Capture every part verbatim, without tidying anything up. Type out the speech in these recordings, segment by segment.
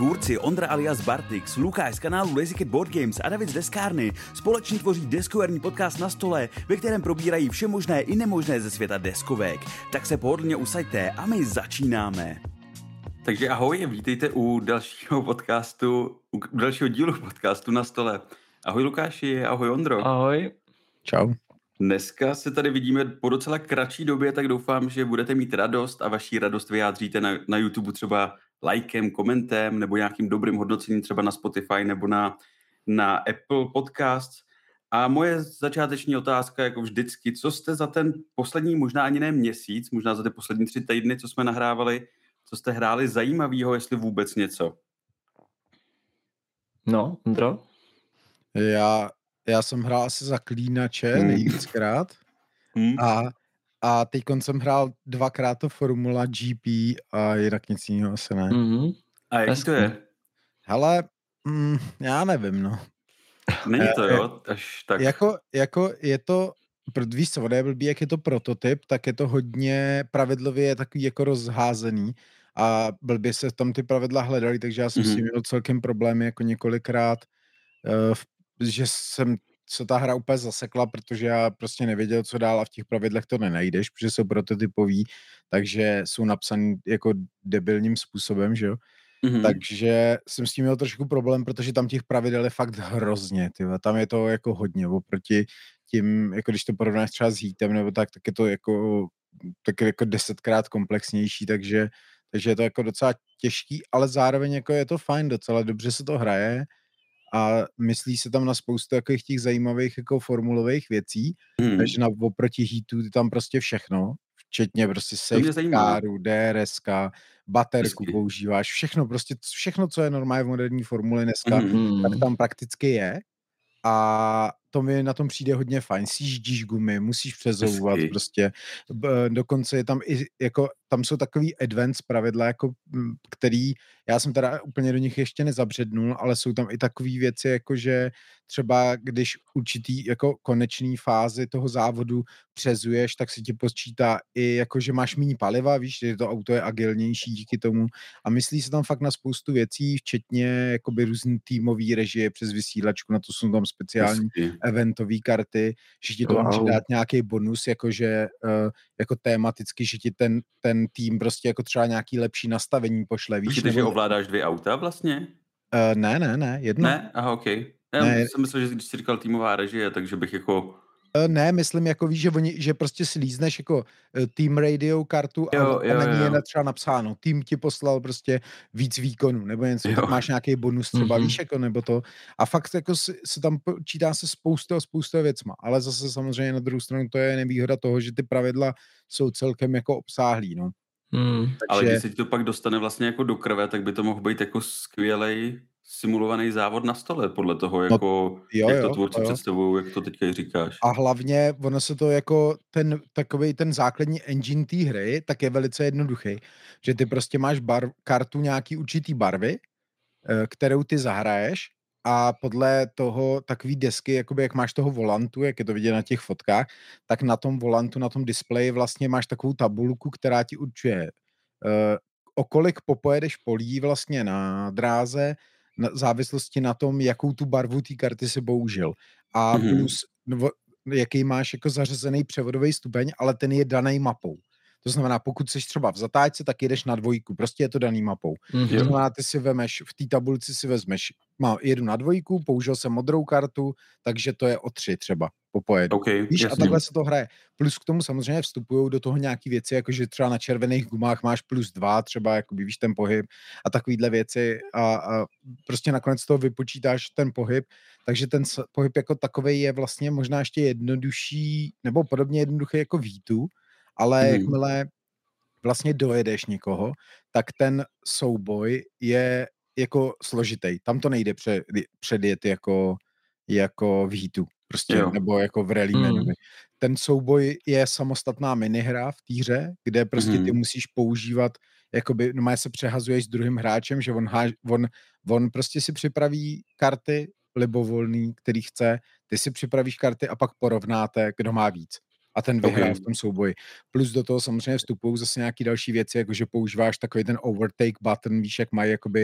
tvůrci Ondra alias Bartix, Lukáš z kanálu Lazy Cat Board Games a David z Deskárny společně tvoří deskoherní podcast Na stole, ve kterém probírají vše možné i nemožné ze světa deskovek. Tak se pohodlně usaďte a my začínáme. Takže ahoj, vítejte u dalšího podcastu, u dalšího dílu podcastu Na stole. Ahoj Lukáši, ahoj Ondro. Ahoj. Čau. Dneska se tady vidíme po docela kratší době, tak doufám, že budete mít radost a vaši radost vyjádříte na, na YouTube třeba lajkem, komentem nebo nějakým dobrým hodnocením třeba na Spotify nebo na, na Apple Podcasts. A moje začáteční otázka, jako vždycky, co jste za ten poslední, možná ani ne měsíc, možná za ty poslední tři týdny, co jsme nahrávali, co jste hráli zajímavého, jestli vůbec něco? No, Ondro? Já, já jsem hrál asi Zaklínače Hmm. nejvíckrát Hmm. a, a teď jsem hrál dvakrát to Formula G P a jinak nic jiného asi ne. Mm-hmm. A jak Hezky. to je? Hele, mm, já nevím, no. Není to, Eh, jo? Až tak. Jako, jako je to, pro- víš co, ono je blbý, jak je to prototyp, tak je to hodně pravidlově je takový jako rozházený a blbě se tam ty pravidla hledaly, takže já jsem Mhm. s tím měl celkem problémy jako několikrát, eh, v- že jsem se ta hra úplně zasekla, protože já prostě nevěděl, co dál a v těch pravidlech to nenajdeš, protože jsou prototypový, takže jsou napsaný jako debilním způsobem, že jo. Mhm. Takže jsem s tím měl trošku problém, protože tam těch pravidel je fakt hrozně, tyhle. Tam je to jako hodně oproti tím, jako když to porovnáš třeba s Heatem nebo tak, tak je to jako, tak je jako desetkrát komplexnější, takže, takže je to jako docela těžký, ale zároveň jako je to fajn, docela dobře se to hraje a myslí se tam na spoustu takových těch zajímavých jako formulových věcí, Mhm. takže na oproti Heatu je tam prostě všechno, včetně prostě To mě safety zajímá. caru, D R S ka, baterku Hezky. používáš, všechno prostě, všechno, co je normálně v moderní formuli dneska, Mhm. tak tam prakticky je a to mi na tom přijde hodně fajn. Sjíždíš gumy, musíš přezouvat Hezky. prostě. B- dokonce je tam i, jako, tam jsou takový advanced pravidla, jako, m, který, já jsem teda úplně do nich ještě nezabřednul, ale jsou tam i takové věci, jako že třeba když určitý jako konečný fázi toho závodu přezuješ, tak se ti počítá i jako, že máš méně paliva, víš, že to auto je agilnější díky tomu a myslí se tam fakt na spoustu věcí, včetně jakoby různý týmový režie přes vysílačku, na to jsou tam speciální Hezky. eventové karty, že ti to wow. může Wow. dát nějaký bonus, jakože uh, jako tematicky, že ti ten, ten tým prostě jako třeba nějaký lepší nastavení pošle, víš? Počkejte, že Nebo, ovládáš dvě auta vlastně? uh, ne, ne, ne, jedno. Ne? Aha, ok. Já Ne. jsem myslel, že když jsi říkal týmová režie, takže bych jako... Uh, ne, myslím jako víš, že, oni, že prostě si lízneš jako uh, Team Radio kartu a, Jo, a jo, na ní jo. je na- třeba napsáno, tým ti poslal prostě víc výkonů, nebo něco, Jo. tak máš nějaký bonus třeba, Mhm. víš, jako, nebo to. A fakt jako se, se tam počítá se spoustu a spoustu věcma, ale zase samozřejmě na druhou stranu to je nevýhoda toho, že ty pravidla jsou celkem jako obsáhlý, no. Mm. Ale Takže když se ti to pak dostane vlastně jako do krve, tak by to mohl být jako skvělej simulovaný závod na stole, podle toho, jako, jo, jak to jo, tvůrci jo. představují, jak to teďka i říkáš. A hlavně ono se to jako ten takovej ten základní engine té hry, tak je velice jednoduchý, že ty prostě máš bar, kartu nějaký určitý barvy, eh, kterou ty zahraješ a podle toho takový desky, jakoby jak máš toho volantu, jak je to vidět na těch fotkách, tak na tom volantu, na tom displeji vlastně máš takovou tabulku, která ti určuje, eh, o kolik popojedeš polí vlastně na dráze, na v závislosti na tom, jakou tu barvu té karty si použil. A Mhm. plus, nebo, jaký máš jako zařazený převodový stupeň, ale ten je daný mapou. To znamená, pokud jsi třeba v zatáčce, tak jedeš na dvojku, prostě je to daný mapou. To Mhm. znamená, ty si vemeš, v té tabulci si vezmeš, má, jedu na dvojku, použil jsem modrou kartu, takže to je o tři třeba po pojedu. OK, Víš, a jasně. takhle se to hraje. Plus k tomu samozřejmě vstupují do toho nějaký věci, jako že třeba na červených gumách máš plus dva, třeba jakoby, víš, ten pohyb a takovýhle věci a, a prostě nakonec toho vypočítáš ten pohyb, takže ten s- pohyb jako takovej je vlastně možná ještě jednodušší, nebo podobně jednoduchý jako Vítu, ale Mhm. jakmile vlastně dojedeš někoho, tak ten souboj je jako složitý. Tam to nejde pře, předjet jako, jako v Heatu, prostě, Jo. nebo jako v Rallymanovi. Mm. Ten souboj je samostatná minihra v té hře, kde prostě ty Mhm. musíš používat, jakoby, no se přehazuješ s druhým hráčem, že on, háž, on, on prostě si připraví karty libovolný, který chce, ty si připravíš karty a pak porovnáte, kdo má víc. A ten vyhrál OK. v tom souboji. Plus do toho samozřejmě vstupují zase nějaký další věci, jako že používáš takový ten overtake button, víš, jak mají jakoby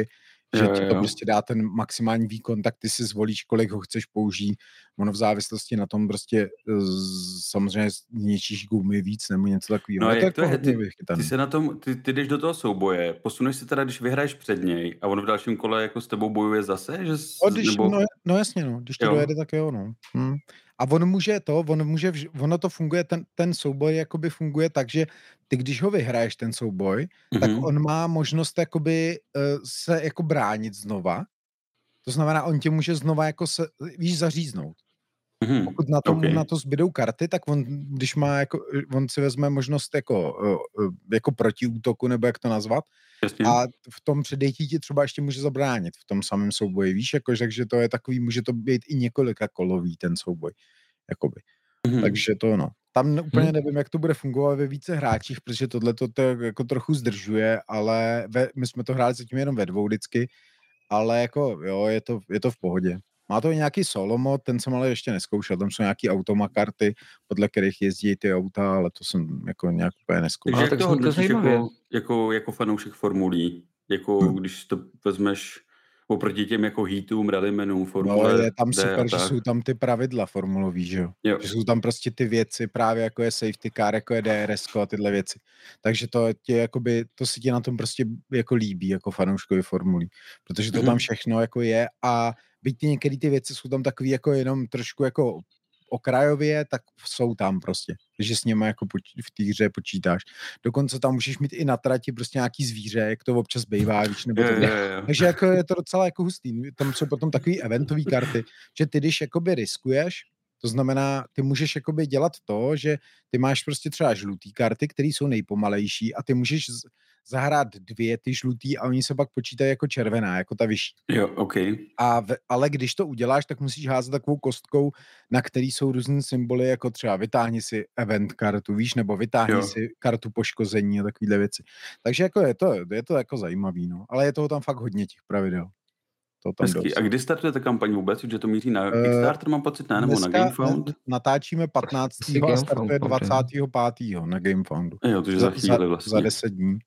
že Jo, ti jo, to jo. prostě dá ten maximální výkon, tak ty si zvolíš, kolik ho chceš použít. Ono v závislosti na tom prostě z, samozřejmě zničíš gumy víc nebo něco takového. No a Je to jak to jako je? hodně Ty, ty vychytaný. se na tom, ty, ty jdeš do toho souboje, posuneš se teda, když vyhraješ před něj a on v dalším kole jako s tebou bojuje zase, že s, No, když, nebo no, no jasně, no, když to jo, dojede, tak jo, no. Hm. A on může to, on může, vž- ono to funguje, ten, ten souboj jakoby funguje tak, že ty, když ho vyhraješ, ten souboj, tak mhm, on má možnost jakoby uh, se jako bránit znova. To znamená, on tě může znova jako se, víš, zaříznout. mhm, Pokud na OK, tom, na to zbydou karty, tak on, když má jako, on si vezme možnost jako, uh, uh, jako protiútoku, nebo jak to nazvat, jasně, a v tom předejtí ti třeba ještě může zabránit v tom samém souboji, víš, jako, takže to je takový, může to být i několika kolový ten souboj, jakoby. mhm, Takže to no. Tam ne- úplně Hm. nevím, jak to bude fungovat ve více hráčích, protože tohle to to jako trochu zdržuje, ale ve, my jsme to hráli zatím jenom ve dvou vždycky, ale jako jo, je to, je to v pohodě. Má to i nějaký solo mod, ten jsem ale ještě neskoušel, tam jsou nějaký automakarty, podle kterých jezdí ty auta, ale to jsem jako nějak úplně neskoušel. Takže Ale jak tak to zní to hodnotíš zajímavě. jako, jako, jako fanoušek formulí? Jako když to vezmeš oproti těm jako heatům, rallymenům, No formule je tam D a super, že tak. jsou tam ty pravidla formulový, že jo? Jo. Že jsou tam prostě ty věci, právě jako je safety car, jako je D R S a tyhle věci. Takže to tě jakoby, to si ti na tom prostě jako líbí, jako fanouškovi formulí. Protože to Mhm. tam všechno jako je a byť ty některé ty věci jsou tam takový jako jenom trošku jako okrajově, tak jsou tam prostě. Takže s nimi jako poč- v té hře počítáš. Dokonce tam můžeš mít i na trati prostě nějaký zvíře, jak to občas bývá, víš, nebo Jo, to. jo, jo. Takže jako je to docela jako hustý. Tam jsou potom takový eventové karty, že ty, když jakoby riskuješ, to znamená, ty můžeš jakoby dělat to, že ty máš prostě třeba žlutý karty, které jsou nejpomalejší a ty můžeš z- zahrát dvě ty žlutý a oni se pak počítají jako červená, jako ta vyšší. Jo, OK. A v, ale když to uděláš, tak musíš házet takovou kostkou, na který jsou různé symboly, jako třeba vytáhni si event kartu, víš, nebo vytáhni Jo. si kartu poškození a takovéhle věci. Takže jako je to, je to jako zajímavý, no. Ale je toho tam fakt hodně těch pravidel. To tam Hezky. dost. A kdy startuje ta kampaň vůbec? Že to míří na Eh, Kickstarter, mám pocit, ne? Nebo na Dneska GameFound? ne- natáčíme patnáctého a Gamefound startuje potom. dvacátého pátého na GameFoundu. Jo, takže za chvíli vlastně. Za deset dní,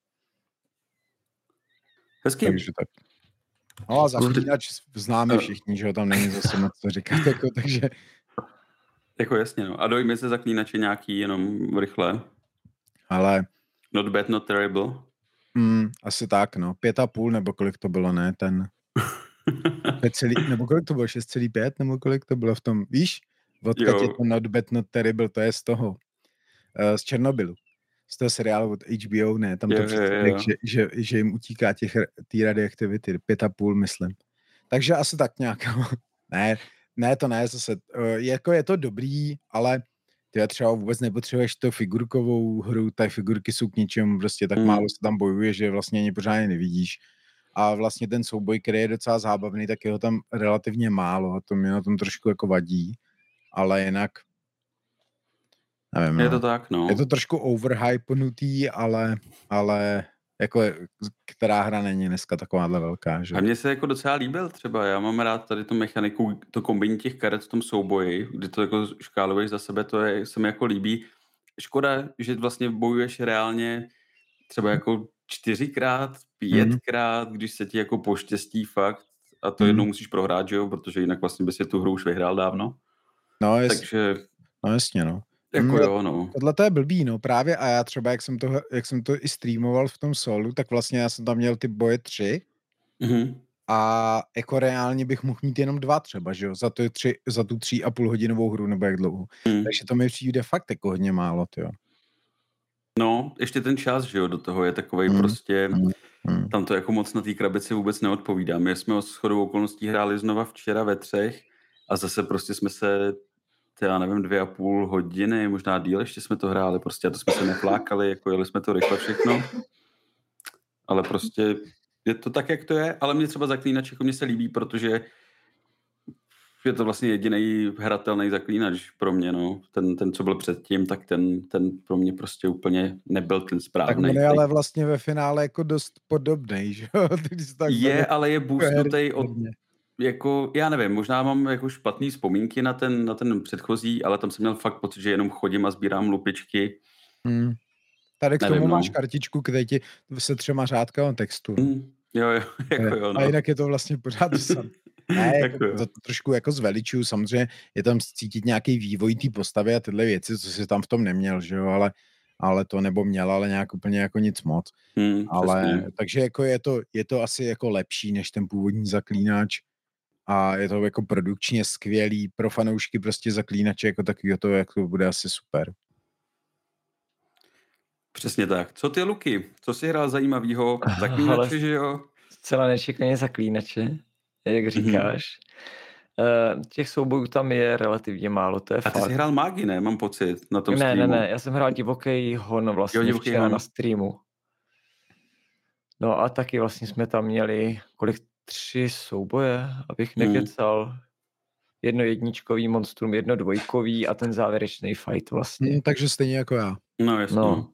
Hezky. takže tak. No a zaklínač známe Eh. všichni, že jo, tam není zase moc co říkat, jako, takže Jako jasně, no. A dojmy se zaklínače nějaký jenom rychle. ale Not bad, not terrible. mm, asi tak, no, pět a půl, nebo kolik to bylo, ne, ten, pět celý, nebo kolik to bylo, šest celá pět, nebo kolik to bylo v tom, víš, odkud Jo. je to Not Bad, Not Terrible, to je z toho, uh, z Černobylu, z toho seriálu od H B O, ne, tam to Jo, jo, přesně jo, řek, jo. že, že, že jim utíká těch, té radioaktivity, pět a půl, myslím. Takže asi tak nějak, ne, ne, to ne, zase, uh, jako je to dobrý, ale ty třeba vůbec nepotřebuješ to figurkovou hru, ty figurky jsou k ničemu, prostě tak Mm. málo se tam bojuje, že vlastně ani pořádně nevidíš. A vlastně ten souboj, který je docela zábavný, tak je ho tam relativně málo a to mě na tom trošku jako vadí, ale jinak nevím, Je no. to tak, no. Je to trošku overhypenutý, ale, ale jako je- která hra není dneska takováhle velká, že? A mně se jako docela líbil třeba, já mám rád tady tu mechaniku, to kombení těch karet v tom souboji, kdy to jako škáluješ za sebe, to je, se mi jako líbí. Škoda, že vlastně bojuješ reálně třeba jako čtyřikrát, pětkrát, když se ti jako poštěstí fakt a to Mhm. jednou musíš prohrát, že jo, protože jinak vlastně by si tu hru už vyhrál dávno. No, jest, Takže no jasně, no. jako Mm, jo, no. Tohle to je blbý, no právě a já třeba, jak jsem to, jak jsem to i streamoval v tom solu, tak vlastně já jsem tam měl ty boje tři Mhm. a jako reálně bych mohl mít jenom dva třeba, že jo, za, to tři, za tu tří a půl hodinovou hru nebo jak dlouho. Mhm. Takže to mi přijde fakt jako hodně málo, tyjo. No, ještě ten čas, že jo, do toho je takovej Mhm. prostě, Hmm. tam to jako moc na té krabici vůbec neodpovídá. My jsme o shodou okolností hráli znova včera ve třech a zase prostě jsme se, to já nevím, dvě a půl hodiny, možná díl ještě jsme to hráli prostě a to jsme se neflákali, jako jeli jsme to rychle všechno. Ale prostě je to tak, jak to je, ale mě třeba Zaklínač jako mě se líbí, protože je to vlastně jediný hratelný Zaklínač pro mě, no. Ten, ten, co byl předtím, tak ten, ten pro mě prostě úplně nebyl ten Tak správný. on je ale vlastně ve finále jako dost podobnej, že jo? Když se tak Je, vede, ale je boostnutej od, hodně. jako, já nevím, možná mám jako špatný vzpomínky na ten, na ten předchozí, ale tam jsem měl fakt pocit, že jenom chodím a sbírám lupičky. Hmm. Tady k Nevím, tomu no. máš kartičku, kde ti se třema řádkama textu. No. Hmm. Jo, jo, jako jo, A no. jinak je to vlastně pořád to samé. Ne, jako Jako jo. to trošku jako zveličuju, samozřejmě je tam cítit nějaký vývoj té postavy a tyhle věci, co si tam v tom neměl, že jo, ale, ale to nebo měl, ale nějak úplně jako nic moc. Hmm, Ale, přesně. takže jako je to, je to asi jako lepší než ten původní Zaklínač a je to jako produkčně skvělý, pro fanoušky prostě Zaklínače jako takový, to jako bude asi super. Přesně tak. Co ty, Luky? Co jsi hrál zajímavýho? Ale Zaklínače, že jo? zcela nečekaně Zaklínače, jak Mhm. říkáš. Eh, Těch soubojů tam je relativně málo, to je A ty fakt. jsi hrál Mágy, ne? Mám pocit, na tom Ne, ne, streamu. ne, já jsem hrál divoký hon vlastně Jo, divoký včera hon. na streamu. No a taky vlastně jsme tam měli kolik tři souboje, abych Hmm. nekecal. Jedno jedničkový monstrum, jedno dvojkový a ten závěrečný fight vlastně. Hmm, takže stejně jako já. No, jasně. No.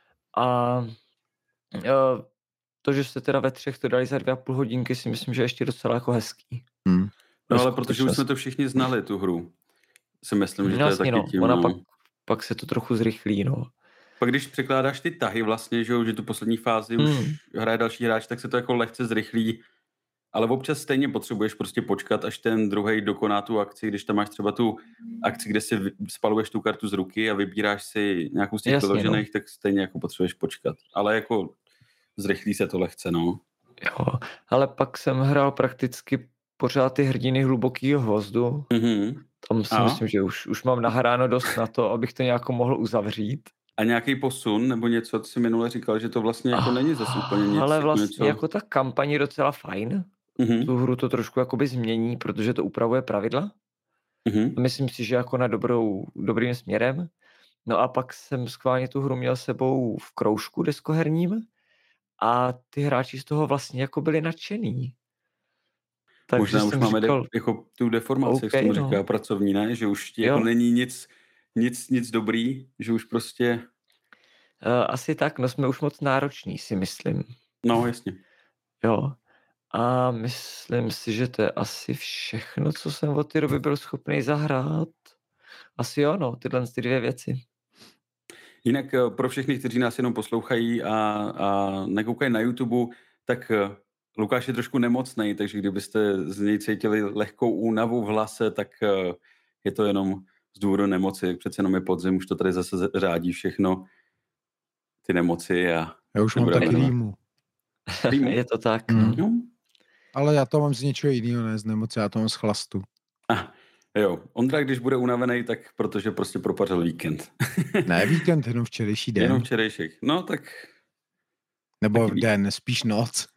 A eh, to, že jste teda ve třech to dali za dvě a půl hodinky, si myslím, že je ještě docela jako hezký. Hmm. No, Ve ale protože už jsme skutečnosti. to všichni znali, tu hru. Si myslím, že No to je jasně, taky no. tím, Ona no. pak, pak se to trochu zrychlí, no. Pak když překládáš ty tahy vlastně, že, jo, že tu poslední fázi už Hmm. hraje další hráč, tak se to jako lehce zrychlí. Ale občas stejně potřebuješ prostě počkat, až ten druhej dokoná tu akci, když tam máš třeba tu akci, kde si vy- spaluješ tu kartu z ruky a vybíráš si nějakou z těch Jasně, vyložených, tak stejně jako potřebuješ počkat. Ale jako zrychlí se to lehce, no. Jo, ale pak jsem hrál prakticky pořád ty hrdiny hlubokýho hvozdu. Mhm. Tam si A? myslím, že už, už mám nahráno dost na to, abych to nějak mohl uzavřít. A nějaký posun, nebo něco, co jsi minule říkal, že to vlastně jako není zase úplně nic. Ale jako vlastně něco. jako ta kampaň je docela fajn. Mhm. Tu hru to trošku jakoby změní, protože to upravuje pravidla. Mhm. Myslím si, že jako na dobrou, dobrým směrem. No a pak jsem schválně tu hru měl sebou v kroužku deskoherním a ty hráči z toho vlastně jako byli nadšený. Takže Možná už jsem máme říkal, de, jako tu deformaci, jak se OK, tomu no. říká, pracovní, ne? Že už ti jako Jo. není nic, nic, nic dobrý, že už prostě, Uh, asi tak, no jsme už moc nároční, si myslím. no jasně. Jo. A myslím si, že to je asi všechno, co jsem od té doby byl schopný zahrát. Asi jo, no, tyhle ty dvě věci. Jinak eh, pro všechny, kteří nás jenom poslouchají a, a nekoukají na YouTube, tak eh, Lukáš je trošku nemocnej, takže kdybyste z něj cítili lehkou únavu v hlase, tak eh, je to jenom z důvodu nemoci. Přece jenom je podzim, už to tady zase z- řádí všechno, ty nemoci a Já už mám nebudeme taky to- rýmu. Rýmu? Je to tak, Mm. no. No. Ale já to mám z něčeho jiného, ne z nemoci, já to mám z chlastu. Ah, jo, Ondra, když bude unavený, tak protože prostě propařil víkend. Ne víkend, jenom včerejší den. Jenom včerejšek. No tak... Nebo taky den, spíš noc.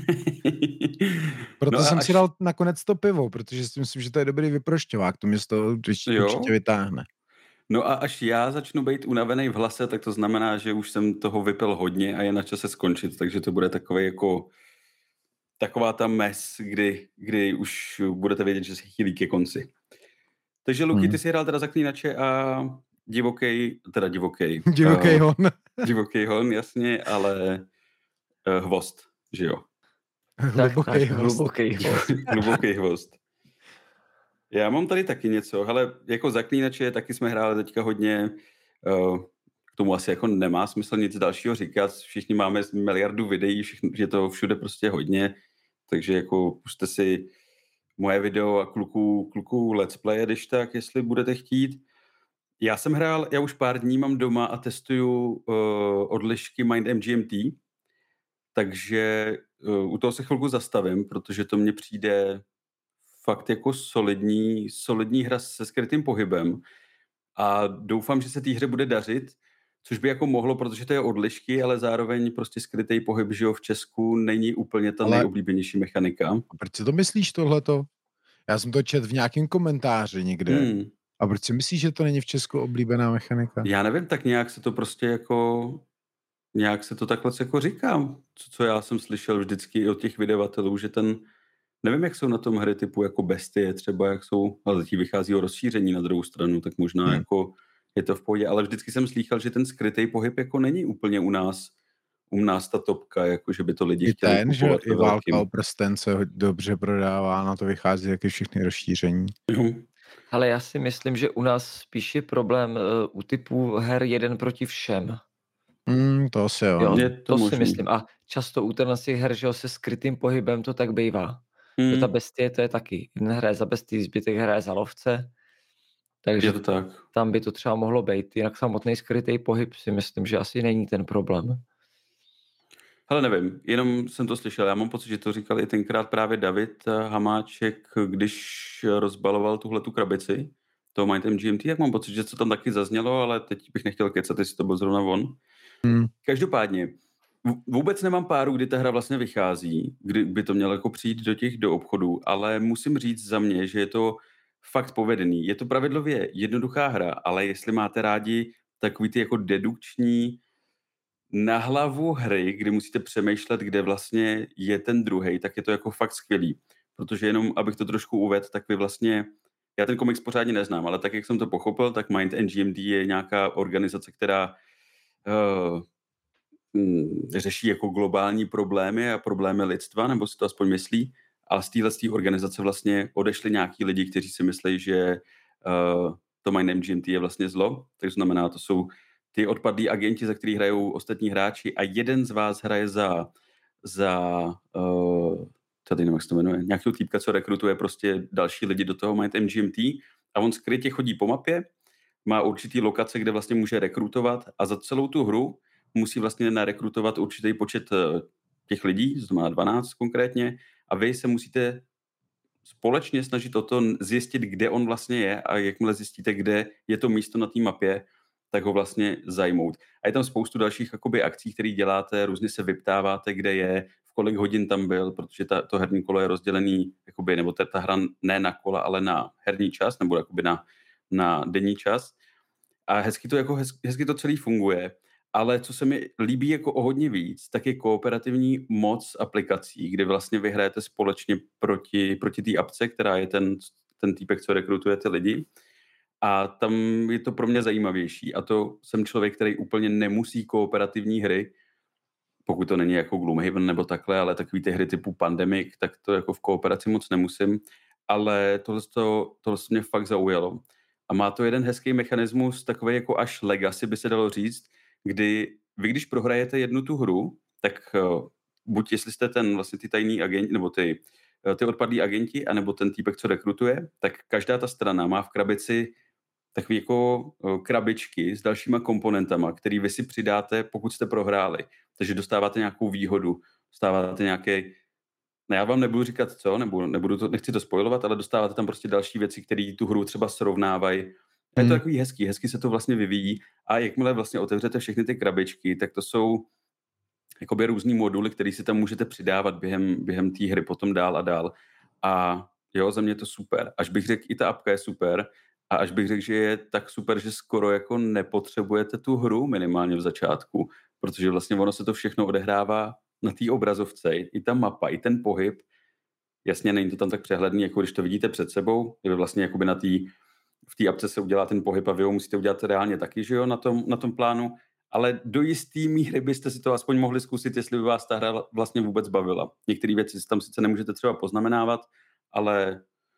Proto No a jsem až- si dal nakonec to pivo, protože si myslím, že to je dobrý vyprošťovák, to mě z toho určitě, Jo. určitě vytáhne. No a až já začnu být unavený v hlase, tak to znamená, že už jsem toho vypil hodně a je na čase skončit, takže to bude takový jako taková ta mes, kdy, kdy už budete vědět, že se chýlí ke konci. Takže Luky, Hmm. ty si hrál teda Zaklínače a divokej, teda divokej. Divoký eh, hon. divoký hon, jasně, ale eh, hvozd, že jo. Hluboký tak, host. hluboký host. Hluboký hvozd. Já mám tady taky něco, hele, jako Zaklínače taky jsme hráli teďka hodně, uh, k tomu asi jako nemá smysl nic dalšího říkat, všichni máme miliardu videí, všichni, že to všude prostě hodně, takže jako puste si moje video a kluků, kluků let's play, když tak, jestli budete chtít. Já jsem hrál, já už pár dní mám doma a testuju uh, odlišky Mind M G M T, takže uh, u toho se chvilku zastavím, protože to mně přijde fakt jako solidní, solidní hra se skrytým pohybem a doufám, že se té hře bude dařit, což by jako mohlo, protože to je odlišky, ale zároveň prostě skrytý pohyb, že jo, v Česku není úplně ta Ale- nejoblíbenější mechanika. A proč si to myslíš tohleto? Já jsem to čet v nějakém komentáři někde. Hmm. A proč si myslíš, že to není v Česku oblíbená mechanika? Já nevím, tak nějak se to prostě jako, nějak se to takhle jako říkám, co, co já jsem slyšel vždycky od těch vydavatelů, že ten, nevím, jak jsou na tom hry typu jako Bestie třeba, jak jsou, ale zatím vychází o rozšíření na druhou stranu, tak možná Hmm. jako je to v pohodě, ale vždycky jsem slýchal, že ten skrytý pohyb jako není úplně u nás, u nás ta topka, jako že by to lidi I chtěli ten, že kupovat i ve válka velkým. o prsten se ho- dobře prodává, na to vychází taky všechny rozšíření. Jo. Ale já si myslím, že u nás spíš je problém uh, u typů her jeden proti všem. Mm, to asi jo. Jo, Je to to si možný. myslím. A často u těchhle z těch her, že jo, se skrytým pohybem to tak bývá. Že ta Hmm, bestie to je taky. Jeden hraje za bestii, zbytek hraje za lovce. je Takže to tak. tam by to třeba mohlo být. Jinak samotný skrytý pohyb si myslím, že asi není ten problém. Ale nevím, jenom jsem to slyšel. Já mám pocit, že to říkal i tenkrát právě David eh, Hamáček, když rozbaloval tuhletu krabici toho Might M G M T, jak mám pocit, že to tam taky zaznělo, ale teď bych nechtěl kecat, jestli to byl zrovna on. Hmm. Každopádně, v- vůbec nemám páru, kdy ta hra vlastně vychází, kdy by to mělo jako přijít do těch do obchodů, ale musím říct za mě, že je to fakt povedený. Je to pravidlově jednoduchá hra, ale jestli máte rádi takový ty jako dedukční na hlavu hry, kdy musíte přemýšlet, kde vlastně je ten druhej, tak je to jako fakt skvělý. Protože jenom, abych to trošku uvedl, tak vy vlastně, já ten komiks pořádně neznám, ale tak, jak jsem to pochopil, tak Mind N G M D je nějaká organizace, která uh, mm, řeší jako globální problémy a problémy lidstva, nebo si to aspoň myslí, ale z téhle organizace vlastně odešli nějaký lidi, kteří si myslí, že uh, to Mind M G M T je vlastně zlo, takže znamená, to jsou ty odpadlí agenti, za který hrajou ostatní hráči a jeden z vás hraje za, za uh, tady nevím, jak se to jmenuje, nějakého týpka, co rekrutuje prostě další lidi do toho Mind M G M T a on skrytě chodí po mapě, má určitý lokace, kde vlastně může rekrutovat a za celou tu hru musí vlastně narekrutovat určitý počet těch lidí, to znamená dvanáct konkrétně, a vy se musíte společně snažit o to zjistit, kde on vlastně je a jakmile zjistíte, kde je to místo na té mapě, tak ho vlastně zajmout. A je tam spoustu dalších jakoby, akcí, které děláte, různě se vyptáváte, kde je, v kolik hodin tam byl, protože ta, to herní kolo je rozdělený, jakoby, nebo ta, ta hra ne na kola, ale na herní čas, nebo jakoby na, na denní čas. A hezky to, jako hezky, hezky to celý funguje. Ale co se mi líbí jako o hodně víc, tak je kooperativní moc aplikací, kdy vlastně vyhrajete společně proti, proti té apce, která je ten, ten týpek, co rekrutuje ty lidi. A tam je to pro mě zajímavější. A to jsem člověk, který úplně nemusí kooperativní hry, pokud to není jako Gloomhaven nebo takhle, ale takový ty hry typu Pandemic, tak to jako v kooperaci moc nemusím. Ale tohle, to, tohle mě fakt zaujalo. A má to jeden hezký mechanismus, takový jako až legacy by se dalo říct, kdy vy, když prohrajete jednu tu hru, tak uh, buď jestli jste ten vlastně ty tajný agenti, nebo ty, uh, ty odpadlí agenti, anebo ten týpek, co rekrutuje, tak každá ta strana má v krabici takové jako uh, krabičky s dalšíma komponentama, který vy si přidáte, pokud jste prohráli. Takže dostáváte nějakou výhodu, dostáváte nějaký, no já vám nebudu říkat co, nebo nebudu to, nechci to spoilovat, ale dostáváte tam prostě další věci, které tu hru třeba srovnávají. A je to takový hezký, hezky se to vlastně vyvíjí a jakmile vlastně otevřete všechny ty krabičky, tak to jsou jakoby různý moduly, které si tam můžete přidávat během, během té hry potom dál a dál. A jo, za mě je to super. Až bych řekl, i ta apka je super a až bych řekl, že je tak super, že skoro jako nepotřebujete tu hru minimálně v začátku, protože vlastně ono se to všechno odehrává na té obrazovce, i ta mapa, i ten pohyb. Jasně, není to tam tak přehledný, jako když to vidíte před sebou, je vlastně jakoby na té v té apce se udělá ten pohyb a vy ho musíte udělat reálně taky, že jo, na tom, na tom plánu, ale do jistý míry byste si to aspoň mohli zkusit, jestli by vás ta hra vlastně vůbec bavila. Některé věci si tam sice nemůžete třeba poznamenávat, ale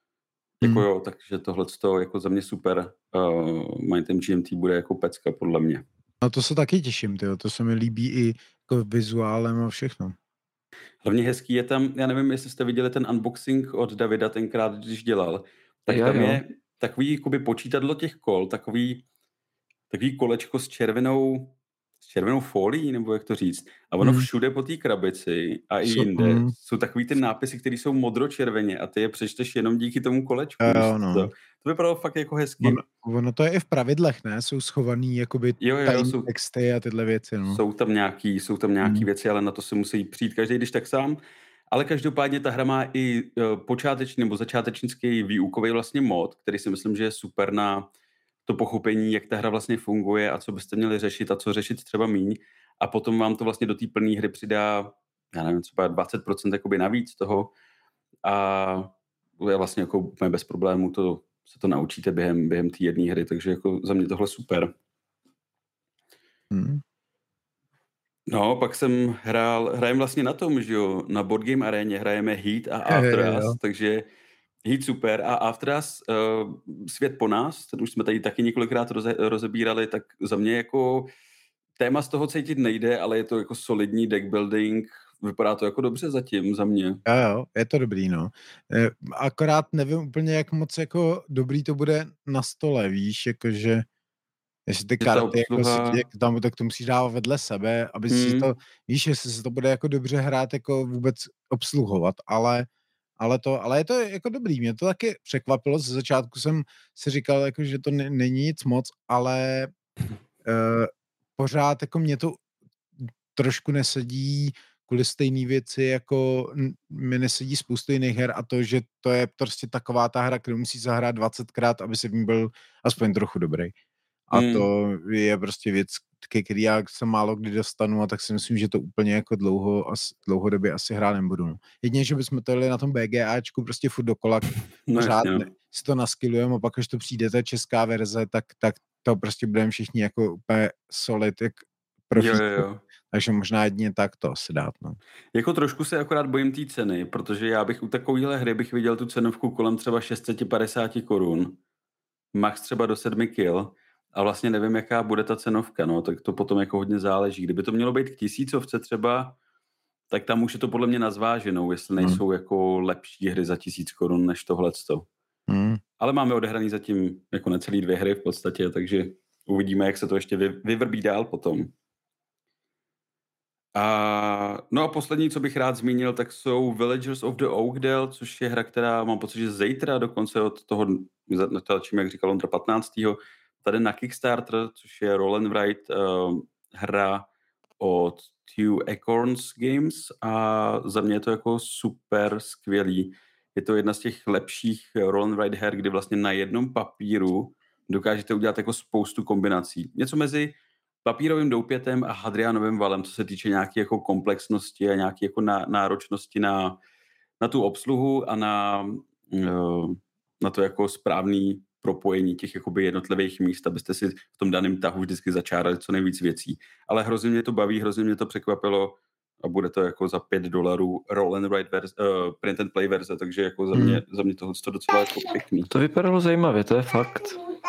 jako jo, takže tohle jako za mě super. Uh, Mind M G M T bude jako pecka, podle mě. No to se taky těším, tyjo. To se mi líbí i jako vizuálem a všechno. Hlavně hezký je tam, já nevím, jestli jste viděli ten unboxing od Davida tenkrát, když dělal, tak jo, tam jo. je takový jakoby počítadlo těch kol, takový, takový kolečko s červenou, s červenou folií, nebo jak to říct. A ono Hmm. všude po té krabici a i Co- jinde hmm. jsou takový ty nápisy, které jsou modro-červeně a ty je přečteš jenom díky tomu kolečku. Jo, víš no. To, to vypadalo fakt jako hezky. Ono, ono to je i v pravidlech, ne? Jsou schovaný jakoby Jo, jo, tajný jsou- texty a tyhle věci, no. Jsou tam nějaký, jsou tam nějaký Mhm. věci, ale na to se musí přijít každý, když tak sám. Ale každopádně ta hra má i uh, počáteční nebo začátečnický výukový vlastně mod, který si myslím, že je super na to pochopení, jak ta hra vlastně funguje a co byste měli řešit a co řešit třeba míň. A potom vám to vlastně do té plné hry přidá, já nevím, třeba dvacet procent jakoby navíc toho. A je vlastně jako úplně bez problémů, to se to naučíte během, během té jedné hry, takže jako za mě tohle super. Hmm. No, pak jsem hrál, hrajem vlastně na tom, že jo, na Board Game Aréně hrajeme Heat a After Jo, jo. Us, takže Heat super a After Us, uh, Svět po nás, ten už jsme tady taky několikrát roze, rozebírali, tak za mě jako téma z toho cítit nejde, ale je to jako solidní deck building, vypadá to jako dobře zatím za mě. Jo, jo, je to dobrý, no. E, Akorát nevím úplně, jak moc jako dobrý to bude na stole, víš, jakože jestli ty Že ta karty, jako si, obsluha... jak tam, tak to musíš dávat vedle sebe, aby si Hmm. to, víš, jestli se to bude jako dobře hrát, jako vůbec obsluhovat, ale, ale to, ale je to jako dobrý, mě to taky překvapilo, ze začátku jsem si říkal, jako, že to n- není nic moc, ale uh, pořád jako mě to trošku nesedí kvůli stejné věci, jako n- mi nesedí spoustu jiných her a to, že to je prostě taková ta hra, kterou musí zahrát dvacetkrát, aby se v ní byl aspoň trochu dobrý. A Hmm. to je prostě věc, ke který já se málo kdy dostanu a tak si myslím, že to úplně jako dlouho, as, dlouhodobě asi hrát nebudu. No. Jedině, že bychom to jeli na tom BGAčku prostě furt dokola, No pořád jasně, no. ne- si to naskillujeme a pak, až to přijde ta česká verze, tak, tak to prostě budeme všichni jako úplně solid, jak profíci. Jo, jo, jo. Takže možná jedině tak to asi dát, no. Jako trošku se akorát bojím té ceny, protože já bych u takovéhle hry bych viděl tu cenovku kolem třeba šest set padesát korun, max třeba do sedmi kil a vlastně nevím, jaká bude ta cenovka, no, tak to potom jako hodně záleží. Kdyby to mělo být k tisícovce třeba, tak tam už je to podle mě na zváženou, jestli Hmm. nejsou jako lepší hry za tisíc korun než tohleto. Hmm. Ale máme odehraný zatím jako necelý dvě hry v podstatě, takže uvidíme, jak se to ještě vy, vyvrbí dál potom. A, no a poslední, co bych rád zmínil, tak jsou Villagers of the Oakdale, což je hra, která mám pocit, že zítra dokonce od toho, natáčíme, jak říkal Ondra, patnáctého tady na Kickstarter, což je Roll and Write uh, hra od Two Acorns Games a za mě je to jako super skvělý. Je to jedna z těch lepších Roll and Write her, kdy vlastně na jednom papíru dokážete udělat jako spoustu kombinací. Něco mezi papírovým doupětem a hadrianovým valem, co se týče nějaké jako komplexnosti a nějaké jako náročnosti na, na tu obsluhu a na, na to jako správný propojení těch jakoby jednotlivých míst, abyste si v tom daném tahu vždycky začárali co nejvíc věcí. Ale hrozně mě to baví, hrozně mě to překvapilo a bude to jako za pět dolarů roll and write verze, uh, print and play verze, takže jako za mě, hmm. za mě tohle to docela jako pěkný. To vypadalo zajímavě, to je fakt.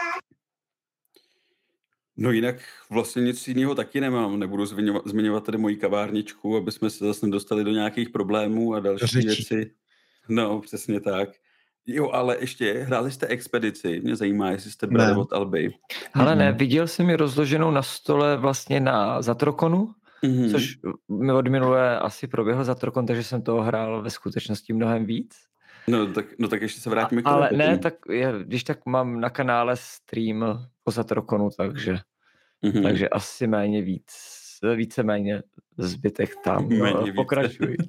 No jinak vlastně nic jiného taky nemám. Nebudu zmiňovat, zmiňovat tady moji kavárničku, aby jsme se zase nedostali do nějakých problémů a další Řečí. věci. No, přesně tak. Jo, ale ještě, hráli jste Expedici. Mě zajímá, jestli jste brali od Alby. Ale ne, viděl jsem ji rozloženou na stole vlastně na Zatrokonu, mm-hmm. což mi od minulé asi proběhl Zatrokon, takže jsem toho hrál ve skutečnosti mnohem víc. No tak, no tak ještě se vrátíme k tomu. Ale ne, tak je, když tak mám na kanále stream po Zatrokonu, takže, mm-hmm. takže asi méně víc, více méně zbytek tam. Méně pokračuj.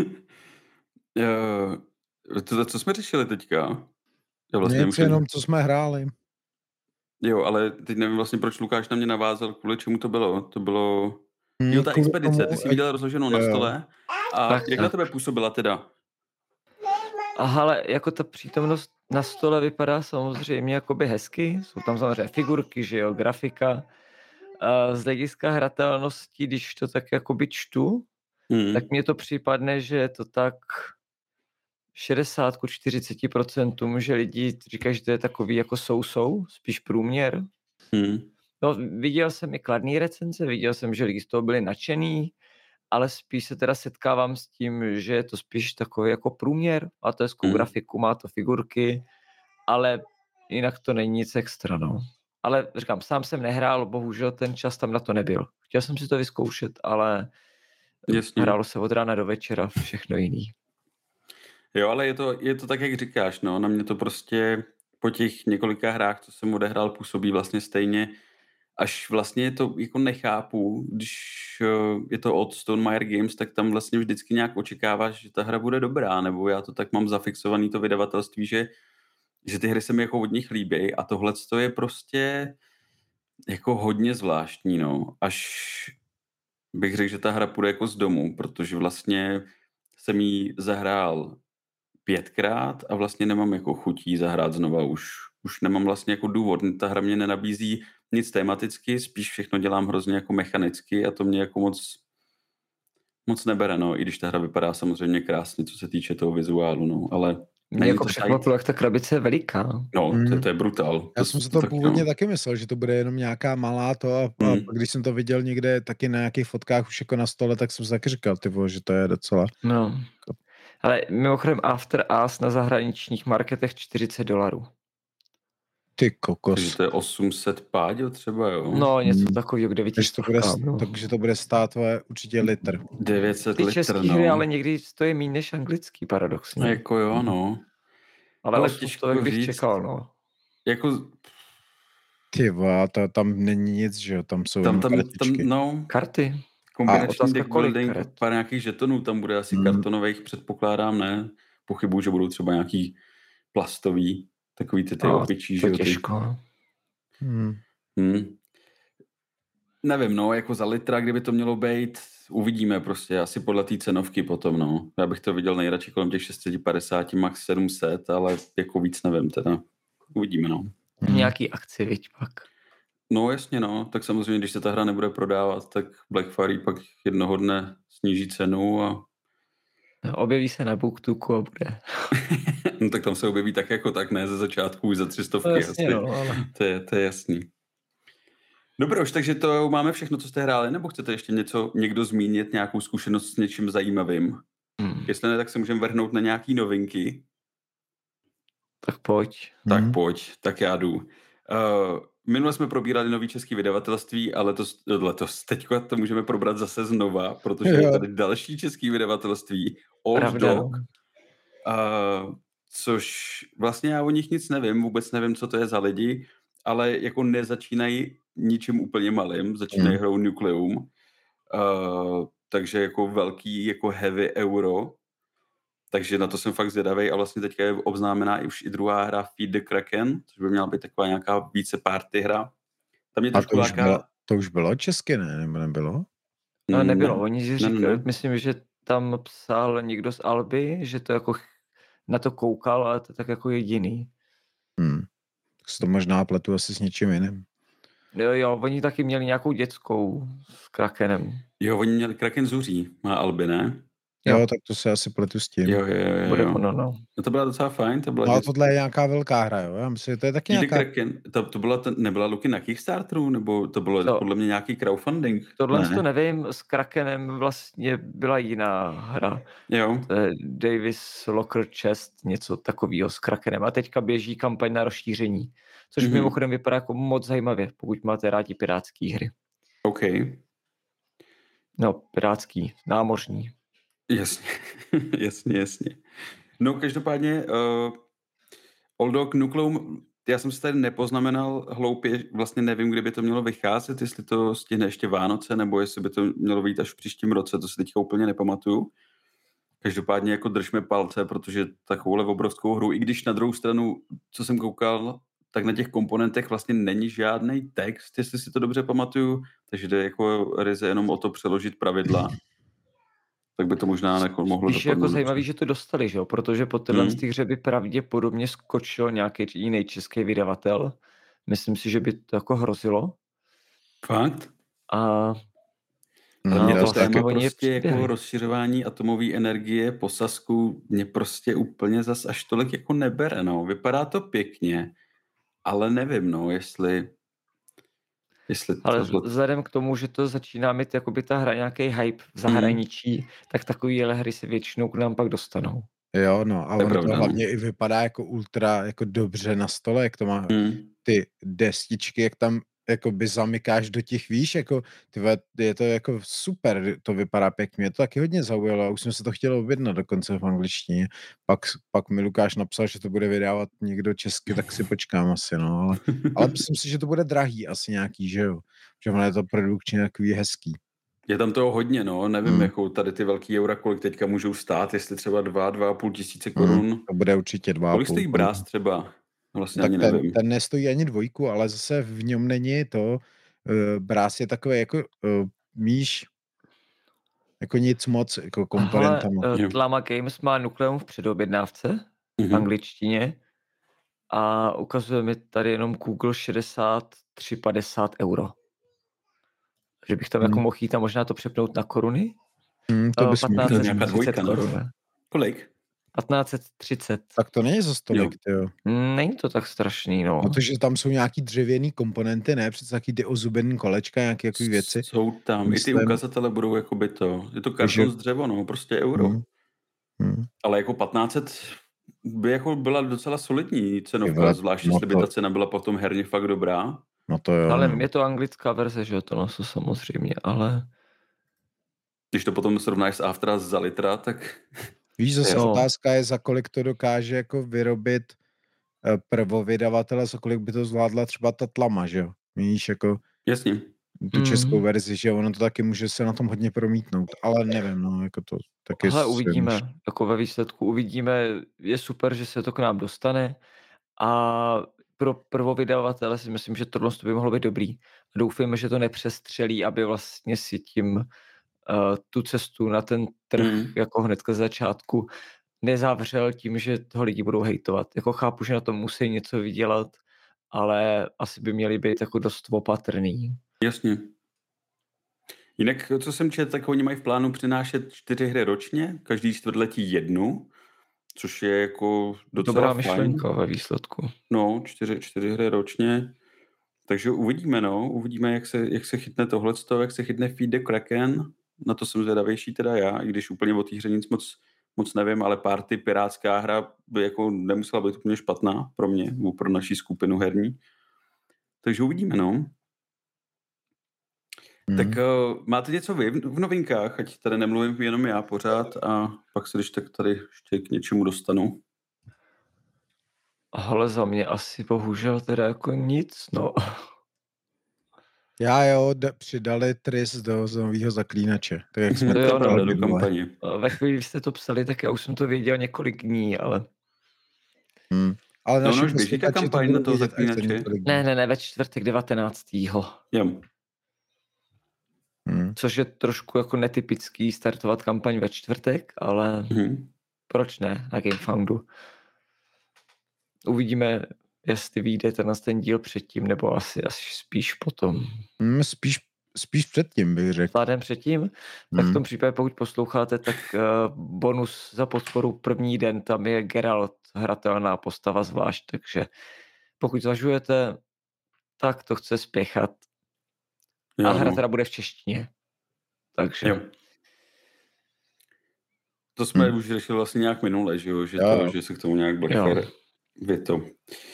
To, co jsme řešili teďka? Já vlastně Nic, jenom co jsme hráli. Jo, ale teď nevím vlastně, proč Lukáš na mě navázal, kvůli čemu to bylo. To bylo... Hmm, jo, ta Expedice, ty jsi viděl rozloženou na stole. A tak, jak tak. Na tebe působila teda? Ale jako ta přítomnost na stole vypadá samozřejmě jakoby hezky. Jsou tam samozřejmě figurky, že jo, grafika. A z hlediska hratelnosti, když to tak jakoby čtu, hmm. tak mně to připadne, že je to tak šedesát ku čtyřiceti procentům, že lidi říkají, že to je takový jako sousou, spíš průměr. Hmm. No, viděl jsem i kladný recenze, viděl jsem, že lidi z toho byli nadšený, ale spíš se teda setkávám s tím, že je to spíš takový jako průměr, má to hezkou hmm. grafiku, má to figurky, ale jinak to není nic extra, no. Ale říkám, sám jsem nehrál, bohužel ten čas tam na to nebyl. Chtěl jsem si to vyzkoušet, ale Jasně. hrálo se od rána do večera všechno jiný. Jo, ale je to, je to tak, jak říkáš, no, na mě to prostě po těch několika hrách, co jsem odehrál, působí vlastně stejně, až vlastně to jako nechápu, když je to od Stonemaier Games, tak tam vlastně vždycky nějak očekáváš, že ta hra bude dobrá, nebo já to tak mám zafixovaný to vydavatelství, že, že ty hry se mi jako od nich líbí a tohle to je prostě jako hodně zvláštní, no, až bych řekl, že ta hra půjde jako z domu, protože vlastně jsem jí zahrál pětkrát a vlastně nemám jako chutí zahrát znova, už, už nemám vlastně jako důvod, ta hra mě nenabízí nic tematicky, spíš všechno dělám hrozně jako mechanicky a to mě jako moc moc nebere, no, i když ta hra vypadá samozřejmě krásně, co se týče toho vizuálu, no, ale Mě Není jako to překvapilo, jak ta krabice je veliká. No, Mm. to, to je brutál. Já to, jsem si to tak, původně no. taky myslel, že to bude jenom nějaká malá to a, a Mm. pak když jsem to viděl někde taky na nějakých fotkách už jako na stole, tak jsem si taky říkal, ty vole, že to je docela... No. Ale mimochodem After Us na zahraničních marketech čtyřicet dolarů. Ty Takže kokos. to je osm set páďo třeba, jo? No, něco Mm. takového, kde Takže to, bude, vytistovka. No. takže to bude stát tvoje určitě litr. devět set Ty litr, český no. hry ale někdy stojí méně než anglický, paradoxně. No, jako jo, no. Ale ale osm těžko stovek bych říct. čekal, no. Jako Ty vole, to, tam není nic, že jo, tam jsou tam, jenom tam, tam, kartičky. no, Karty. kombinační otázka, deck kolik building, karet? pár nějakých žetonů, tam bude asi Mm. kartonových, předpokládám, ne? Pochybuju, že budou třeba nějaký plastový, takový ty ty No, opičí, že To jo, ty. těžko. Hmm. Hmm. Nevím, no, jako za litra, kdyby to mělo být, uvidíme prostě, asi podle té cenovky potom, no. Já bych to viděl nejradši kolem těch šest set padesát, max sedm set, ale jako víc nevím teda. Uvidíme, no. Hmm. Nějaký akci, viď pak. No jasně, no, tak samozřejmě, když se ta hra nebude prodávat, tak Black Fury pak jednoho dne sníží cenu a Objeví se na BookToku a bude. no, tak tam se objeví tak jako tak, ne ze začátku už za tři stovky. No, jasně, asi. no, ale... To je, to je jasný. Dobře, už takže to máme všechno, co jste hráli, nebo chcete ještě něco, někdo zmínit, nějakou zkušenost s něčím zajímavým? Hmm. Jestli ne, tak se můžeme vrhnout na nějaký novinky. Tak pojď. Tak Hmm. pojď, tak já jdu. Uh, minule jsme probírali nový český vydavatelství a letos, letos teďka to můžeme probrat zase znova, protože je Jo. tady další český vydavatelství, Old Pravda, Dog, no. uh, což vlastně já o nich nic nevím, vůbec nevím, co to je za lidi, ale jako nezačínají ničím úplně malým, začínají Hmm. hrou Nucleum, uh, takže jako velký, jako heavy euro, takže na to jsem fakt zvědavej a vlastně teďka je obznámená už i druhá hra Feed the Kraken, což by měla být taková nějaká více party hra. Tam mě A trošku to už, láká... bylo, to už bylo česky, ne? Nebo nebylo? No, nebylo. Ne, Oni si ne, říkali, ne, ne. myslím, že tam psal někdo z Alby, že to jako ch- na to koukal, ale to tak jako jediný. Hmm. Tak si to možná pletu asi s něčím jiným. Jo, jo, oni taky měli nějakou dětskou s Krakenem. Jo, oni měli Kraken zuří, má Alby, ne? Jo, Jo. tak to se asi pletu s tím. Jo, jo, jo. Bude jo. ono, no. No to byla docela fajn, to byla No, ale dětská. tohle je nějaká velká hra, jo? Já myslím, že to je taky Feed the nějaká... Kraken, to, to byla, to, nebyla Luky na Kickstarteru, nebo to bylo No. podle mě nějaký crowdfunding? Tohle Ne. to nevím, s Krakenem vlastně byla jiná hra. Jo, To je Davis Locker Chest, něco takového s Krakenem. A teďka běží kampaň na rozšíření. Což Mhm. mimochodem vypadá jako moc zajímavě, pokud máte rádi pirátský hry. OK, No, pirátský, námořní. jasně, jasně, jasně. No každopádně uh, Old Dog Nucleum, já jsem si tady nepoznamenal hloupě, vlastně nevím, kdy by to mělo vycházet, jestli to stihne ještě Vánoce, nebo jestli by to mělo být až v příštím roce, to si teďka úplně nepamatuju. Každopádně jako držme palce, protože takovouhle obrovskou hru, i když na druhou stranu, co jsem koukal, tak na těch komponentech vlastně není žádný text, jestli si to dobře pamatuju, takže jde jako ryze jenom o to přeložit pravidla. Tak by to možná jako mohlo Spíš jako dopadnout zajímavý, dobře. že to dostali, že jo? Protože po téhle Hmm. hmm. hře by pravděpodobně skočil nějaký jiný český vydavatel. Myslím si, že by to jako hrozilo. Fakt? A Ale No, mě to to téma taky oni prostě jako přiběhli. rozšiřování atomové energie po Sasku mě prostě úplně zas až tolik jako nebere, no. Vypadá to pěkně, ale nevím, no, jestli jestli ale tohle... vzhledem k tomu, že to začíná mít jakoby ta hra nějaký hype v zahraničí, hmm. tak takovýhle hry se většinou k nám pak dostanou. Jo, no, a To je ono pravda, to no. hlavně i vypadá jako ultra jako dobře na stole, jak to má Hmm. ty destičky, jak tam jako by zamykáš do těch, víš, jako ty vole, je to jako super, to vypadá pěkně, mě to taky hodně zaujalo, už jsem se to chtěl objednat dokonce v angličtině, pak, pak mi Lukáš napsal, že to bude vydávat někdo česky, tak si počkám asi, no, ale, ale myslím si, že to bude drahý asi nějaký, že jo, že ono je to produkčně takový hezký. Je tam toho hodně, no, nevím, Hmm. jako tady ty velký eura, kolik teďka můžou stát, jestli třeba dva, dva a půl tisíce korun. Hmm, to bude určitě dva. Kolik stojí Brás třeba? Vlastně Tak ani ten, nevím. ten nestojí ani dvojku, ale zase v něm není to, uh, Brás je takový jako uh, míš, jako nic moc, jako Ale komponentama. uh, Jo. Tlama Games má Nucleum v předobjednávce v Mhm. angličtině a ukazuje mi tady jenom Google šedesát tři padesát euro. Že bych tam jako Hmm. mohl jít a možná to přepnout na koruny? Hmm, to Uh, bys mohl. To je nějaká patnáct set třicet dvojka, ne? korun. ne? Kolik? patnáct set třicet. Tak to není za stolik, jo. Není to tak strašný, no. Protože tam jsou nějaký dřevěný komponenty, ne? Přece taky ty ozubený kolečka, nějaké jaký věci. Jsou tam, Myslím... i ty ukazatele budou jakoby to. Je to karton z dřevo, no, prostě euro. Hmm. Hmm. Ale jako patnáct set by jako byla docela solidní cenovka, zvlášť no jestli to... by ta cena byla potom herně fakt dobrá. No to jo. Ale no. je to anglická verze, že to nosu samozřejmě, ale... Když to potom srovnáš s Aftra za litra, tak... Víš, zase jo. Otázka je, za kolik to dokáže jako vyrobit prvovydavatele, za kolik by to zvládla třeba ta tlama, že jo? Víš, jako... Jasně. Tu českou mm. verzi, že ono to taky může se na tom hodně promítnout, ale nevím, no, jako to taky... Ale uvidíme, může... jako ve výsledku uvidíme, je super, že se to k nám dostane a pro prvovydavatele si myslím, že tohle by mohlo být dobrý. A doufujeme, že to nepřestřelí, aby vlastně si tím uh, tu cestu na ten trh mm. jako hnedka z začátku nezavřel tím, že toho lidi budou hejtovat. Jako chápu, že na tom musí něco vydělat, ale asi by měli být jako dost opatrný. Jasně. Jinak, co jsem četl, tak oni mají v plánu přinášet čtyři hry ročně, každý čtvrtletí jednu, což je jako docela dobrá fajn. myšlenka ve výsledku. No, čtyři, čtyři hry ročně. Takže uvidíme, no, uvidíme, jak se, jak se chytne tohleto, jak se chytne Feed the Kraken. Na to jsem zvědavější teda já, i když úplně o té hře nic moc, moc nevím, ale Party, pirátská hra by jako nemusela být úplně špatná pro mě, nebo pro naši skupinu herní. Takže uvidíme, no. Hmm. Tak uh, máte něco vy v novinkách, ať tady nemluvím jenom já pořád a pak se když tak tady ještě k něčemu dostanu. Ale za mě asi bohužel teda jako nic, no. Já jo, d- přidali Tris do nového zaklínače. Tak jak jsme to to do kampaně. Ve chvíli, kdy jste to psali, tak já už jsem to věděl několik dní, ale... Hmm. Ale no, no, běží ta kampaň na toho zaklínače? Ne, ne, ne, ve čtvrtek devatenáctého Jo. Hmm. Což je trošku jako netypický startovat kampaň ve čtvrtek, ale hmm. proč ne na GameFoundu. Uvidíme, jestli vyjde ten, ten díl předtím, nebo asi, asi spíš potom. Hmm, spíš, spíš předtím, bych řekl. Vládem předtím? Hmm. Tak v tom případě, pokud posloucháte, tak uh, bonus za podporu první den, tam je Geralt, hratelná postava zvlášť, takže pokud zvažujete, tak to chce spěchat. Jo, a hra no. teda bude v češtině. Takže... Jo. To jsme hmm. už řešili vlastně nějak minule, že, jo? Že, to, že se k tomu nějak Blackfire věto.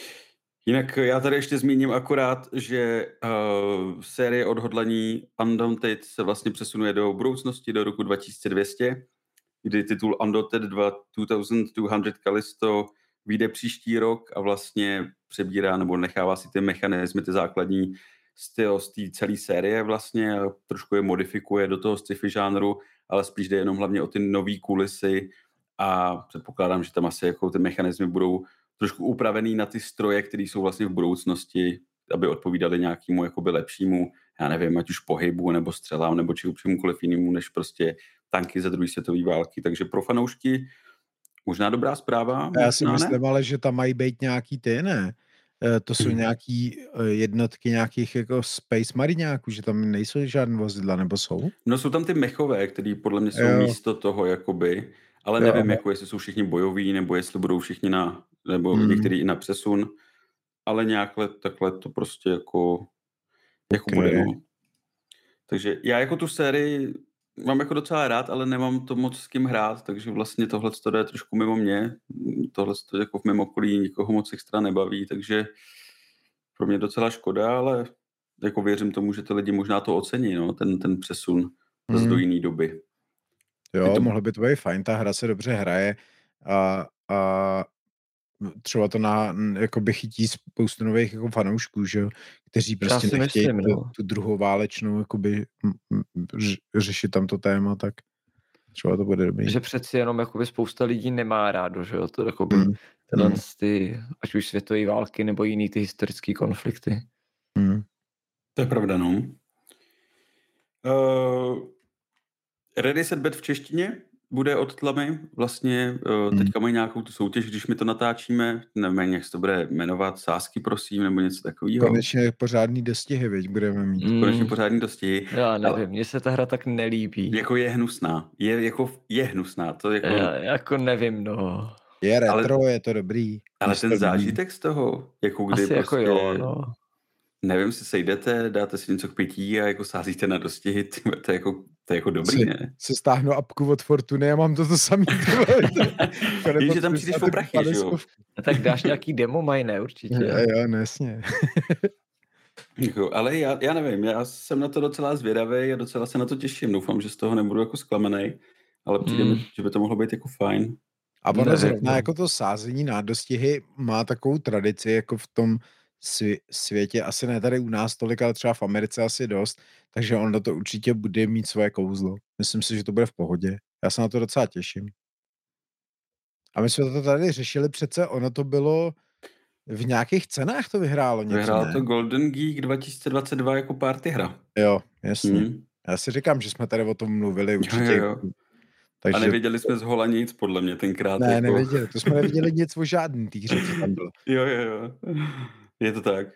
Jinak já tady ještě zmíním akorát, že uh, série Odhodlaní Undaunted se vlastně přesunuje do budoucnosti, do roku dva tisíce dvě stě, kdy titul Undaunted dva tisíce dvě stě Callisto vyjde příští rok a vlastně přebírá nebo nechává si ty mechanismy, ty základní styl z té celé série vlastně a trošku je modifikuje do toho sci-fi žánru, ale spíš jde jenom hlavně o ty nový kulisy a předpokládám, že tam asi jako ty mechanismy budou trošku upravený na ty stroje, které jsou vlastně v budoucnosti, aby odpovídaly nějakému jakoby lepšímu, já nevím, ať už pohybu nebo střelám nebo či čemukoliv jinému, než prostě tanky ze druhé světové války. Takže pro fanoušky možná dobrá zpráva. Já si myslím, ale že tam mají být nějaký ty, ne? To jsou nějaký jednotky nějakých jako Space Mariňáků, že tam nejsou žádné vozidla, nebo jsou? No jsou tam ty mechové, který podle mě jsou jo. místo toho, jakoby, ale nevím, jo. jako jestli jsou všichni bojoví, nebo jestli budou všichni na, nebo hmm. některý i na přesun, ale nějakhle takhle to prostě jako, jako okay. bude, no. Takže já jako tu sérii mám jako docela rád, ale nemám to moc s kým hrát, takže vlastně tohle to je trošku mimo mě. Tohle to jako v mém okolí nikoho moc extra nebaví, takže pro mě docela škoda, ale jako věřím tomu, že ty lidi možná to ocení, no, ten, ten přesun hmm. do jiné doby. Jo, to... mohlo by to být fajn, ta hra se dobře hraje a, a třeba to na, jako by chytí spoustu nových jako fanoušků, že, kteří prostě nechtějí myslím, tu, tu druhou válečnou jakoby, řešit tam to téma, tak třeba to bude dobrý. Že přeci jenom jakoby spousta lidí nemá rádo, že jo, to jakoby hmm. tenhle hmm. ty, ať už světové války nebo jiný ty historické konflikty. Hmm. To je pravda, no. Uh, Ready Set Bet v češtině bude od Tlamy. Vlastně uh, Hmm. teďka mají nějakou tu soutěž, když my to natáčíme. Nevím, jak se to bude jmenovat, Sázky prosím, nebo něco takového. Konečně pořádný dostihy, viď, budeme mít. Konečně Mm, pořádný dostihy. já nevím, Ale mně se ta hra tak nelíbí. jako je hnusná. Je, jako, je hnusná. To jako, Já jako nevím, no. Je retro, Ale- je to dobrý. ale Mně se ten to líbí. zážitek z toho, jako kdy Asi prostě, jako jo, no. nevím, si sejdete, dáte si něco k pití a jako sázíte na dostihy, ty, to je jako, to je jako dobrý, si, ne? si stáhnu apku od Fortuny a mám to to samý. Víš, že tam přijdeš po prachy, že jo? No tak dáš nějaký demo, mají, ne, určitě. Jo, jo, no jasně. Jako, ale já, já nevím, já jsem na to docela zvědavý a docela se na to těším. Doufám, že z toho nebudu jako zklamený, ale přijde Mm. mi, že by to mohlo být jako fajn. A ono Nevím, zrovna no. jako to sázení na dostihy má takovou tradici jako v tom svi- světě, asi ne tady u nás tolik, ale třeba v Americe asi dost, takže ono to určitě bude mít svoje kouzlo. Myslím si, že to bude v pohodě. Já se na to docela těším. A my jsme to tady řešili přece, ono to bylo v nějakých cenách to vyhrálo něco, Vyhrál ne? to Golden Geek dva tisíce dvacet dva jako party hra. Jo, jasně. Hmm. Já si říkám, že jsme tady o tom mluvili určitě. Jo, jo. Takže... A nevěděli jsme z hola nic, podle mě tenkrát. Ne, jako... nevěděli. To jsme neviděli nic o žádný tý hře, co tam bylo. Jo, jo, jo. Je to tak.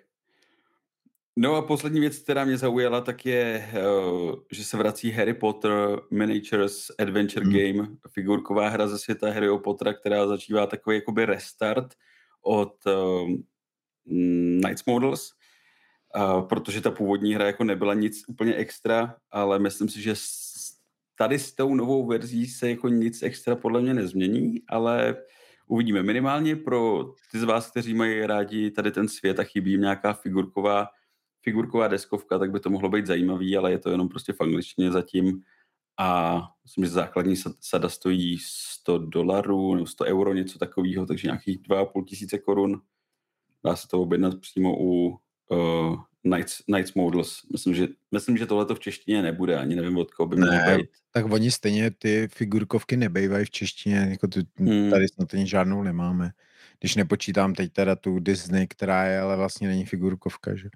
No a poslední věc, která mě zaujala, tak je, uh, že se vrací Harry Potter Miniatures Adventure Hmm. Game, figurková hra ze světa Harryho Pottera, která začívá takový jakoby restart od uh, Knights Models, uh, protože ta původní hra jako nebyla nic úplně extra, ale myslím si, že s, tady s tou novou verzí se jako nic extra podle mě nezmění, ale uvidíme. Minimálně pro ty z vás, kteří mají rádi tady ten svět a chybí jim nějaká figurková figurková deskovka, tak by to mohlo být zajímavý, ale je to jenom prostě v angličtině zatím a myslím, že základní sada stojí sto dolarů nebo sto euro, něco takového, takže nějakých dva a půl tisíce korun. Dá se to objednat přímo u uh, Knights, Knights Models. Myslím, že, myslím, že tohle to v češtině nebude, ani nevím, od koho by mělo Ne, být. tak oni stejně ty figurkovky nebejvají v češtině, jako tu, Hmm. tady snad ani žádnou nemáme. Když nepočítám teď teda tu Disney, která je, ale vlastně není figurkovka, že?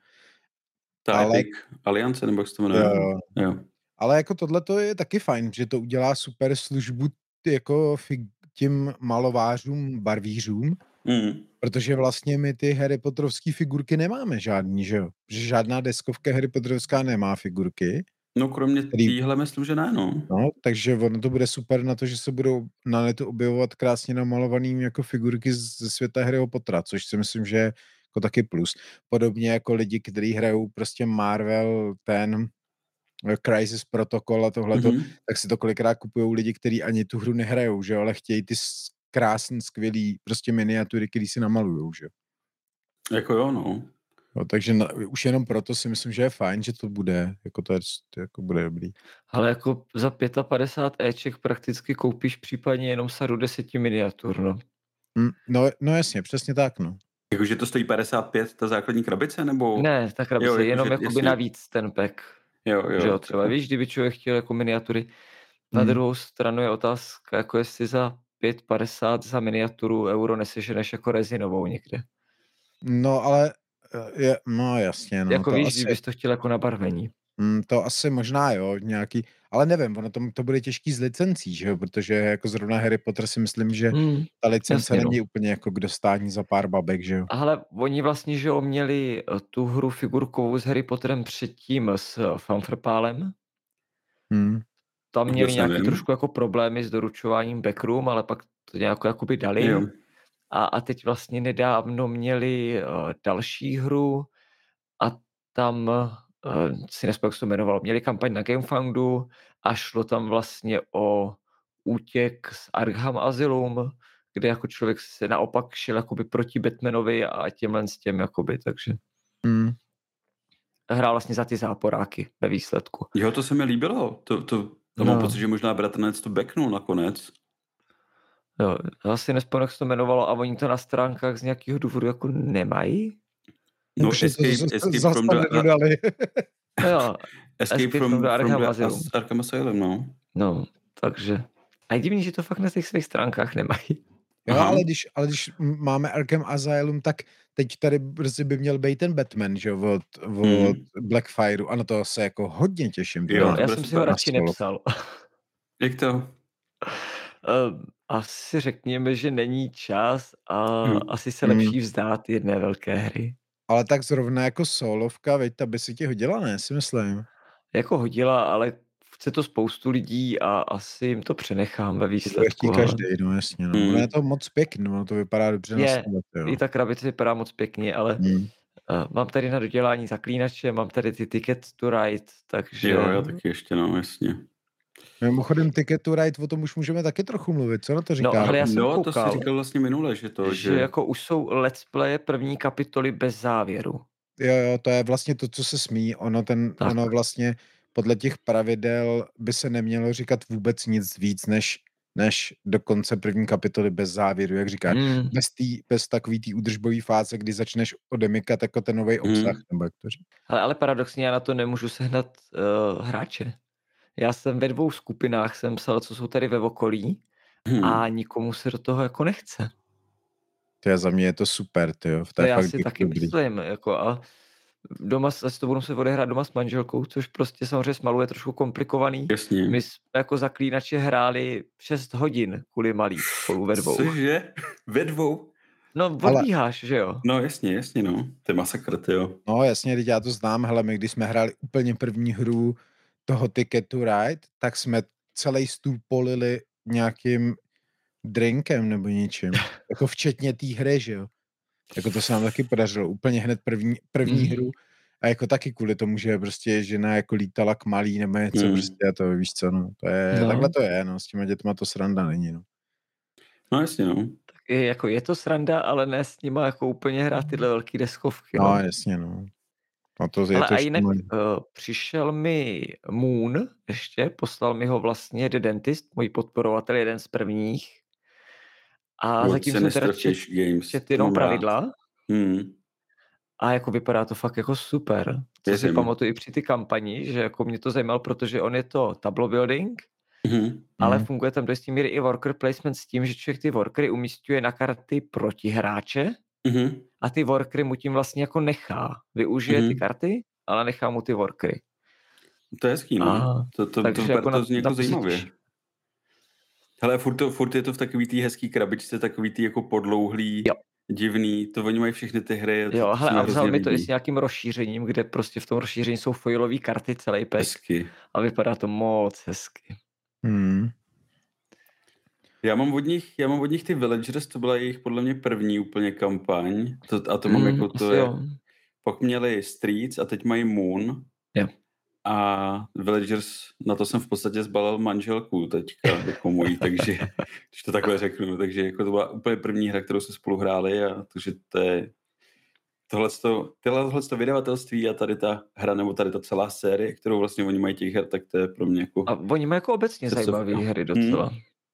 Ta Ale- Epic Aliance, nebo jak se to jmenuje? Jo, Jo. ale jako tohle to je taky fajn, že to udělá super službu ty jako fig, tím malovářům, barvířům, Mm. protože vlastně my ty Harry Potterovský figurky nemáme žádný, že jo? Že žádná deskovka Harry Potterovská nemá figurky. No kromě Který- týhle myslím, že ne, no. No, takže ono to bude super na to, že se budou na netu objevovat krásně namalovaný jako figurky z- ze světa Harryho Pottera, což si myslím, že je jako taky plus. Podobně jako lidi, kteří hrajou prostě Marvel, ten eh, Crisis Protocol a tohleto, Mhm. tak si to kolikrát kupují lidi, kteří ani tu hru nehrajou, že jo, ale chtějí ty s- krásný, skvělý prostě miniatury, který si namalujou, že jo. Jako jo, no. No, takže na, už jenom proto si myslím, že je fajn, že to bude, jako to, je, to jako bude dobrý. Ale jako za padesát pět éček prakticky koupíš případně jenom sadu deseti miniatur, no. Hm, no, no jasně, přesně tak, no. Jakože to stojí padesát pět, ta základní krabice, nebo? Ne, ta krabice, Jo, jo, jenom jakože- jakoby jasně. navíc ten pack. Jo, jo. Že jo, třeba víš, kdyby člověk chtěl jako miniatury. Na Hmm. druhou stranu je otázka, jako jestli za pět padesát za miniaturu euro neseženeš jako rezinovou někde. No, ale eh, je, no jasně, no. jako to víš, asi, kdybys to chtěl jako na barvení. mm, to asi možná, jo, nějaký, ale nevím, ono to, to bude těžký z licencí, že jo, protože jako zrovna Harry Potter si myslím, že Hmm. ta licence jasně, no. není úplně jako k dostání za pár babek, že jo. Ale oni vlastně, že jo, měli eh, tu hru figurkovou s Harry Potterem předtím s eh, Fanfrpálem. Hmm. Tam měli Vůbec nějaký nevím. trošku jako problémy s doručováním backroom, ale pak to nějak jakoby dali. Jo. A, a teď vlastně nedávno měli uh, další hru a tam uh, si nespomínám, jak se to jmenovalo. Měli kampaň na GameFoundu a šlo tam vlastně o útěk z Arkham Asylum, kde jako člověk se naopak šel jakoby proti Batmanovi a těmhle s těm jakoby, takže Hmm. hrál vlastně za ty záporáky ve výsledku. Jo, to se mi líbilo. To, to, to No. mám pocit, že možná bratranec to backnul nakonec. Jo, já si nespomínám, jak se to jmenovalo a oni to na stránkách z nějakého důvodu jako nemají. No, Už to Escape, zas- escape zas from tam the... nedodali. No jo, Escape, Escape from, from the Arkham from the Asylum. As- Arkham Asylum, no. no, takže. A je divný, že to fakt na těch svých stránkách nemají. Jo, Aha. ale když, ale když m- máme Arkham Asylum, tak teď tady brzy by měl být ten Batman, že jo, od, od Hmm. Blackfireu a na to se jako hodně těším. Jo, Jo, to já bude jsem si super. ho radši Na stolo. nepsal. Jak to? Uh, asi řekněme, že není čas a Hmm. asi se Hmm. lepší vzdát jedné velké hry. Ale tak zrovna jako solovka, veď, ta by si ti hodila, ne, si myslím. Jako hodila, ale chce to spoustu lidí a asi jim to přenechám ve To bude výsledku. chtít Ale každý, no jasně, no. Ono Hmm. je to moc pěkný, ono to vypadá dobře na je, stole, jo. i ta krabice vypadá moc pěkně, ale Hmm. uh, mám tady na dodělání zaklínače, mám tady ty Ticket to Ride, takže... Jo, já taky ještě, no, jasně. Mimochodem Ticket to Ride, o tom už můžeme taky trochu mluvit, co na to No, říká? ale já jsem No, to jsi koukal, říkal vlastně minule, že to, že že... jako už jsou let's playe první kapitoly bez závěru. Jo, jo, to je vlastně to, co se smí. Ono, ten, Tak. ono vlastně podle těch pravidel by se nemělo říkat vůbec nic víc, než, než do konce první kapitoly bez závěru, jak říkáš. Mm. Bez, tý, bez takový té údržbové fáze, kdy začneš odemykat jako ten nový obsah, Hmm. nebo jak to říct. Ale, ale paradoxně já na to nemůžu sehnat uh, hráče. Já jsem ve dvou skupinách, jsem psal, co jsou tady ve okolí Hmm. a nikomu se do toho jako nechce. To je za mě je to super, tyjo. To To je já fakt si taky dobrý. myslím, jako a doma, asi to budu se odehrát doma s manželkou, což prostě samozřejmě s malou je trošku komplikovaný. Jasně. My jsme jako zaklínače hráli šest hodin kvůli malý spolu ve dvou. Cože? Ve dvou? No Ale- odbíháš, že jo? No jasně, jasně, no. To je masakr, jo. No jasně, teď já to znám, hele, my když jsme hráli úplně první hru toho Ticket to Ride, tak jsme celý stůl polili nějakým drinkem nebo něčím. Jako včetně té hry, že jo. Jako to se nám taky podařilo. Úplně hned první, první Mhm. hru. A jako taky kvůli tomu, že prostě žena jako lítala k malý nebo něco Hmm. prostě a to víš co, no. To je, No. takhle to je, no. S těma dětma to sranda není, no. No jasně, no. Tak je, jako je to sranda, ale ne s nima jako úplně hrát tyhle velký deskovky. No, No. jasně, no. A to je Ale to a jinak šílený. uh, přišel mi Moon ještě, poslal mi ho vlastně The Dentist, můj podporovatel, jeden z prvních. A Od zatím jsem teda Sinister čet, Fish Games. čet to jenom mám rád. pravidla Hmm. a jako vypadá to fakt jako super. Co si Věřím. pamatuju i při ty kampani, že jako mě to zajímalo, protože on je to tableau building, Mhm. ale Mhm. funguje tam do jistý míry i worker placement s tím, že člověk ty workery umístuje na karty proti hráče Mhm. a ty workery mu tím vlastně jako nechá. Využije Mhm. ty karty, ale nechá mu ty workery. To je hezký, no. A, To, to, to, takže to, jako to na- zní na jako to se zajímavě. těším. Hele, furt, to, furt je to v takový tý hezký krabičce, takový tý jako podlouhlý, Jo. divný, to oni mají všechny ty hry. a To, Jo, to hele, se mi a vzal hrozně mi to i líbí. s nějakým rozšířením, kde prostě v tom rozšíření jsou foilové karty, celý pack Hezky. a vypadá to moc hezky. Hmm. Já mám od nich, já mám od nich ty Villagers, to byla jejich podle mě první úplně kampaň. To, a to mám Mm, jako, to asi je, jo. pak měli Streets a teď mají Moon. Jo. A Villagers, na to jsem v podstatě zbalil manželku teďka, jako mojí, takže, když to takhle řeknu, takže jako to byla úplně první hra, kterou jsme spolu hráli a takže to je tohleto, tohleto vydavatelství a tady ta hra, nebo tady ta celá série, kterou vlastně oni mají těch her, tak to je pro mě jako... A oni mají jako obecně Srdcovka. zajímavé hry docela.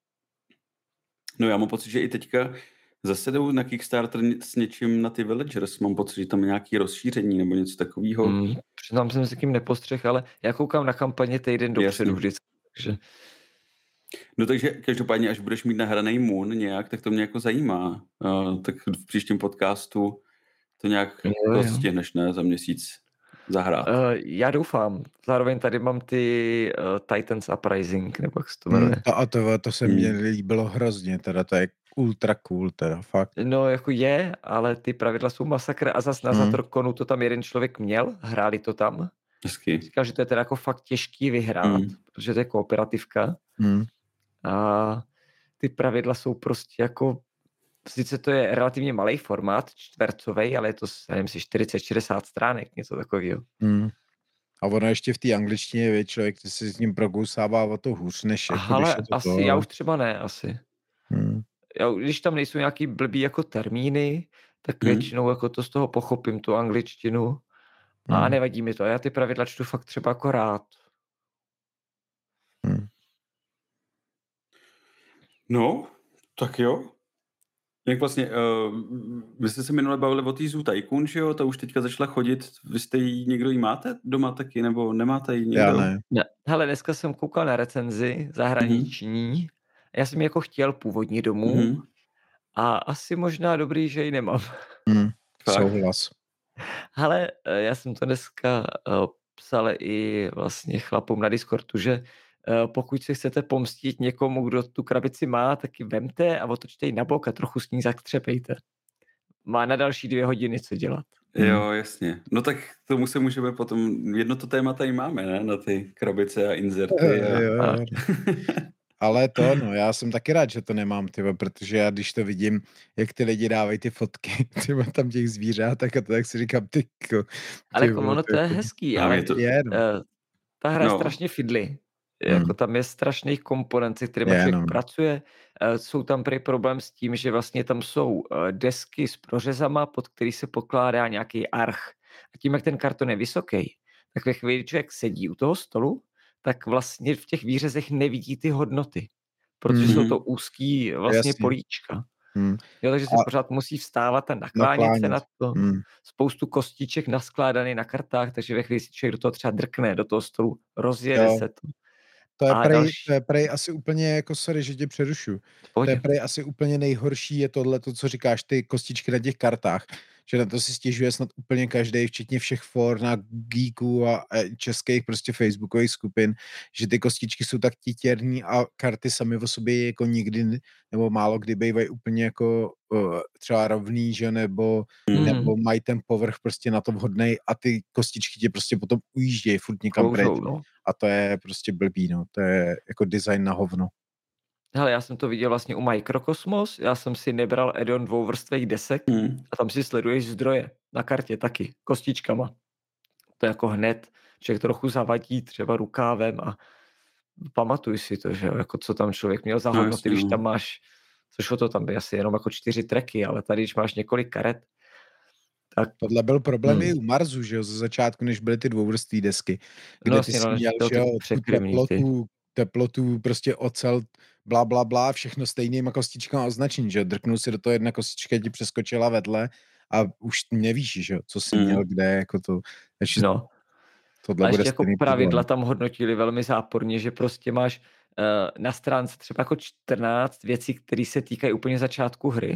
No já mám pocit, že i teďka zase jdou na Kickstarter s něčím na ty Villagers, mám pocit, že tam je nějaké rozšíření nebo něco takového. Mm, přiznám jsem se kým nepostřeh, ale já koukám na kampaně týden dopředu Jasně. vždycky. Takže No takže každopádně, až budeš mít nahraný Moon nějak, tak to mě jako zajímá. Uh, tak v příštím podcastu to nějak Jo, to jo. stihneš, ne, za měsíc zahrát. uh, já doufám. Zároveň tady mám ty uh, Titans Uprising, nebo jak se to Hmm, jmenuje. to, a to, to se Hmm. mně líbilo hrozně, teda to je ultra cool, teda fakt. No jako je, ale ty pravidla jsou masakr a zas na Hmm. Zatrkonu to tam jeden člověk měl, hráli to tam. Hezky. Říkal, že to je teda jako fakt těžký vyhrát, Hmm. protože to je kooperativka Hmm. a ty pravidla jsou prostě jako, sice to je relativně malý formát, čtvercovej, ale je to, nevím si, čtyřicet šedesát stránek, něco takového. Hmm. A ono ještě v té angličtině, je člověk si s ním prokousává o to hůř, než jako, když Ale je to asi, to. já už třeba ne, asi. Hmm. Já, když tam nejsou nějaký blbý jako termíny, tak Hmm. většinou jako to z toho pochopím, tu angličtinu. A Hmm. nevadí mi to, já ty pravidla čtu fakt třeba jako rád. Hmm. No, tak jo. Jak vlastně, uh, vy jste se minule bavili o té Zoo Tycoon, že jo? Ta už teďka začala chodit. Vy jste jí, někdo jí máte doma taky, nebo nemáte jí někdo? Já ne. Ne. Hele, dneska jsem koukal na recenzi zahraniční. Já jsem ji jako chtěl původní domů Mhm. a asi možná dobrý, že ji nemám. Hmm. Fakt? Souhlas. Hele, eh, já jsem to dneska eh, psal i vlastně chlapům na Discordu, že pokud si chcete pomstit někomu, kdo tu krabici má, tak ji vemte a otočte ji na bok a trochu s ní zatřepejte. Má na další dvě hodiny co dělat. Jo, jasně. No tak tomu se můžeme potom, jedno to téma tady máme, ne? Na ty krabice a inzerty. A... Jo, jo, jo. Ale to, no, já jsem taky rád, že to nemám, tyba, protože já když to vidím, jak ty lidi dávají ty fotky, tyba, tam těch zvířátek a to, tak si říkám, ty, ty Ale jako ono to je hezký, No, ale je to... je, no. uh, ta hra je No. strašně fiddly. Hmm. Jako tam je strašných komponent, se kterými Je, člověk no. pracuje. Uh, jsou tam prý problém s tím, že vlastně tam jsou uh, desky s prořezama, pod který se pokládá nějaký arch. A tím, jak ten karton je vysoký, tak ve chvíli, člověk sedí u toho stolu, tak vlastně v těch výřezech nevidí ty hodnoty. Protože Mhm. jsou to úzký vlastně Jasně. políčka. Hmm. Jo, takže se A- pořád musí vstávat a naklánět se Naklánět. na to. Hmm. Spoustu kostiček naskládaný na kartách, takže ve chvíli si člověk do toho třeba drkne, do toho stolu, rozjede Jo. se to. To je, A prej, další- to je prej asi úplně, jako sorry, že tě přerušu. V To pohodě. je prej asi úplně nejhorší, je tohle, to, co říkáš, ty kostičky na těch kartách. Že na to si stěžuje snad úplně každý, včetně všech for na geeků a, a českých prostě facebookových skupin, že ty kostičky jsou tak titěrní a karty sami o sobě jako nikdy nebo málo kdy bývají úplně jako uh, třeba rovný, že nebo, Mm. nebo mají ten povrch prostě na to vhodnej a ty kostičky tě prostě potom ujíždějí furt někam pryč. Kloužou, no. A to je prostě blbý, no. To je jako design na hovno. Hele, já jsem to viděl vlastně u Microcosmos, já jsem si nebral add-on dvouvrstvých desek Hmm. a tam si sleduješ zdroje na kartě taky, kostičkama. To jako hned člověk trochu zavadí třeba rukávem a pamatuj si to, že jo, jako co tam člověk měl za No, hodnoty, jasně, když no. tam máš, což o to tam by asi jenom jako čtyři tracky, ale tady, když máš několik karet, tak Tohle byl problém Hmm. i u Marsu, že jo, ze začátku, než byly ty dvouvrství desky, kde no, ty jasně, si no, než měl, to že ty jo, tu překrmní ty. teplotu, teplotu, prostě ocel, bla, bla, bla, všechno stejnýma kostičkama označení, že jo, drknul si do toho, jedna kostička ti přeskočila vedle a už nevíš, že jo, co jsi Hmm. měl, kde, jako to, takže No. tohle A bude ještě jako stejný pravidla problém. tam hodnotili velmi záporně, že prostě máš uh, na stránce třeba jako čtrnáct věcí, které se týkají úplně začátku hry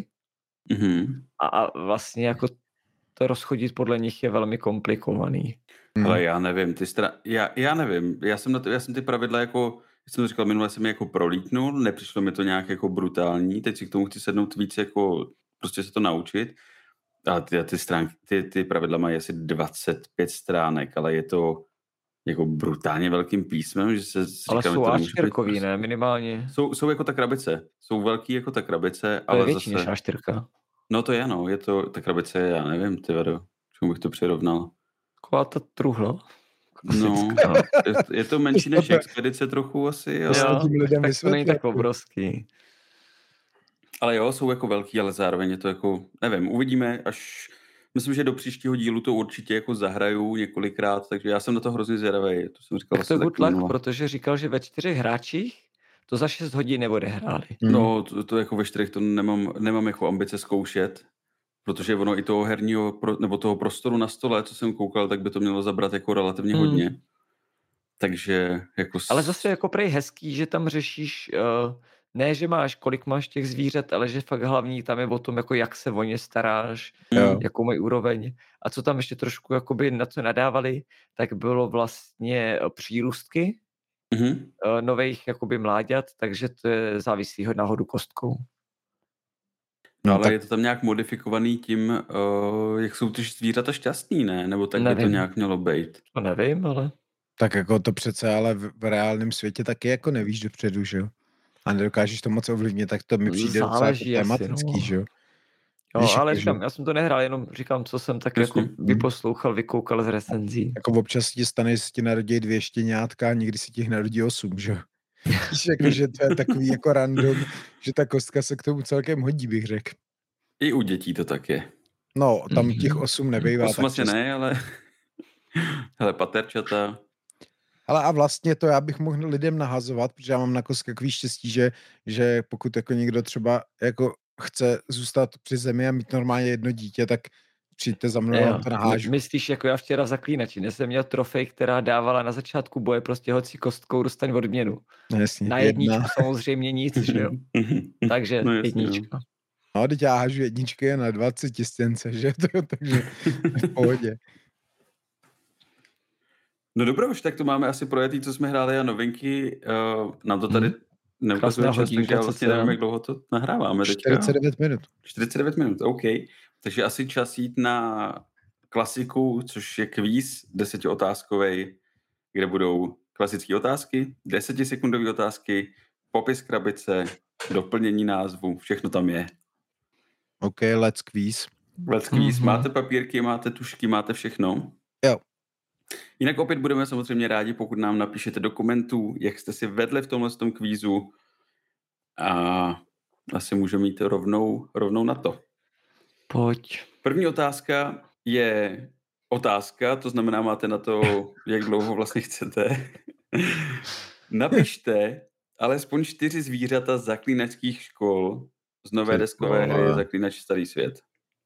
Mhm. a, a vlastně jako to rozchodit podle nich je velmi komplikovaný. Hmm. Ale já nevím, ty stra... já, já nevím, já jsem, na to, já jsem ty pravidla jako, jak jsem to říkal, minule jsem je jako prolítnul, nepřišlo mi to nějak jako brutální, teď si k tomu chci sednout víc jako, prostě se to naučit. A ty, ty, stránky, ty, ty pravidla mají asi dvacet pět stránek, ale je to jako brutálně velkým písmem, že se si Ale říkám, že jsou to nemůže být áčtyřkový, prostě- ne? Minimálně. Jsou, jsou jako ta krabice, jsou velký jako ta krabice, To je ale větší než zase, áčtyřka. no to je no, je to, ta krabice, já nevím, ty vado, čemu bych to přirovnal. Taková ta truhla. No, Klasická. je, je to menší než Expedice trochu asi, To se ale, tím lidem tak to není vysvětlí. tak obrovský. ale jo, jsou jako velký, ale zároveň je to jako, nevím, uvidíme, až, myslím, že do příštího dílu to určitě jako zahraju několikrát, takže já jsem na to hrozně zvědavý, to jsem říkal Tak to je asi good tak luck, minule. protože říkal, že ve čtyřech hráčích to za šest hodin neodehráli. Hmm. No, to, to jako ve čtyřech to nemám, nemám jako ambice zkoušet, protože ono i toho herního, pro, nebo toho prostoru na stole, co jsem koukal, tak by to mělo zabrat jako relativně Hmm. hodně. Takže jako... s- Ale zase jako prej hezký, že tam řešíš, uh, ne, že máš, kolik máš těch zvířat, ale že fakt hlavní tam je o tom, jako jak se o ně staráš, Jo. jakou mají úroveň. A co tam ještě trošku jakoby na co nadávali, tak bylo vlastně eh, přírůstky Mhm. uh, nových jakoby mláďat, takže to je závisí na hodu kostkou. No, Ale tak je to tam nějak modifikovaný tím, uh, jak jsou ty zvířata šťastný, ne? Nebo tak by to Nevím. nějak mělo být. To nevím, ale Tak jako to přece ale v, v reálném světě taky jako nevíš dopředu, že jo? A nedokážeš to moc ovlivnit, tak to mi přijde docela jako záleží asi, tematický, no. že jo? Jo, Víš, ale jako, že- říkám, já jsem to nehrál, jenom říkám, co jsem tak Jasně. jako vyposlouchal, vykoukal z recenzí. Jako občas ti stane, že se ti narodí dvě štěňátka a někdy se ti jich narodí osm, že jo? Víš, jako, že to je takový jako random, že ta kostka se k tomu celkem hodí, bych řekl. I u dětí to tak je. No, tam Mhm. těch osm nebejvá Osm tak asi často. ne, ale... Hele, paterčata. Ale a vlastně to já bych mohl lidem nahazovat, protože já mám na kosk takový štěstí, že, že pokud jako někdo třeba jako chce zůstat při zemi a mít normálně jedno dítě, tak přijďte za mnou, já Jo, vám to my- nahážu. myslíš, jako já včera v Zaklínači, dnes jsem měl trofej, která dávala na začátku boje prostě hoci kostkou dostaň odměnu. No, jasně, Na jedna. jedničku samozřejmě nic, že jo. Takže No jasně, jednička. No, teď já hážu jedničky je na dvacet stěnce, že to, takže v pohodě. No dobré, už tak to máme asi projetý, co jsme hráli a novinky. Uh, nám to tady Hmm. neukazuje Krásná čas, takže hodinka, já co vlastně se nevím, dá. jak dlouho to nahráváme teďka. čtyřicet devět minut. čtyřicet devět minut, OK. Takže asi čas jít na klasiku, což je kvíz desetiotázkovej, kde budou klasické otázky, desetisekundové otázky, popis krabice, doplnění názvu, všechno tam je. OK, let's quiz. Let's quiz. Mhm. Máte papírky, máte tušky, máte všechno? Jo. Jinak opět budeme samozřejmě rádi, pokud nám napíšete dokumentů, jak jste si vedli v tomhle tom kvízu a asi můžeme jít rovnou, rovnou na to. Pojď. První otázka je otázka, to znamená, máte na to, jak dlouho vlastně chcete. Napište alespoň čtyři zvířata z zaklínačských škol z nové Ty deskové vole. hry Zaklínač Starý svět.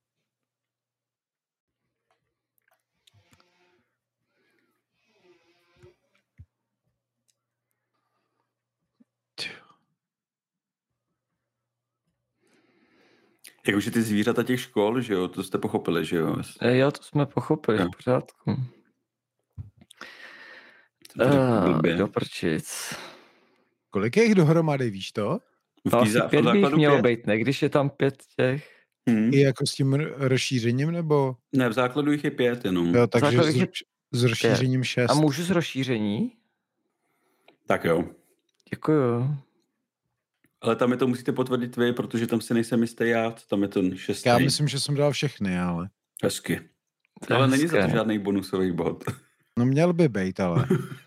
Jakože ty zvířata těch škol, že jo, to jste pochopili, že jo? E, jo, to jsme pochopili, Jo. v pořádku. Jsem to řekl Uh, blbě. do prčic. Kolik je jich dohromady, víš to? V To té asi zá- v pět by jich základu mělo pět? být, ne? Když je tam pět těch. Hmm. I jako s tím r- rozšířením, nebo? Ne, v základu jich je pět jenom. Jo, takže základu s, jich je roš- s rozšířením šest. A můžu z rozšíření? Tak jo. Děkuju. Ale tam je to musíte potvrdit vy, protože tam si nejsem jistý já, tam je ten šestý. Já myslím, že jsem dal všechny, ale... Hezky. To je Ale není za to hezké. žádný bonusový bod. No měl by být, ale...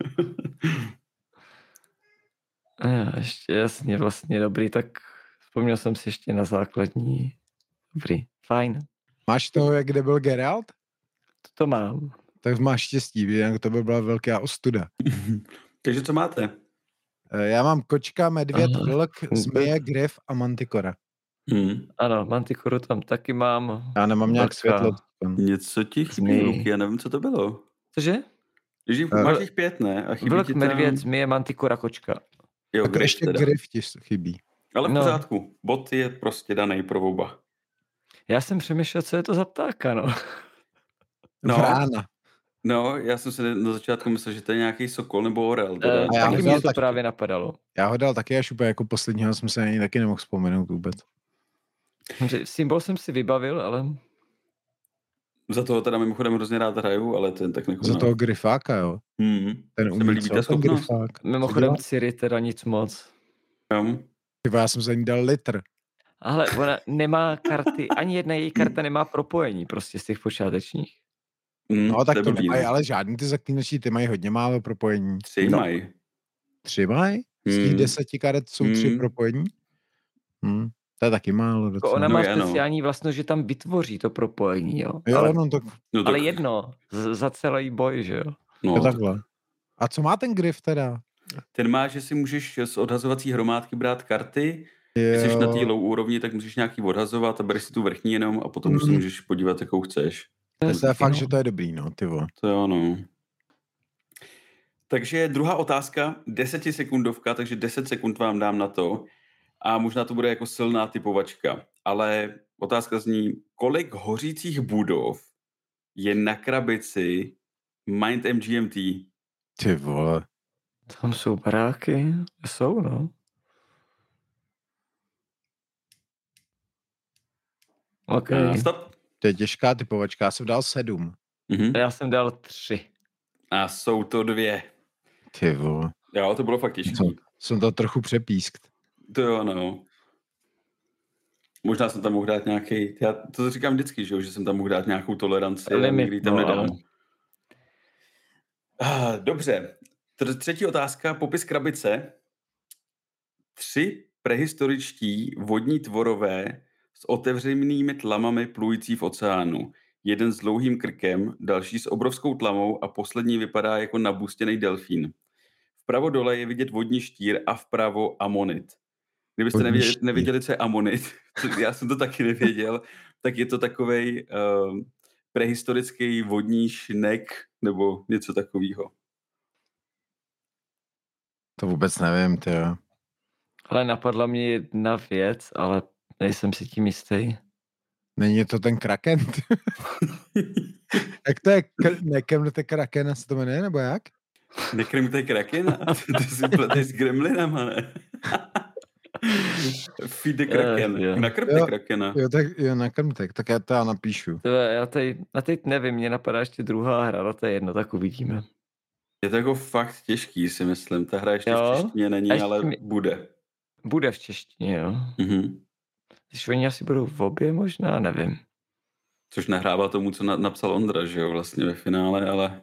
Jo, ještě jasně, vlastně dobrý, tak vzpomněl jsem si ještě na základní. Dobrý, fajn. Máš toho, jak kde byl Geralt? To, to mám. Tak máš štěstí, jinak to by byla velká ostuda. Takže co máte? Eh, Já mám kočka, medvěd, Aha. vlk, zmije, griff a mantikora. Hmm. Ano, Mantikoru tam taky mám. Já nemám nějak Vlka. světlo. Něco ti chybí, Zmej. Luky, já nevím, co to bylo. Cože? Ježíš, Eh, máš jich pět, ne? A chybí Vlk, ti tam... medvěd, zmije, Mantikora, kočka. Jo, Tak Griff ještě teda. griff ti chybí. Ale v No. pořádku. Bod je prostě daný pro oba. Já jsem přemýšlel, co je to za ptáka, no. No. Vrána. No, já jsem si na začátku myslel, že to je nějaký sokol nebo orel. Teda. Eh, A já taky ho dal mě to taky. právě napadalo. Já ho dal taky až úplně jako posledního, jsem se ani taky nemohl vzpomenout vůbec. Že Symbol jsem si vybavil, ale Za toho teda mimochodem hrozně rád hraju, ale ten tak nekoná. Za toho griffáka, jo. Hmm. Ten Se mi umí líbí co, ta ten schopnost. griffák. mimochodem dělá? Ciri teda nic moc. Jo. Tyvo, já jsem za ní dal litr. Ale ona nemá karty, ani jedna její karta nemá propojení prostě z těch počátečních. Hmm, No tak je to blbý, nemají, no. ale žádný ty zaklínači, ty mají hodně málo propojení. Tři No. mají. Tři mají? Z těch Hmm. deseti karet jsou tři Hmm. propojení? Hm. To je taky málo Jako docela. ona No má je, no. speciální vlastnost, že tam vytvoří to propojení, jo. Jo, ale, no tak No, ale tak- jedno, z, za celý boj, že jo. no, je takhle. A co má ten griff teda? ten má, že si můžeš z odhazovací hromádky brát karty. Když jsi na té Jo, low úrovni, tak můžeš nějaký odhazovat a bereš si tu vrchní jenom a potom se Mhm. můžeš podívat, jakou chceš. to je hezký, fakt, no. že to je dobrý, no, ty vole. To jo, no. Takže druhá otázka, desetisekundovka, takže deset sekund vám dám na to. A možná to bude jako silná typovačka. Ale otázka zní, kolik hořících budov je na krabici Mind M G M T? Ty vole. Tam jsou baráky, jsou, no. OK. Uh, stop. To je těžká typovačka, já jsem dal sedm. Mhm. Já jsem dal tři. A jsou to dvě. Ty vole. Jo, to bylo fakt těžký. Co? Jsem to trochu přepískt. To jo, no. Možná jsem tam mohl dát nějaký, já to říkám vždycky, že, jo, že jsem tam mohl dát nějakou toleranci, ale Limit, nikdy tam no, nedám. ale- Ah, dobře. Tr- Třetí otázka, popis krabice. Tři prehistoričtí vodní tvorové s otevřenými tlamami plující v oceánu. Jeden s dlouhým krkem, další s obrovskou tlamou a poslední vypadá jako nabustěný delfín. Vpravo dole je vidět vodní štír a vpravo amonit. Kdybyste Vodní nevěděli, štír. nevěděli, co je amonit, já jsem to taky nevěděl, tak je to takovej uh, prehistorický vodní šnek nebo něco takového. To vůbec nevím, ty jo. Ale napadla mě jedna věc, ale nejsem si tím jistý. Není to ten Kraken? Jak to je? Nekrmte Krakena se to jmenuje, nebo jak? Nekrmte Krakena? Ty si pleteš s gremlinama, ne? Feed the Kraken. Uh, Nakrmte jo, Krakena. Jo, tak jo, nakrmte, tak já to já napíšu. To já teď, a teď nevím, mě napadá ještě druhá hra, ale to je jedno, tak uvidíme. Je to jako fakt těžký, si myslím. Ta hra ještě Jo, v češtině není, ještě ale mi- bude. Bude v češtině, jo. Mhm. Když oni asi budou v obě možná, nevím. Což nahrává tomu, co na, napsal Ondra, že jo, vlastně ve finále, ale...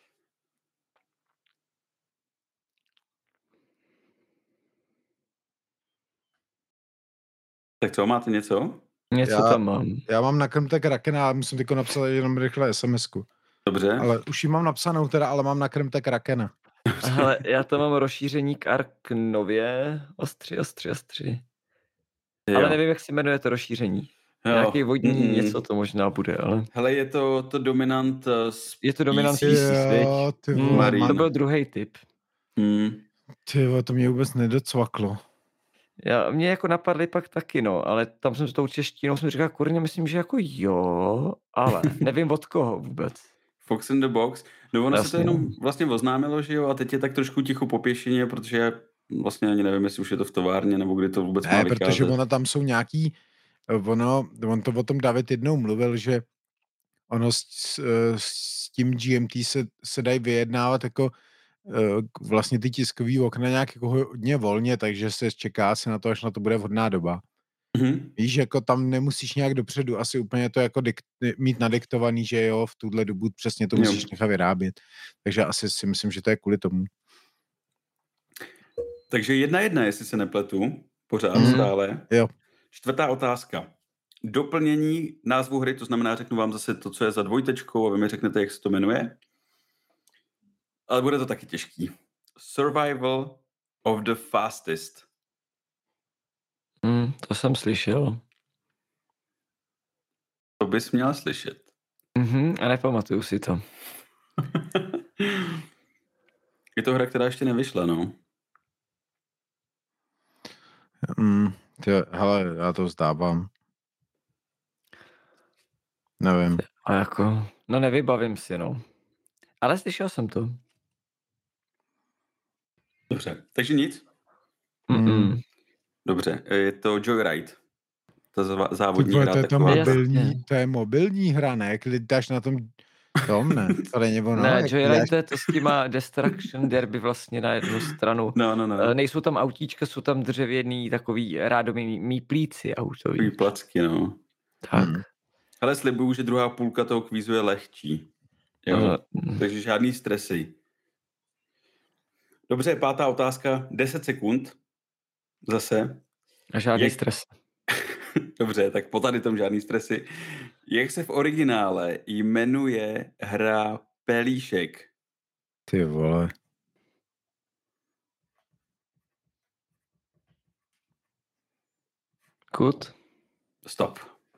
Tak co, máte něco? Něco Já- tam mám. Já mám nakrmte Krakena a musím teďko napsat jenom rychle es em esku. Dobře. Ale už ji mám napsanou teda, ale mám nakrmte Krakena. Ale já tam mám rozšíření k Arknově. Ostři, ostři, ostři. Jo. Ale nevím, jak se jmenuje to rozšíření. Jo. Nějaký vodní Mm-mm. něco to možná bude, ale... Hele, je to, to dominant uh, z Je to dominant P C. P C, Jo, ty Hmm, vole, Marine. to mám, byl druhý typ. Hmm. ty vole, to mě vůbec nedocvaklo. Já, mě jako napadly pak taky, no, ale tam jsem s tou češtinou jsem říkal, kurně, myslím, že jako jo, ale nevím od koho vůbec. Fox in the Box. No ono se Jasně, to jenom vlastně oznámilo, že jo, a teď je tak trošku ticho po pěšině, protože vlastně ani nevím, jestli už je to v továrně, nebo kdy to vůbec má Ne, vycházet. protože ono tam jsou nějaký, ono, on to o tom David jednou mluvil, že ono s, s, s tím G M T se, se dají vyjednávat jako eh, vlastně ty tiskový okna nějak jako hodně volně, takže se čeká se na to, až na to bude vhodná doba. Mhm. Víš, jako tam nemusíš nějak dopředu asi úplně to jako dikt, mít nadiktovaný, že jo, v tuhle dobu přesně to Jo. musíš nechat vyrábět. Takže asi si myslím, že to je kvůli tomu. Takže jedna jedna, jestli se nepletu, pořád Mhm. stále. Jo. Čtvrtá otázka. Doplnění názvu hry, to znamená, řeknu vám zase to, co je za dvojtečkou a vy mi řeknete, jak se to jmenuje. Ale bude to taky těžký. Survival of the fastest. Hmm, to jsem slyšel. To bys měla slyšet. Mhm, a nepamatuju si to. Je to hra, která ještě nevyšla, no. Mm, ty, hele, já to vzdávám. Nevím. A jako, no nevybavím si, no. Ale slyšel jsem to. Dobře, takže nic. Mm-mm. Dobře, je to Joyride. Ta zava- Ty závodní vole, hra to je to taková. Jasně. mobilní, to je mobilní hra, ne? Jak dáš na tom tom, ne? To není ono. Ne, jak Joyride dáš- to je to s těma Destruction Derby vlastně na jednu stranu. No, no, no. E, Nejsou tam autíčka, jsou tam dřevěný takový rádoby mý plíci autový. Takový placky, no. Tak. Hmm. Ale slibuju, že druhá půlka toho kvízu je lehčí. Jo, Mm. takže žádný stresy. Dobře, pátá otázka. deset sekund. Zase. A žádný Jak- stres. Dobře, tak po tady tom žádný stresy. Jak se v originále jmenuje hra Pelíšek? Ty vole. Kud? Stop.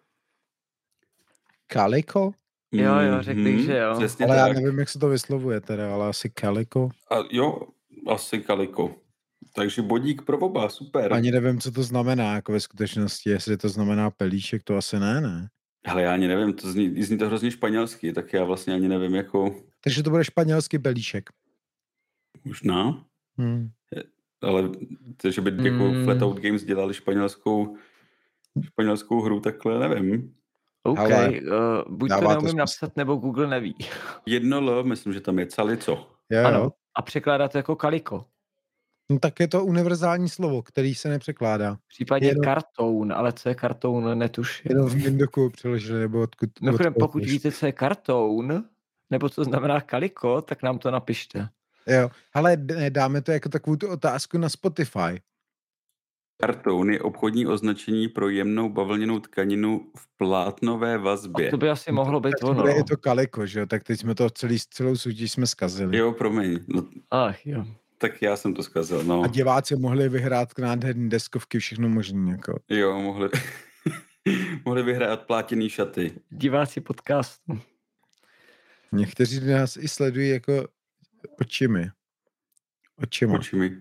Kaliko? Jo, jo, řekl bych, Mhm, že jo. Přesně Ale já tak. nevím, jak se to vyslovuje teda, ale asi Kaliko. A jo, asi Kaliko. Takže bodík pro oba, super. Ani nevím, co to znamená jako ve skutečnosti. Jestli to znamená pelíšek, to asi ne, ne? Hele, já ani nevím, to zní, zní to hrozně španělsky, tak já vlastně ani nevím, jako Takže to bude španělský pelíšek. možná, Hmm. ale to, že by jako Mm. Flatout Games dělali španělskou, španělskou hru, takhle nevím. OK, Ale uh, buď to dává to neumím smysl. napsat, nebo Google neví. Jedno L, myslím, že tam je calico. Jo, Ano. jo. A překládá to jako kaliko. No, tak je to univerzální slovo, který se nepřekládá. Případně Jenom- kartoun, ale co je kartoun, netuším. Jenom v Mindoku přeložili, nebo odkud... Mimochodem, odkud pokud víš. víte, co je kartoun, nebo co znamená kaliko, tak nám to napište. Jo, ale d- dáme to jako takovou tu otázku na Spotify. Kartoun je obchodní označení pro jemnou bavlněnou tkaninu v plátnové A vazbě. to by asi mohlo být Tak ono. bude i to kaliko, že jo? Tak teď jsme to celý, celou soutěž jsme zkazili. Jo, promiň, no, Ach jo. tak já jsem to zkazil, no. A diváci mohli vyhrát nádherný deskovky, všechno možný. Jako. Jo, mohli, mohli vyhrát plátěný šaty. Diváci podcastu. Někteří nás i sledují jako očimi. Očima. Očmi.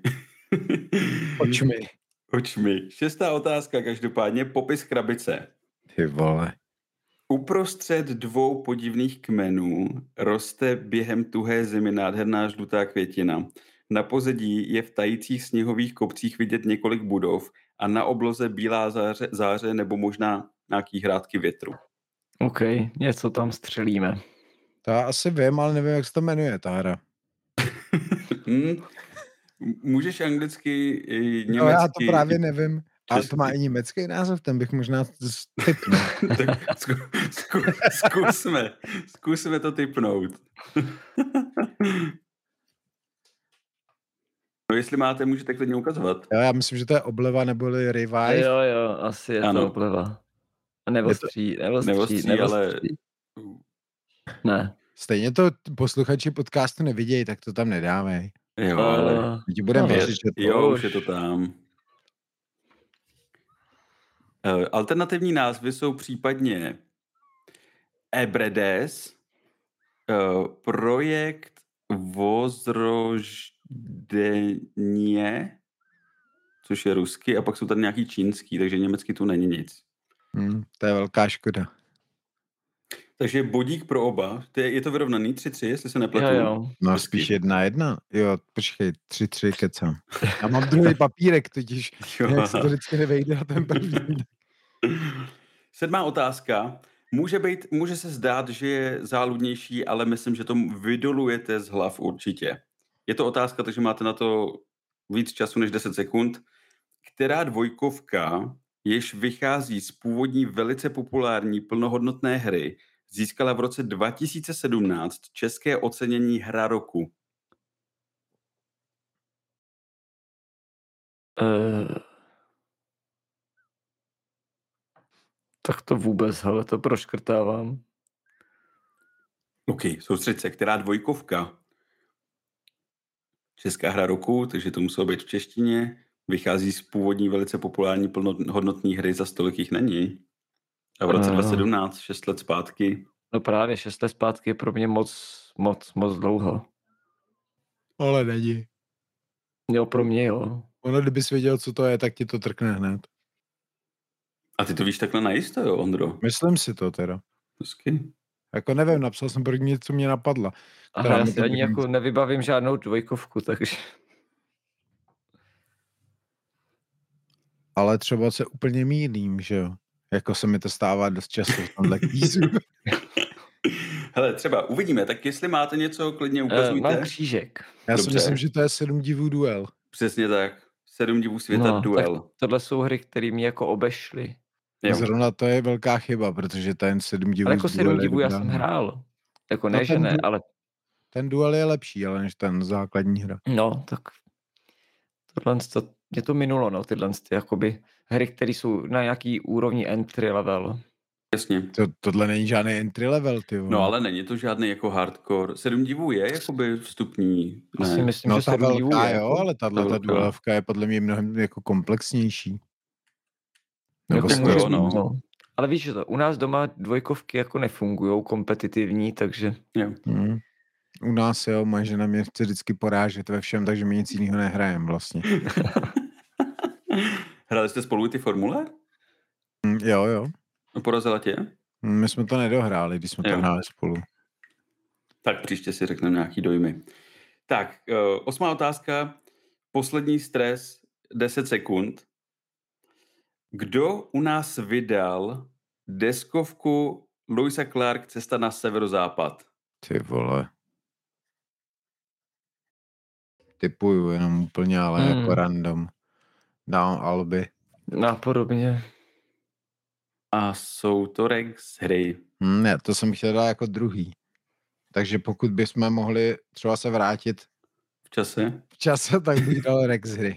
Očmi. Očmi. Šestá otázka, každopádně popis krabice. Ty vole. Uprostřed dvou podivných kmenů roste během tuhé zimy nádherná žlutá květina. Na pozadí je v tajících sněhových kopcích vidět několik budov a na obloze bílá záře, záře nebo možná nějaký hrátky větru. OK, něco tam střelíme. To já asi vím, ale nevím, jak se to jmenuje, ta hra. hmm. Můžeš anglicky i německy. No já to právě nevím. Ale Česky. to má i německý název, ten bych možná typnul. Tak zku, zku, zkusme, zkusme to typnout. No jestli máte, můžete klidně ukazovat. Jo, já myslím, že to je Obleva neboli Revive. Jo, jo, asi je Ano. to opleva. Nebo Je to- stří, nebo nebo stří, stří, nebo ale- stří. Ne. Stejně to posluchači podcastu nevidějí, tak to tam nedávej. Jo, ale... Uh, My ti budeme no, věřit, že to... Jo, už je to tam. Eh, Alternativní názvy jsou případně Ebredes, eh, projekt Vozroždeně, což je rusky, a pak jsou tady nějaký čínský, takže německy tu není nic. Hmm, to je velká škoda. Takže bodík pro oba. To je, je to vyrovnaný tři tři, jestli se nepletu. jo, jo. No Hezký. spíš jedna jedna. Jo, počkej, tři tři, kecám. Já mám druhý papírek, totiž Jo. jak se to vždycky nevejde na ten první. Sedmá otázka. Může, být, může se zdát, že je záludnější, ale myslím, že to vydolujete z hlav určitě. Je to otázka, takže máte na to víc času než deset sekund. Která dvojkovka, jež vychází z původní velice populární plnohodnotné hry, získala v roce dva tisíce sedmnáct české ocenění Hra roku? Uh, tak to vůbec, ale to proškrtávám. OK, soustřeď se. Která dvojkovka? Česká hra roku, takže to muselo být v češtině. Vychází z původní velice populární plnohodnotné hry, za stolik jich není. A v roce No. dva tisíce sedmnáct, šest let zpátky. No právě šest let zpátky je pro mě moc, moc, moc dlouho. Ale není. Jo, pro mě jo. Ono, kdybys věděl, co to je, tak ti to trkne hned. A ty to víš takhle najisto, jo, Ondro? Myslím si to teda. Hezky. Jako nevím, napsal jsem první něco, co mě napadla. Aha, Která já mi si to ani první- jako nevybavím žádnou dvojkovku, takže... Ale třeba se úplně mýlím, že jo. Jako se mi to stává dost často v tomhle kvízu. Hele, třeba uvidíme, tak jestli máte něco, klidně Uh, ukazujte. mám křížek. Já si Dobře. myslím, že to je sedm divů duel. Přesně tak. Sedm divů světa, No, duel. Tohle jsou hry, které mě jako obešly. Jo. Zrovna to je velká chyba, protože ten sedm divů Ale jako z sedm duel je divů já dobrá jsem hra. hrál. Jako No ne, že ten ne, du- ale Ten duel je lepší, ale než ten základní hra. no, tak tohle to, mě to minulo, no, tyhle ty, jakoby hry, které jsou na nějaký úrovni entry level. Jasně. To, tohle není žádný entry level, ty vole. No ale není to žádný jako hardcore. Sedm divů je jakoby vstupní. Asi Ne. myslím, no že ta sedm divů velká je, jo, jako, ale tahle ta ta velká. duelovka je podle mě mnohem jako komplexnější. Nebo jako skoro, může skoro, být, no. no. Ale víš, že to, u nás doma dvojkovky jako nefungujou kompetitivní, takže Jo. Hmm. U nás jo, moje žena mě chce vždycky porážet ve všem, takže my nic jiného nehrajem vlastně. Hráli jste spolu ty formule? Hmm, jo, jo. No, porazila tě? Hmm, My jsme to nedohráli, když jsme Jo. to hráli spolu. Tak příště si řekneme nějaký dojmy. Tak, uh, osmá otázka. Poslední stres, deset sekund. Kdo u nás vydal deskovku Lewisa Clark Cesta na severozápad? Ty vole. Typuju jenom úplně, ale Hmm. jako random. Dám Alby. napodobně. A jsou to Rex hry. Hmm, ne, to jsem chtěl dát jako druhý. Takže pokud bychom mohli třeba se vrátit V čase. v čase, tak bych dal Rex hry.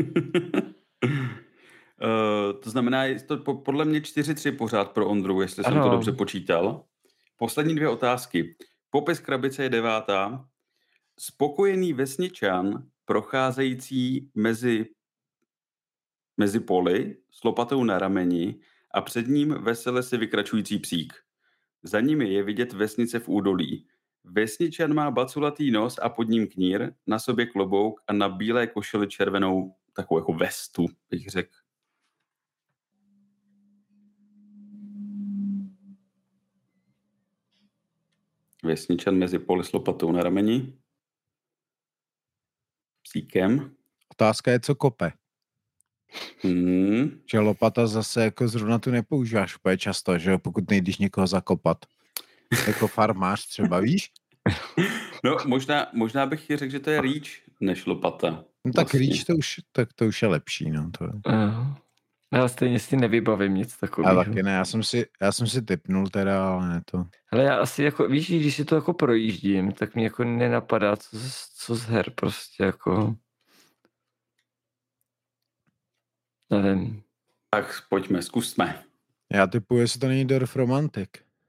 Uh, to znamená, je to po- podle mě čtyři tři pořád pro Ondru, jestli jsem to Ano. dobře počítal. Poslední dvě otázky. Popis krabice je devátá. Spokojený vesničan procházející mezi, mezi poli s lopatou na rameni a před ním vesele si vykračující psík. Za nimi je vidět vesnice v údolí. Vesničan má baculatý nos a pod ním knír, na sobě klobouk a na bílé košili červenou takovou jako vestu, bych řekl. Vesničan mezi poli s lopatou na rameni. Psíkem. Otázka je, co kope. Hmm. Že lopata zase jako zrovna tu nepoužíváš úplně často, že jo, pokud nejdeš někoho zakopat. Jako farmář třeba, víš? No, možná, možná bych ti řekl, že to je rýč než lopata. No tak Vlastně. rýč to už, tak to už je lepší, no. To je. Uh, já stejně si nevybavím nic Já takového. taky ne, já jsem si, já jsem si tipnul teda, ale ne to. Ale já asi jako, víš, když si to jako projíždím, tak mi jako nenapadá, co, z- co z her prostě jako... Nevím. Tak pojďme, zkusme. Já typuji, jestli to není Dorf Romantic.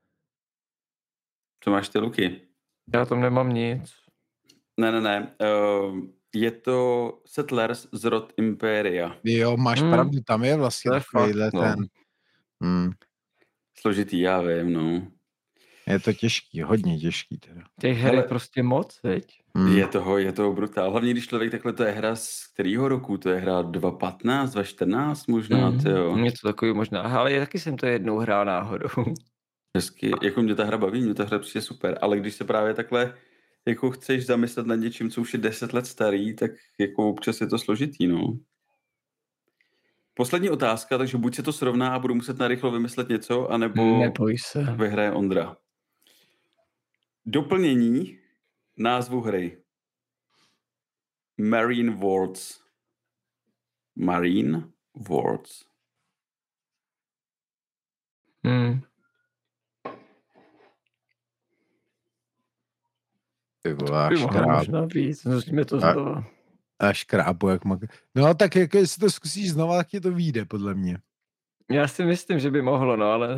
Co máš ty, Luky? Já tam nemám nic. Ne, ne, ne. Uh, je to Settlers z Rod Imperia. Jo, máš Hmm. pravdu, tam je vlastně To je takovýhle fakt, no. ten... Hmm, Složitý, já vím, no. je to těžký, hodně těžký teda. Těch her je Hele. prostě moc, veď? Hmm. Je toho, je toho brutál. Hlavně, když člověk takhle, to je hra z kterého roku? To je hra dva patnáct, dva čtrnáct možná, Mhm. tyjo. Něco takového možná. Ale já taky jsem to jednou hrál náhodou. Hezky. Jako mě ta hra baví, mě ta hra přijde super, ale když se právě takhle jako chceš zamyslet nad něčím, co už je deset let starý, tak jako občas je to složitý, no. Poslední otázka, takže buď se to srovná a budu muset narychlo vymyslet něco, anebo Neboj se. vyhraje Ondra. Doplnění názvu hry. Marine Worlds. Marine Worlds. Hmm. Ty vole, By až mohla kráp, možná víc, musíme to A- znova. až krápu, jak mag... No tak jako jestli to zkusíš znova, tak ti to vyjde, podle mě. Já si myslím, že by mohlo, no, ale...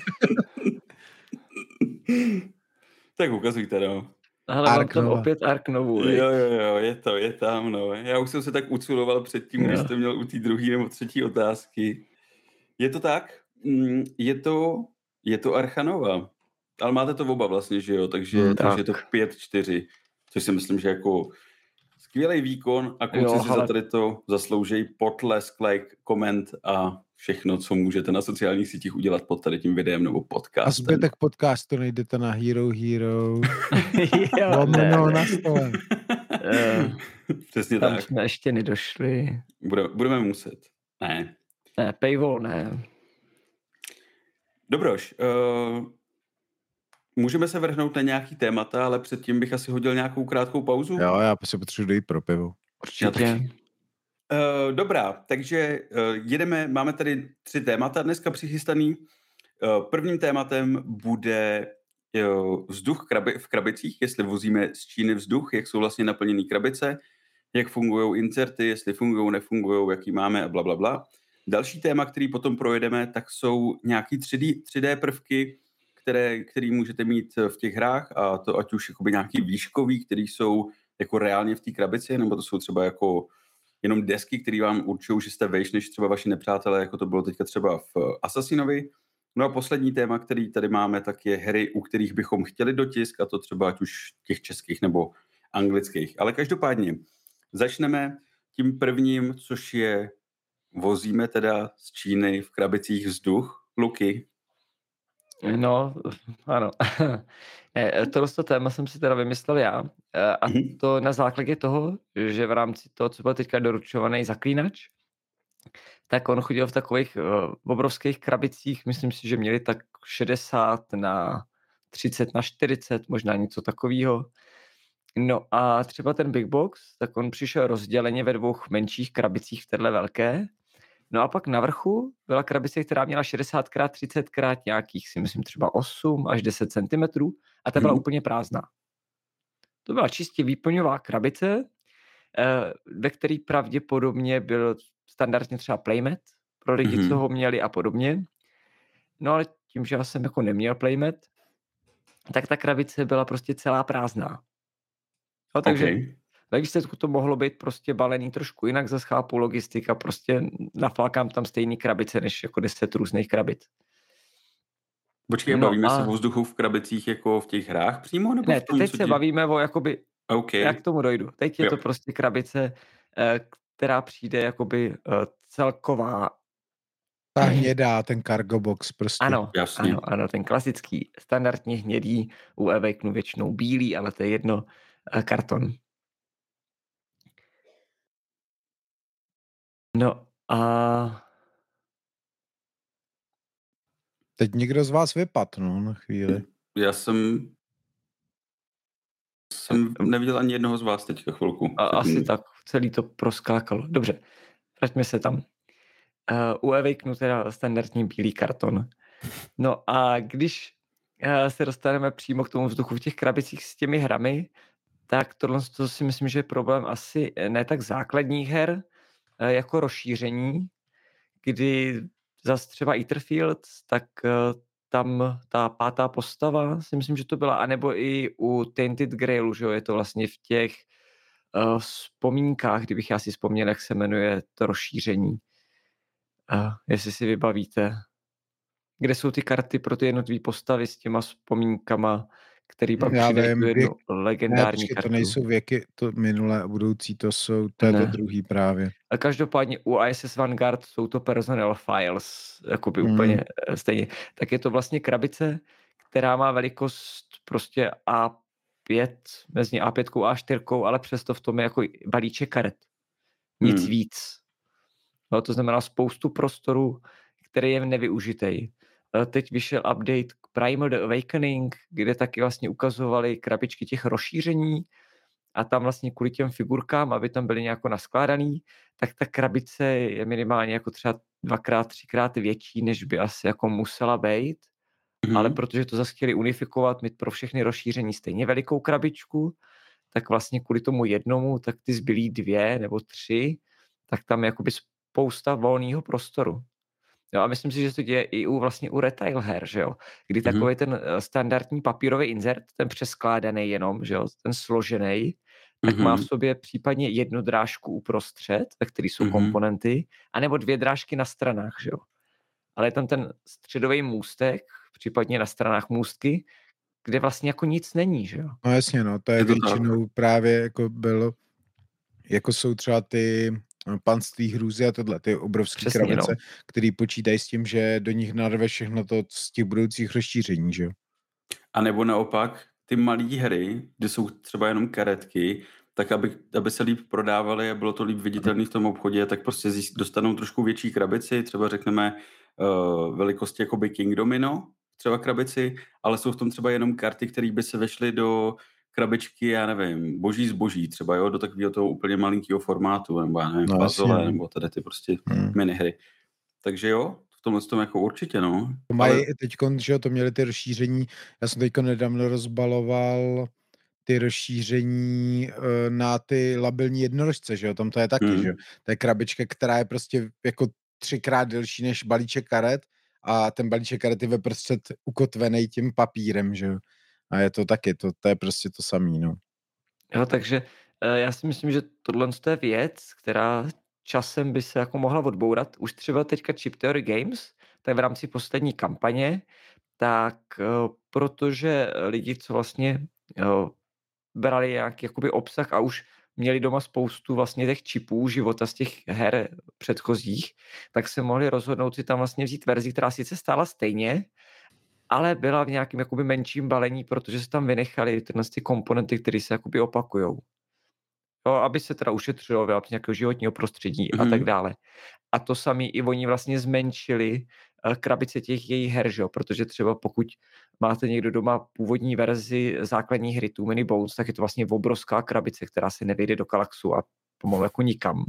Tak ukazujte, no. Ale mám Ark tam Nova. opět Ark Novu, veď? Jo, jo, jo, je to, je tam, no. Já už jsem se tak uculoval před tím, když Jo. jste měl u té druhé nebo třetí otázky. Je to tak? Mm, Je to, je to Archanova. Ale máte to oba vlastně, že jo? Takže, Mm, takže je to tak. pět čtyři. Což si myslím, že jako skvělý výkon a kluci Jo, si za ale- tady to zaslouží potlesk, like, koment a všechno, co můžete na sociálních sítích udělat pod tady tím videem nebo A podcastem. zbytek podcastu najdete na Hero Hero. jo, ne, Lomeno na ne. stole. Eh, Přesně Tam tak. jsme ještě nedošli. Bude, budeme muset. Ne. Ne, paywall ne. Dobroš, uh, můžeme se vrhnout na nějaký témata, ale předtím bych asi hodil nějakou krátkou pauzu. Jo, já si potřebuji dojít pro pivo. Já Určitě. taky. Uh, dobrá, takže uh, jedeme, máme tady tři témata dneska přichystaný. Uh, prvním tématem bude uh, vzduch krabi- v krabicích, jestli vozíme z Číny vzduch, jak jsou vlastně naplněný krabice, jak fungují inserty, jestli fungují, nefungují, jaký máme a bla, bla, bla. Další téma, který potom projedeme, tak jsou nějaký tři dé, tři dé prvky, které, který můžete mít v těch hrách, a to ať už jakoby nějaký výškový, který jsou jako reálně v té krabici, nebo to jsou třeba jako jenom desky, které vám určují, že jste vejš než třeba vaši nepřátelé, jako to bylo teďka třeba v Assassinovi. No a poslední téma, který tady máme, tak je hry, u kterých bychom chtěli dotisk, a to třeba ať už těch českých nebo anglických. Ale každopádně začneme tím prvním, což je vozíme teda z Číny v krabicích vzduch. Luky. No, ano. Ne, tohle téma jsem si teda vymyslel já. eh, A Mhm. to na základě toho, že v rámci toho, co byl teďka doručovaný Zaklínač, tak on chodil v takových uh, obrovských krabicích, myslím si, že měli tak šedesát na třicet na čtyřicet, možná něco takového. No a třeba ten Big Box, tak on přišel rozděleně ve dvou menších krabicích v téhle velké. No a pak na vrchu byla krabice, která měla šedesát krát třicet krát nějakých, si myslím, třeba osm až deset centimetrů, a ta byla Mhm. úplně prázdná. To byla čistě výplňová krabice, eh, ve který pravděpodobně byl standardně třeba playmat pro lidi, Mhm. co ho měli a podobně. No ale tím, že já jsem jako neměl playmat, tak ta krabice byla prostě celá prázdná. No, takže Okay. ve výsledku to mohlo být prostě balený trošku jinak, zase chápu logistika, prostě naflákám tam stejný krabice, než jako deset různých krabic. Počkej, No bavíme a- se o vzduchu v krabicích jako v těch hrách přímo? Nebo Ne, v tom, teď co se ti... bavíme o jakoby, OK. jak k tomu dojdu. Teď je Jo. to prostě krabice, eh, která přijde jakoby eh, celková Ta hnědá, ten cargo box prostě. Ano, Jasně. ano, ano, ten klasický, standardně hnědý, u Awakenu většinou bílý, ale to je jedno, eh, karton. No a Teď někdo z vás vypad, no, na chvíli. Já jsem jsem neviděl ani jednoho z vás teďka chvilku. A asi sekundu. tak, celý to proskákalo. Dobře, vraťme se tam. Uh, u Awakenu teda standardní bílý karton. No a když uh, se dostaneme přímo k tomu vzduchu v těch krabicích s těmi hrami, tak tohle to si myslím, že je problém asi ne tak základních her, uh, jako rozšíření, kdy zase třeba Etherfields, tak uh, tam ta pátá postava, si myslím, že to byla, anebo i u Tainted Grailu, že jo, je to vlastně v těch uh, vzpomínkách, kdybych já si vzpomněl, jak se jmenuje to rozšíření. Uh, jestli si vybavíte. Kde jsou ty karty pro ty jednotlivé postavy s těma vzpomínkama, který pak Já přidají vím, tu věk, jednu ne, legendární počkej, to kartu. nejsou věky, to minulé a budoucí, to jsou, to je to Ne. druhý právě. A každopádně u I S S Vanguard jsou to personnel files, jakoby Hmm. úplně eh, stejně. Tak je to vlastně krabice, která má velikost prostě A pět, mezi A pět a A čtyři, ale přesto v tom je jako balíček karet. Nic Hmm. víc. No, to znamená spoustu prostoru, který je nevyužitej. Eh, Teď vyšel update k Primal The Awakening, kde taky vlastně ukazovali krabičky těch rozšíření a tam vlastně kvůli těm figurkám, aby tam byly nějak naskládaný, tak ta krabice je minimálně jako třeba dvakrát, třikrát větší, než by asi jako musela být. Mhm. Ale protože to zase chtěli unifikovat, mít pro všechny rozšíření stejně velikou krabičku, tak vlastně kvůli tomu jednomu, tak ty zbylý dvě nebo tři, tak tam je jakoby spousta volného prostoru. Jo, a myslím si, že se to děje i u vlastně u retail her, že jo, kdy Mhm. takový ten eh, standardní papírový insert, ten přeskládaný jenom, že jo, ten složený, tak má v Mhm. sobě případně jednu drážku uprostřed, ve který jsou Mhm. komponenty, anebo dvě drážky na stranách, že jo. Ale je tam ten středový můstek, případně na stranách můstky, kde vlastně jako nic není, že jo. No jasně, no, to je Je to tak. většinou právě jako bylo, jako jsou třeba ty eh, panství hrůzy a tohle, ty obrovské Přesně, krabice, no. který počítají s tím, že do nich narve všechno to z těch budoucích rozšíření, že jo. A nebo naopak ty malé hry, kde jsou třeba jenom karetky, tak aby, aby se líp prodávaly a bylo to líp viditelné v tom obchodě, tak prostě zís- dostanou trošku větší krabici, třeba řekneme uh, velikosti jakoby King Domino, třeba krabici, ale jsou v tom třeba jenom karty, které by se vešly do krabičky, já nevím, boží zboží třeba, jo, do takového toho úplně malinkého formátu, nebo já nevím, No, puzzle, jasně. nebo tady ty prostě Hmm. minihry. Takže jo, v tomhle tom jako určitě, no. To mají Ale i teďkon, že jo, to měli ty rozšíření, já jsem teďko nedávno rozbaloval ty rozšíření eh, na ty labilní jednorožce, že jo, tam to je taky, Mhm. že jo. To je krabička, která je prostě jako třikrát delší než balíček karet a ten balíček karet je veprostřed ukotvený tím papírem, že jo. A je to taky, to, to je prostě to samý, no. Jo, takže eh, já si myslím, že tohle je věc, která časem by se jako mohla odbourat. Už třeba teďka Chip Theory Games, tak v rámci poslední kampaně, tak eh, protože lidi, co vlastně jo, brali nějaký jakoby obsah a už měli doma spoustu vlastně těch čipů života z těch her předchozích, tak se mohli rozhodnout si tam vlastně vzít verzi, která sice stála stejně, ale byla v nějakém jakoby menším balení, protože se tam vynechali tyhle ty komponenty, které se jakoby opakujou. Jo, aby se teda ušetřilo v rámci nějakého životního prostředí a tak Mhm. dále. A to samý i oni vlastně zmenšili eh, krabice těch jejich her, že jo? Protože třeba pokud máte někdo doma původní verzi základní hry Too Many Bones, tak je to vlastně obrovská krabice, která se nevejde do Galaxu a pomalu jako nikam.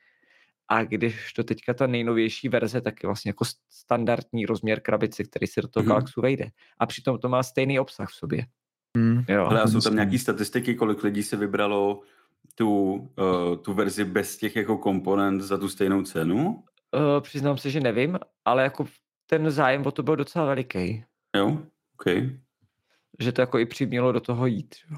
A když to teďka ta nejnovější verze, tak je vlastně jako standardní rozměr krabice, který se do toho Mhm. Galaxu vejde. A přitom to má stejný obsah v sobě. Hmm. Jo. Ale a jsou tam Jasně. nějaký statistiky, kolik lidí si vybralo tu, uh, tu verzi bez těch jako komponent za tu stejnou cenu? Uh, přiznám se, že nevím, ale jako ten zájem o to byl docela veliký. Jo, OK. Že to jako i přimělo do toho jít. Jo.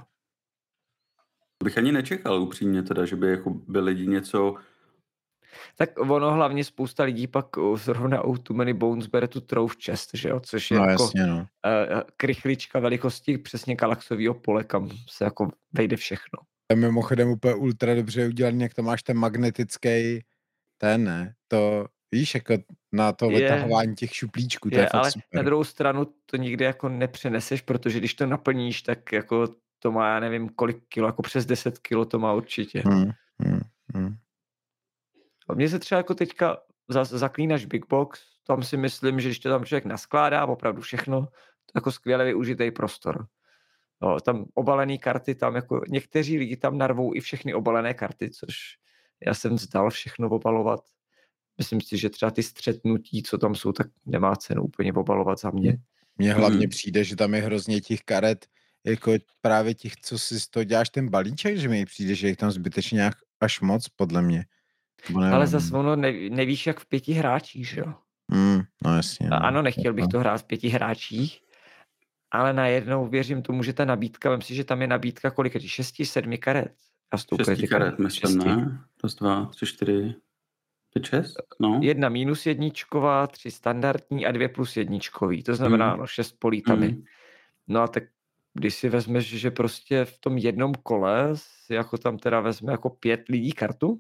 Bych ani nečekal upřímně teda, že by jako by lidi něco... Tak ono hlavně spousta lidí pak uh, zrovna u Too Many Bones bere tu Trove Chest, že jo, což je No jako jasně, no. uh, krychlička velikosti přesně galaxového pole, kam se jako vejde všechno. To je mimochodem úplně ultra dobře udělaný, jak to máš ten magnetický, ten ne, to víš, jako na to Je. vytahování těch šuplíčků, to je, Je, fakt ale super. na druhou stranu to nikdy jako nepřeneseš, protože když to naplníš, tak jako to má, já nevím, kolik kilo, jako přes deset kilo to má určitě. Hmm, hmm, hmm. A mně se třeba jako teďka za, zaklínač Big Box, tam si myslím, že když to tam člověk naskládá opravdu všechno, to jako skvěle využitý prostor. No, tam obalené karty, tam jako někteří lidi tam narvou i všechny obalené karty, což já jsem vzdal všechno obalovat. Myslím si, že třeba ty střetnutí, co tam jsou, tak nemá cenu úplně obalovat za mě. Mně hlavně Hmm. přijde, že tam je hrozně těch karet, jako právě těch, co si z toho děláš ten balíček, že mi přijde, že je tam zbytečně nějak až moc, podle mě. Bo nevím. Ale zase ono neví, nevíš, jak v pěti hráčích, že jo? Hmm, no jasně. A No. ano, nechtěl bych to hrát v pěti hráčích, ale najednou věřím tomu, že ta nabídka, vem si, že tam je nabídka kolik, šesti, sedmi karet. A Šestí karet, myslím, ne? Roz, dva, tři, čtyři, pět, šest? No. Jedna minus jedničková, tři standardní a dvě plus jedničkový. To znamená, Hmm. no, šest polí tam je. Hmm. No a tak když si vezmeš, že prostě v tom jednom kole si jako tam teda vezme jako pět lidí kartu,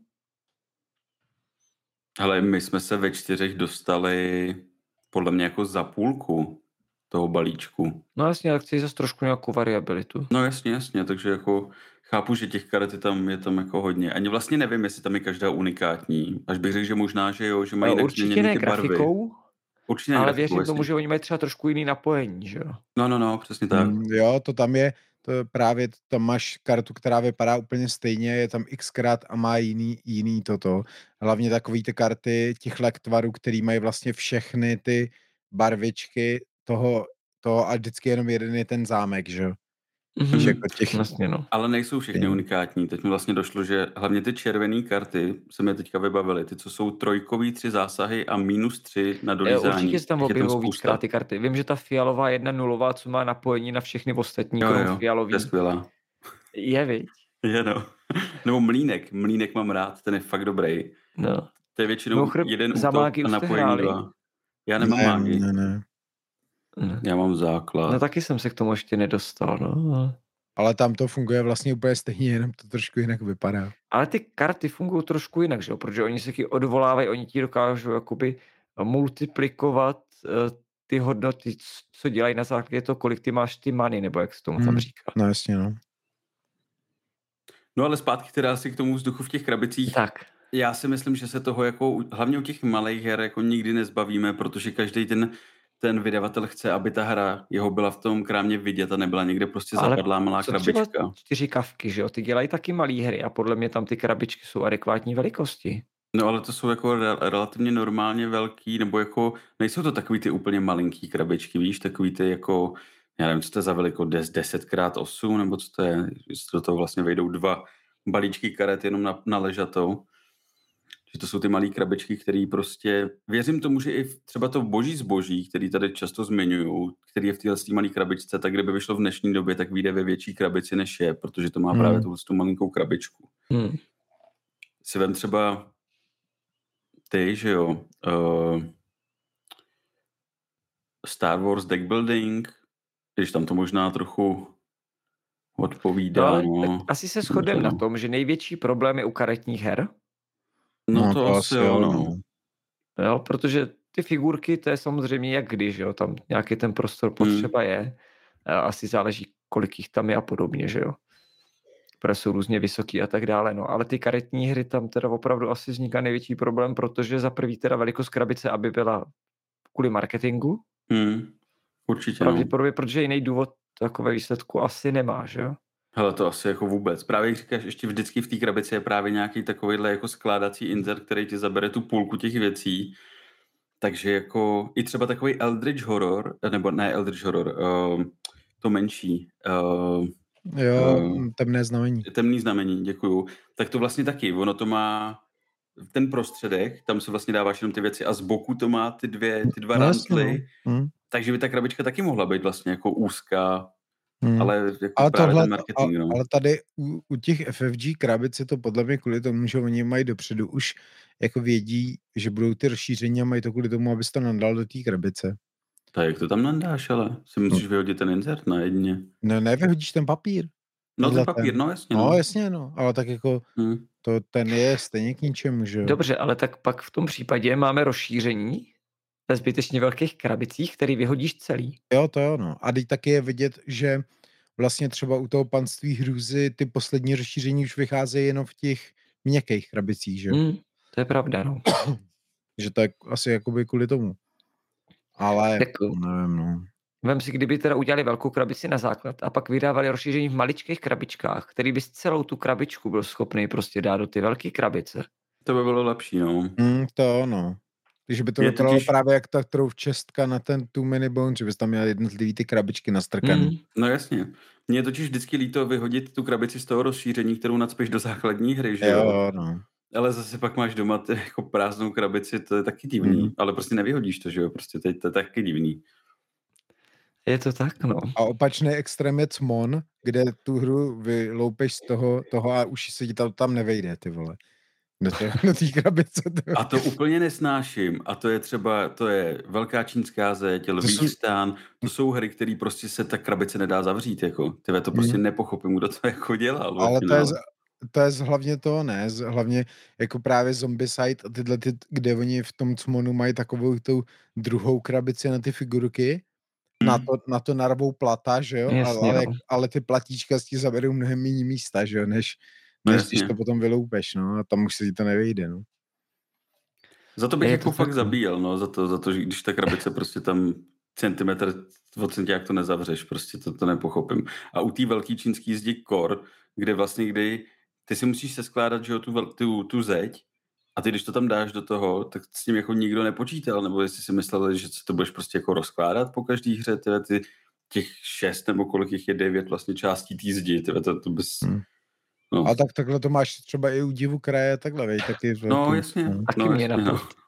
Ale my jsme se ve čtyřech dostali podle mě jako za půlku toho balíčku. no jasně, ale chci zase trošku nějakou variabilitu. No jasně, jasně, takže jako chápu, že těch karet je tam, je tam jako hodně. Ani vlastně nevím, jestli tam je každá unikátní. Až bych řekl, že možná, že jo, že mají No, jinak určitě změněný ne ty barvy. grafikou, Určitě ne ale grafikou, věřím jasně. tomu, že oni mají třeba trošku jiný napojení, že jo? No, no, no, přesně tak. Mm, jo, to tam je, to je právě, tam máš kartu, která vypadá úplně stejně, je tam xkrát a má jiný, jiný toto. Hlavně takový ty karty těch lektvarů, který mají vlastně všechny ty barvičky toho, toho a vždycky jenom jeden je ten zámek, že jo? Mhm. Že jako těch, Vlastně, no. Ale nejsou všechny Jo. unikátní. Teď mi vlastně došlo, že hlavně ty červené karty se mi teďka vybavily. Ty, co jsou trojkový tři zásahy a minus tři na Jo, dolízání. určitě se tam Těch je objevují spousta. víckrát ty karty. Vím, že ta fialová jedna nulová, co má napojení na všechny ostatní, Jo, krom jo, to fialový, je skvělá. je, viď? Je, no. Nebo mlínek. Mlínek mám rád, ten je fakt dobrý. No. To je většinou Mimochodem, jeden za útok mágii a už jste napojení hráli? dva. Já nemám ne, mágii. ne, ne. Ne. Já mám základ. No taky jsem se k tomu ještě nedostal, no. Ale tam to funguje vlastně úplně stejně, jenom to trošku jinak vypadá. Ale ty karty fungují trošku jinak, že jo? Protože oni se taky odvolávají, oni ti dokážou jakoby multiplikovat uh, ty hodnoty, c- co dělají na základě toho, kolik ty máš ty many, nebo jak se tomu tam Hmm. říká. No jasně, no. No ale zpátky teda asi k tomu vzduchu v těch krabicích. Tak. Já si myslím, že se toho jako, u- hlavně u těch malých her jako nikdy nezbavíme, protože každý ten, ten vydavatel chce, aby ta hra jeho byla v tom krámě vidět a nebyla někde prostě Ale zapadlá malá co třeba krabička. čtyři kavky, že jo? Ty dělají taky malé hry a podle mě tam ty krabičky jsou adekvátní velikosti. No ale to jsou jako re- relativně normálně velký, nebo jako, nejsou to takový ty úplně malinký krabičky, víš, takový ty jako, já nevím, co to je za veliko, deset krát osm, nebo co to je, jestli do toho vlastně vejdou dva balíčky karet jenom na, na ležatou. Že to jsou ty malé krabičky, které prostě, věřím tomu, že i v- třeba to boží zboží, který tady často zmiňují, který je v téhle malé krabičce, tak kdyby vyšlo v dnešní době, tak vyjde ve větší krabici, než je, protože to má Hmm. právě tu, tu malinkou krabičku. Hmm. Si vem třeba ty, že jo, uh, Star Wars deck building, když tam to možná trochu odpovídá, No, ale no. tak asi se shodneme na tom, že největší problém je u karetních her, No, No, to, to asi asi jo, jo, no. no. jo? Protože ty figurky, to je samozřejmě jak když, jo? Tam nějaký ten prostor potřeba je. A asi záleží, kolik jich tam je a podobně, že jo. Protože jsou různě vysoký a tak dále, no. Ale ty karetní hry tam teda opravdu asi vzniká největší problém, protože za prvý teda velikost krabice, aby byla kvůli marketingu, Hmm, určitě, no. pravděpodobně, protože jiný důvod takové výsledku asi nemá, že jo. Hele, to asi jako vůbec. Právě jak říkáš, ještě vždycky v té krabici je právě nějaký takovýhle jako skládací insert, který ti zabere tu půlku těch věcí. Takže jako i třeba takový Eldritch Horror, nebo ne Eldritch Horror, uh, to menší, uh, Jo, Uh, temné znamení. temný znamení, děkuju. Tak to vlastně taky, ono to má ten prostředek, tam se vlastně dáváš jenom ty věci a z boku to má ty dvě, ty dva No jasně, rantly, no. Hm, takže by ta krabička taky mohla být vlastně jako úzká, hm. ale jako Ale, právě tohle, ten marketing, a, no. ale tady u, u těch F F G krabic je to podle mě kvůli tomu, že oni mají dopředu už jako vědí, že budou ty rozšíření a mají to kvůli tomu, abys to nadal do té krabice. Tak jak to tam nandáš, ale si musíš vyhodit ten insert na jedině. No nevyhodíš ten papír. No ten Tenhle papír, ten. no jasně. No No. jasně, no. Ale tak jako Hm. to, ten je stejně k ničemu, že jo. Dobře, ale tak pak v tom případě máme rozšíření ve zbytečně velkých krabicích, který vyhodíš celý. Jo, to jo, no. A teď taky je vidět, že vlastně třeba u toho Panství hrůzy ty poslední rozšíření už vycházejí jenom v těch měkkých krabicích, že? Hmm, to je pravda, no. Že to je asi jakoby kvůli tomu. Ale Tak nevím, no. vem si, kdyby teda udělali velkou krabici na základ a pak vydávali rozšíření v maličkých krabičkách, který bys celou tu krabičku byl schopný prostě dát do ty velké krabice. To by bylo lepší, no. Mm, to no. Takže by to Je vypadalo totiž- právě jak ta čestka na ten Too Many Bones, že bys tam měl jednotlivý ty krabičky nastrkaný. Hmm. No jasně. Mně je totiž vždycky líto vyhodit tu krabici z toho rozšíření, kterou nacpeš do základní hry, že jo? Jo, no. Ale zase pak máš doma ty, jako prázdnou krabici, to je taky divný. Mhm. Ale prostě nevyhodíš to, že jo? Prostě teď to je taky divný. Je to tak, no. A opačný extrém je Cmon, kde tu hru vyloupeš z toho, toho a už se ti tam, tam nevejde, ty vole. Do té do té krabice. Ty A to úplně nesnáším. A to je třeba, to je Velká čínská zeď, Lví jsou- stán. To jsou hry, které prostě se ta krabice nedá zavřít, jako. Tyve, to prostě Mhm. nepochopím, kdo to jako dělal. ve Ale to je, finále. z- to je z- hlavně to, ne, z- hlavně jako právě Zombicide a tyhle, ty, kde oni v tom Cmonu mají takovou tu druhou krabici na ty figurky, na Hmm. to, na to narvou plata, že jo, Jasně, ale, no. ale ty platíčka si zaberou mnohem méně místa, že jo, než, No než když jasně. to potom vyloupeš, no, a tam už se ti to nevejde, no. Za to bych Je jako to fakt tak, no. zabíjel, no, za to, za to, že když ta krabice prostě tam centimetr od centiák to nezavřeš, prostě to, to nepochopím. A u té velký čínský zdi Core, kde vlastně, kdy ty si musíš seskládat, že jo, tu, vel- tu, tu zeď, a ty, když to tam dáš do toho, tak s tím jako nikdo nepočítal, nebo jestli si myslel, že si to budeš prostě jako rozkládat po každý hře, tyhle ty těch šest nebo kolik jich je devět vlastně částí té zdi, tyhle to, to bys... Hmm. No, A tak takhle to máš třeba i u divu kraje, takhle, vej, taky. no tu, jasně, no. Taky no, mě jasně, no. napadlo.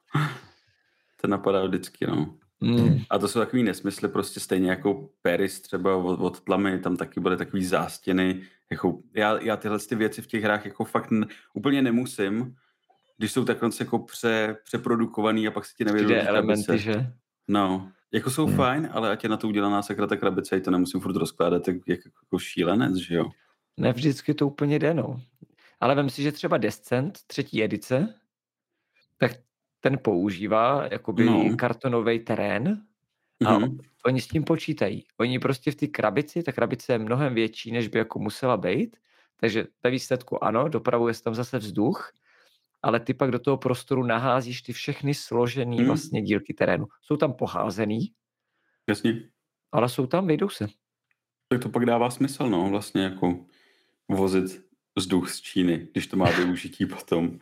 To napadá vždycky, no. Hmm. A to jsou takový nesmysly, prostě stejně jako Paris třeba od, od Tlamy, tam taky byly takový zástěny. Jako já, já tyhle ty věci v těch hrách jako fakt n, úplně nemusím, když jsou takhle jako pře, přeprodukovaný a pak se ti nevědou Ty elementy, že? No, jako jsou Hmm. fajn, ale ať je na to udělaná sakra ta krabice, i to nemusím furt rozkládat, tak jak, jako šílenec, že jo? Ne vždycky to úplně jde, no. Ale vem si, že třeba Descent, třetí edice, tak ten používá jakoby No. kartonový terén a Mhm. oni s tím počítají. Oni prostě v té krabici, ta krabice je mnohem větší, než by jako musela být, takže ve výsledku ano, dopravuje se tam zase vzduch, ale ty pak do toho prostoru naházíš ty všechny složený Hmm. vlastně dílky terénu. Jsou tam poházený, Jasně. ale jsou tam, vejdou se. Tak to pak dává smysl, no, vlastně jako vozit vzduch z Číny, když to má využití potom.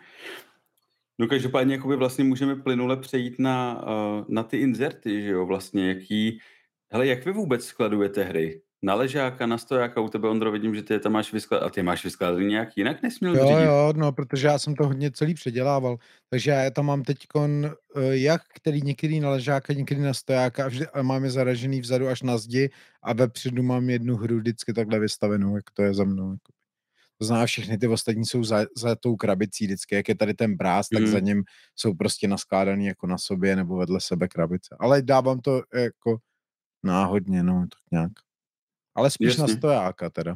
No každopádně jakoby vlastně můžeme plynule přejít na, uh, na ty inzerty, že jo, vlastně jaký... Hele, jak vy vůbec skladujete hry? Na ležáka, na stojáka, u tebe, Ondro, vidím, že ty je tam máš vyskládat. A ty máš vyskládat nějak jinak, nesměl Jo, dřív? jo, no, protože já jsem to hodně celý předělával, takže já tam mám teďkon uh, jak který některý na ležáka, některý na stojáka a, vždy, a mám je zaražený vzadu až na zdi a vepředu mám jednu hru vždycky takhle vystavenou, jak to je za mnou. Jako. To znamená, všechny ty ostatní jsou za, za tou krabicí vždycky, jak je tady ten bráz, tak Mhm. za ním jsou prostě naskládaný jako na sobě nebo vedle sebe krabice. Ale dávám to jako náhodně, no, tak nějak. Ale spíš na Jasně. stojáka teda.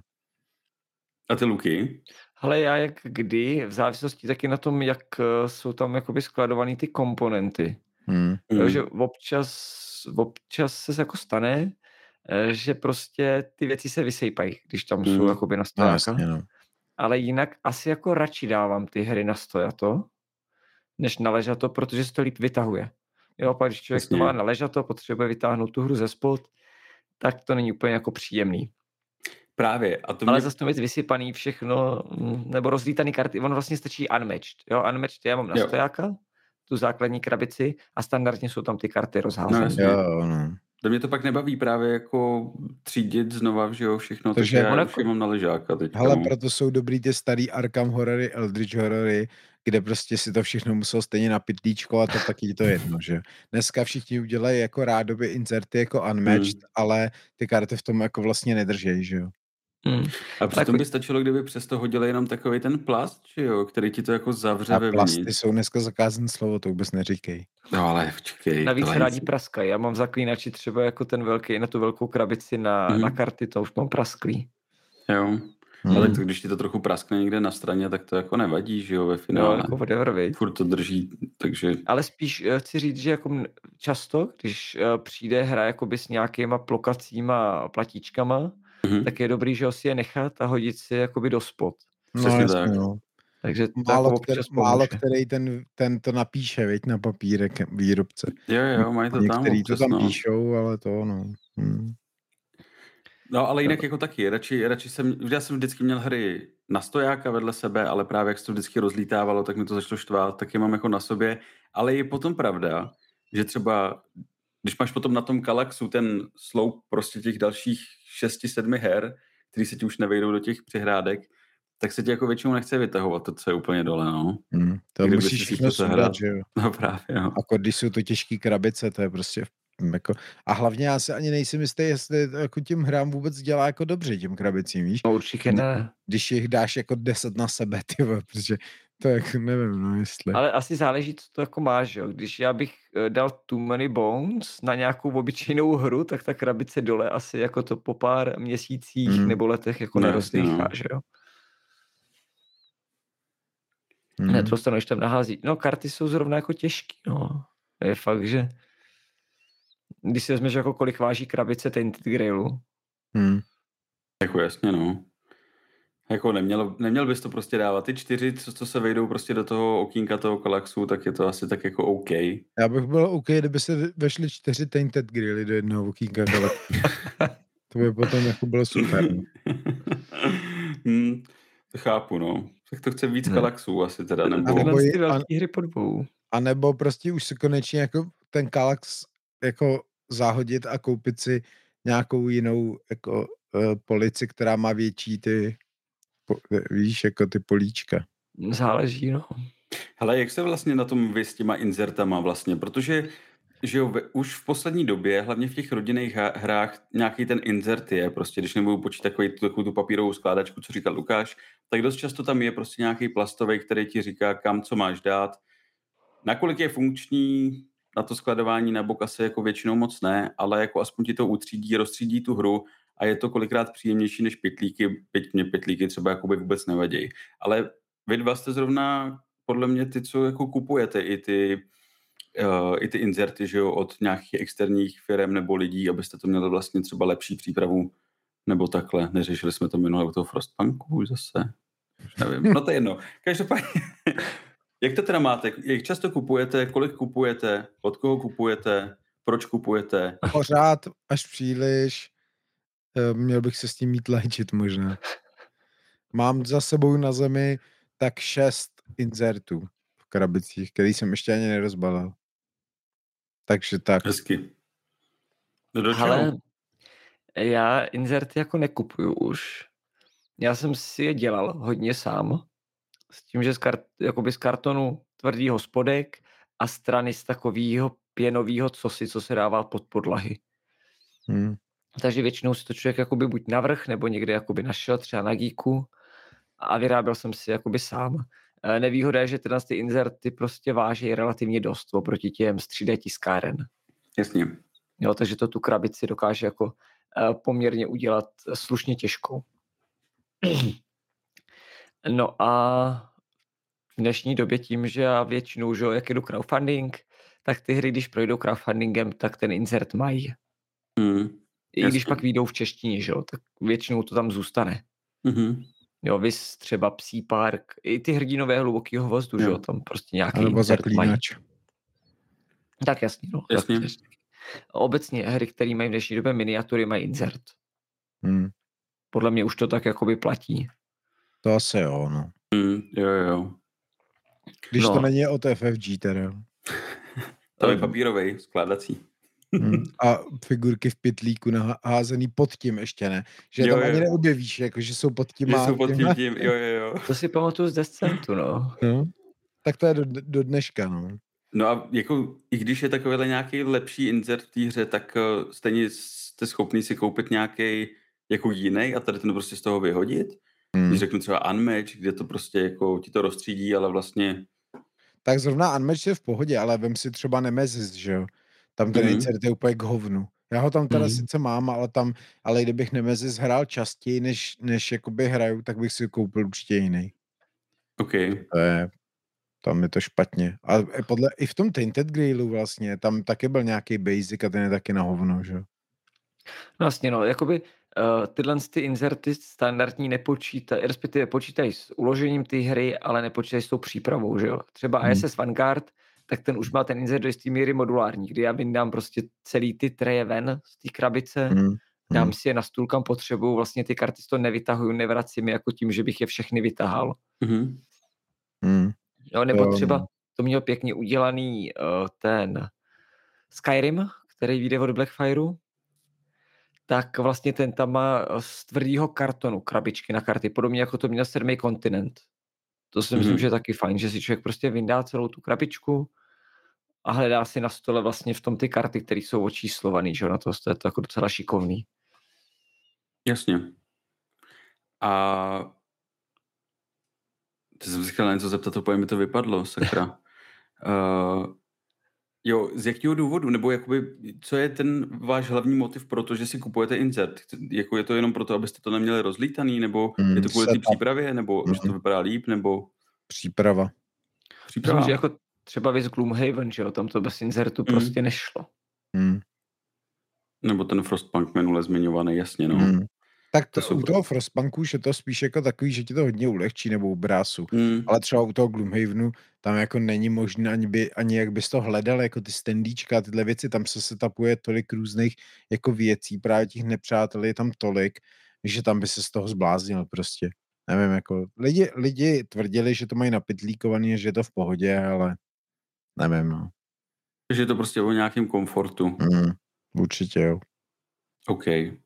A ty Luky? Ale já jak kdy, v závislosti taky na tom, jak eh, jsou tam jakoby skladovaný ty komponenty. Hmm. Jo, Mm. že občas, občas se jako stane, eh, že prostě ty věci se vysejpají, když tam jsou Mm. jakoby na No, stojáka. jasně, no. Ale jinak asi jako radši dávám ty hry na stojato, než na ležato, protože se to líp vytahuje. Jo, pak když člověk to Jasně. má na ležato, potřebuje vytáhnout tu hru ze spod, tak to není úplně jako příjemný. Právě. A to Ale mě... zase to mít vysypaný všechno, mm, nebo rozlítaný karty, on vlastně stačí unmatched. Jo, unmatched já mám na Jo. stojáka, tu základní krabici a standardně jsou tam ty karty No, rozházené. jasně. Jo, no. To mě to pak nebaví právě jako třídit znova, že jo, všechno, Takže takže já ono už jako- je mám na ležáka teď. Hele, proto jsou dobrý ty starý Arkham horory, Eldritch horory, kde prostě si to všechno musel stejně napitlíčkovat a taky ti to jedno, že? Dneska všichni udělají jako rádoby inserty jako unmatched, Hmm. ale ty karty v tom jako vlastně nedržej, že jo? Mm. A přitom Tak- by stačilo, kdyby přesto hodili jenom takový ten plast, že jo, který ti to jako zavře A vevnitř. plasty jsou dneska zakázané slovo, to vůbec neříkej. No ale počkej. Navíc tohle rádi nic- praskají. Já mám v zaklínači třeba jako ten velký, na tu velkou krabici na, Mhm. na karty, to už mám prasklý. Jo. Hmm. Ale Hmm. to, když ti to trochu praskne někde na straně, tak to jako nevadí, že jo, ve No, finále. jako whatever, viď. Furt to drží, takže... Ale spíš eh, chci říct, že jako mn- často, když eh, přijde hra jakoby s nějakýma plokacíma platíčkama, Mhm. tak je dobrý, že ho si je nechat a hodit si jakoby do spod. No Přesně jasně, tak. no. Takže to Málo, jako který, občas málo pomůže. který ten, ten to napíše, viď, na papírek výrobce. Jo, jo, mají to tam Některý to občas, tam no. píšou, ale to, no. Hmm. No, ale jinak jako taky, radši, radši jsem, já jsem vždycky měl hry na stojáka vedle sebe, ale právě jak se to vždycky rozlítávalo, tak mi to začalo štvát, tak je mám jako na sobě, ale je potom pravda, že třeba, když máš potom na tom Kallaxu ten sloup prostě těch dalších šesti, sedmi her, který se ti už nevejdou do těch přihrádek, tak se ti jako většinou nechce vytahovat to, co je úplně dole, no. Hmm. To Kdyby musíš si si všechno chtěl zahrát. sundat, že jo. No právě, jo. Jako když jsou to těžké krabice, to je prostě jako... A hlavně já se ani nejsem jistý, jestli to jako tím hrám vůbec dělá jako dobře těm krabicím, víš? No určitě ne. Když jich dáš jako deset na sebe, ty vole, protože to jako nevím, no jestli... Ale asi záleží, co to jako máš, jo. Když já bych eh, dal Too Many Bones na nějakou obyčejnou hru, tak ta krabice dole asi jako to po pár měsících Hmm. nebo letech jako No, nerozdýchá, no. že jo. Hmm. Ne, to se tam nahází. No, karty jsou zrovna jako těžký, no. To je fakt, že když si vezmeš, jako kolik váží krabice Tainted Grailu, Hmm. Jako jasně, no. Jako neměl, neměl bys to prostě dávat. Ty čtyři, co, co se vejdou prostě do toho okýnka toho Kallaxu, tak je to asi tak jako OK. Já bych byl OK, kdyby se vešly čtyři Tainted Grilly do jednoho okýnka Galaxy. To by potom jako bylo super. No. hmm, to chápu, no. Tak to chce víc Ne. Kallaxů asi teda, nebo... A nebo tyhle je- ty a- velký hry po dvou. A nebo prostě už si konečně jako ten Kallax jako zahodit a koupit si nějakou jinou jako uh, polici, která má větší ty, po, víš, jako ty políčka. Záleží, no. Hele, jak se vlastně na tom vy s těma inzertama vlastně, protože že jo, ve- už v poslední době, hlavně v těch rodinných ha- hrách, nějaký ten insert je, prostě když nebudu počítat takový, tu- takovou tu papírovou skládačku, co říkal Lukáš, tak dost často tam je prostě nějaký plastový, který ti říká, kam co máš dát. Nakolik je funkční na to skladování na bok asi jako většinou moc ne, ale jako aspoň ti to utřídí, rozstřídí tu hru a je to kolikrát příjemnější než pytlíky, byť mě pytlíky třeba jakoby vůbec nevadí. Ale vy dva jste zrovna podle mě ty, co jako kupujete i ty, uh, i ty inzerty, že jo, od nějakých externích firm nebo lidí, abyste to měli vlastně třeba lepší přípravu nebo takhle. Neřešili jsme to minule u toho Frostpunku už zase. Už nevím. No to je jedno. Každopádně, jak to teda máte? Jak často kupujete? Kolik kupujete? Od koho kupujete? Proč kupujete? Pořád až příliš. eh, Měl bych se s tím mít léčit možná. Mám za sebou na zemi tak šest inzertů v krabicích, který jsem ještě ani nerozbalil. Takže tak. Hezky. No do čeho? Ale já inzerty jako nekupuju už. Já jsem si je dělal hodně sám. S tím, že z, kart, jakoby z kartonu tvrdýho spodek a strany z takového pěnového cosi, co se dává pod podlahy. Hm. Takže většinou si to člověk jakoby buď navrch, nebo někde jakoby našel, třeba na Geeku, a vyráběl jsem si jakoby sám. E, Nevýhoda je, že teda ty inzerty prostě váží relativně dost oproti těm z tři dé tiskáren. Jasně. Jo, takže to tu krabici dokáže jako e, poměrně udělat slušně těžkou. No a v dnešní době tím, že já většinou, že jo, jak jdu crowdfunding, tak ty hry, když projdou crowdfundingem, tak ten insert mají. Mm. I když Jasně. pak vyjdou v češtině, že jo, tak většinou to tam zůstane. Mhm. Jo, vys třeba Psí park, i ty hrdinové hlubokýho hvozdu, že Jo. jo, tam prostě nějaký Nebo insert mají. zaklínač. Tak jasně, no. Jasně. Tak, obecně hry, které mají v dnešní době miniatury, mají insert. Hm. Podle mě už to tak jakoby platí. To asi jo, no. Mm. Jo, jo. Když No. to není od F F G teda. To je Um, papírovej, skládací. Hm. A figurky v pytlíku naházený pod tím ještě ne. Že Jo, tam ani jo. neobjevíš, jako že jsou pod tím. Že a jsou pod tím těma- tím, jo, jo, jo. To si pamatuju z Descentu, no. No. Tak to je do, do dneška, no. No a jako, i když je takovýhle nějaký lepší insert v té hře, tak uh, stejně jste schopný si koupit nějaký jako jiný a tady ten prostě z toho vyhodit. Hm. Když řeknu třeba Unmatch, kde to prostě jako ti to rozstřídí, ale vlastně... Tak zrovna Unmatched je v pohodě, ale vem si třeba Nemesis, že jo. Tam ten Mhm. insert je úplně k hovnu. Já ho tam teda Hmm. sice mám, ale tam, ale kdybych Nemesis hrál častěji, než, než jakoby hraju, tak bych si koupil určitě jiný. OK. To je, tam je to špatně. A i podle, i v tom Tainted Grailu vlastně, tam taky byl nějaký basic a ten je taky na hovno, že jo. No vlastně, no, jakoby uh, tyhle ty inserty standardní nepočítají, respektive počítají s uložením té hry, ale nepočítají s tou přípravou, že jo. Třeba Hmm. I S S Vanguard, tak ten už má ten insert do jistý míry modulární, kdy já vyndám prostě celý ty treje ven z té krabice, Hmm. dám Hmm. si je na stůl, kam potřebuju, vlastně ty karty z toho nevytahuju, nevracím je jako tím, že bych je všechny vytahal. Mhm. Hmm. Jo, nebo Jo, třeba no. to měl pěkně udělaný uh, ten Skyrim, který vyjde od Blackfireu, tak vlastně ten tam má z tvrdýho kartonu krabičky na karty, podobně jako to měl sedmý kontinent. To si myslím, Mhm. že je taky fajn, že si člověk prostě vyndá celou tu krabičku a hledá si na stole vlastně v tom ty karty, které jsou očíslovaný, že jo, na to, to je to jako docela šikovný. Jasně. A ty jsem si chtěl na něco zeptat, úplně mi to vypadlo, sakra. uh, jo, z jakého důvodu, nebo jakoby, co je ten váš hlavní motiv pro to, že si kupujete insert? Jako je to jenom proto, abyste to neměli rozlítaný, nebo Hmm, je to kvůli té setup. přípravě, nebo Hmm. že to vypadá líp, nebo Příprava. příprava? Myslím, že jako třeba věc Gloomhaven, že jo, tam to bez insertu Mhm. prostě nešlo. Hmm. Nebo ten Frostpunk minule zmiňovaný, jasně, no. Hmm. Tak To to, jsou u pro- toho Frostpunku už je to spíš jako takový, že ti to hodně ulehčí, nebo u Brásu. Mm. Ale třeba u toho Gloomhavenu tam jako není možné ani, by, ani jak bys to hledal, jako ty standíčka a tyhle věci, tam se setupuje tolik různých jako věcí, právě těch nepřátel je tam tolik, že tam by se z toho zbláznil prostě. Nevím, jako lidi, lidi tvrdili, že to mají napitlíkovaný, že je to v pohodě, ale nevím, no. Takže je to prostě o nějakém komfortu. Mm, určitě, jo. OK.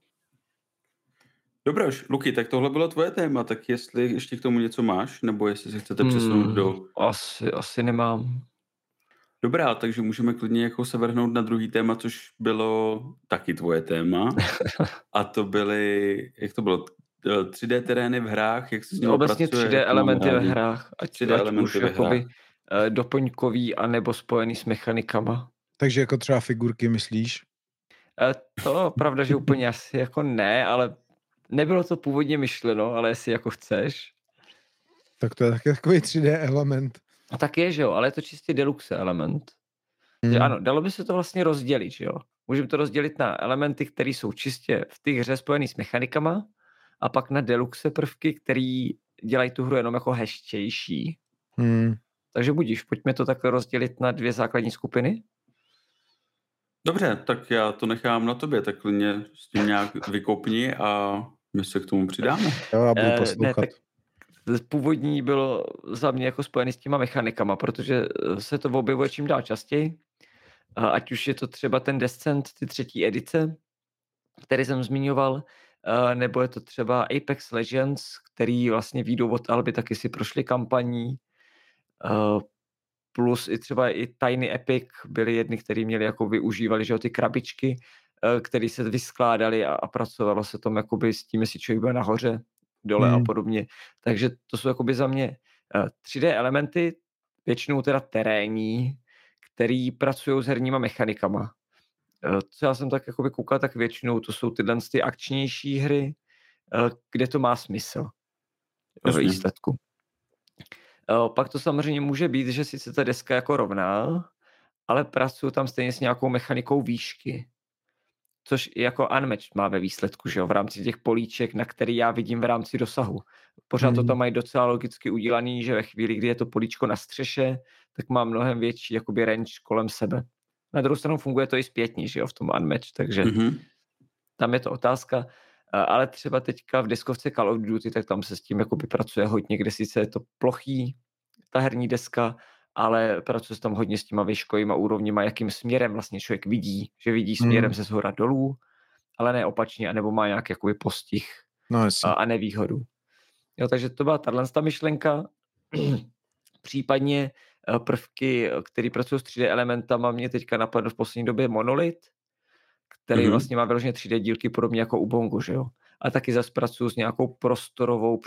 Dobroš, Luky, tak tohle bylo tvoje téma, tak jestli ještě k tomu něco máš, nebo jestli se chcete přesunout Hmm, do... asi, asi nemám. Dobrá, takže můžeme klidně jako se vrhnout na druhý téma, což bylo taky tvoje téma. A to byly, jak to bylo, tři dé terény v hrách, jak se s nimi Obecně pracuje, tři dé jak to máme elementy ve rádi. hrách, ať, tři dé ať elementy už ve jakoby hrách. eh, doplňkový, anebo spojený s mechanikama. Takže jako třeba figurky, myslíš? Eh, To pravda, že úplně asi jako ne, ale nebylo to původně myšleno, ale jestli jako chceš. Tak to je taky takový tři dé element. A tak je, že jo, ale je to čistě deluxe element. Hmm. Že ano, dalo by se to vlastně rozdělit, že jo. Můžeme to rozdělit na elementy, které jsou čistě v té hře spojený s mechanikama a pak na deluxe prvky, které dělají tu hru jenom jako hezčejší. Hmm. Takže budíš, pojďme to takhle rozdělit na dvě základní skupiny. Dobře, tak já to nechám na tobě, tak klidně s tím nějak vykopni a my se k tomu přidáme. Jo, já budu Eh, poslouchat. ne, tak původní bylo za mě jako spojený s těma mechanikama, protože se to objevuje čím dál častěji. A ať už je to třeba ten Descent, ty třetí edice, který jsem zmiňoval, eh, nebo je to třeba Apex Legends, který vlastně výjdou od Alby, taky si prošli kampaní. Eh, Plus i třeba i Tiny Epic byly jedny, který měli jako využívali, že jo, ty krabičky, eh, které se vyskládaly a, a pracovalo se tam jakoby s tím, jestli člověk byl nahoře, dole Hmm. a podobně. Takže to jsou jakoby za mě eh, tři dé elementy, většinou teda terénní, který pracují s herníma mechanikama. Eh, Co já jsem tak jakoby koukal, tak většinou to jsou tyhle ty akčnější hry, eh, kde to má smysl ve Jasně. výsledku. Eh, Pak to samozřejmě může být, že sice ta deska jako rovná, ale pracuju tam stejně s nějakou mechanikou výšky. Což i jako Unmatched má ve výsledku, že jo, v rámci těch políček, na který já vidím v rámci dosahu. Pořád to Hmm. tam mají docela logicky udělaný, že ve chvíli, kdy je to políčko na střeše, tak má mnohem větší jakoby range kolem sebe. Na druhou stranu funguje to i zpětně, že jo, v tom Unmatched, takže Mhm. tam je to otázka. Eh, Ale třeba teďka v deskovce Call of Duty, tak tam se s tím jakoby pracuje hodně, kde sice je to plochý, ta herní deska, ale pracuje se tam hodně s těma výškovýma úrovněma, jakým směrem vlastně člověk vidí, že vidí směrem Hmm. ze shora dolů, ale ne opačně, anebo má nějaký jakoby postih No jasně. a, a nevýhodu. Jo, takže to byla tato myšlenka. Případně eh, prvky, které pracují s tři dé elementama, mě teďka napadl v poslední době Monolith, který Mhm. vlastně má vyloženě tři dé dílky podobně jako u Bongu, že jo. A taky zase pracuji s nějakou prostorovou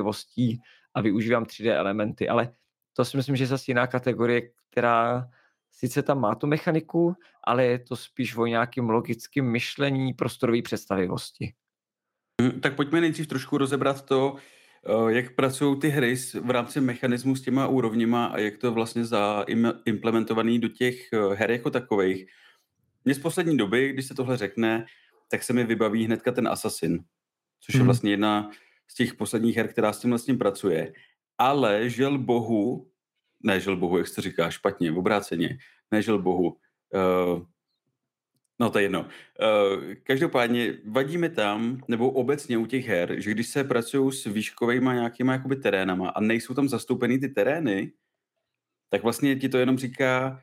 představivostí a využívám tři dé elementy, ale to si myslím, že je zase jiná kategorie, která sice tam má tu mechaniku, ale je to spíš o nějakým logickém myšlení, prostorové představivosti. Hm, tak pojďme nejdřív trošku rozebrat to, eh, jak pracují ty hry s- v rámci mechanismu s těma úrovněma a jak to vlastně zaimplementovaný do těch eh, her jako takových. Mně z poslední doby, když se tohle řekne, tak se mi vybaví hnedka ten Assassin, což je Hmm. vlastně jedna z těch posledních her, která s tím vlastně pracuje. Ale žel bohu, ne žel bohu, jak se to říká, špatně, obráceně, ne žel bohu, uh, no to je jedno. Uh, každopádně vadí mi tam, nebo obecně u těch her, že když se pracují s výškovejma nějakýma jakoby terénama a nejsou tam zastoupený ty terény, tak vlastně ti to jenom říká,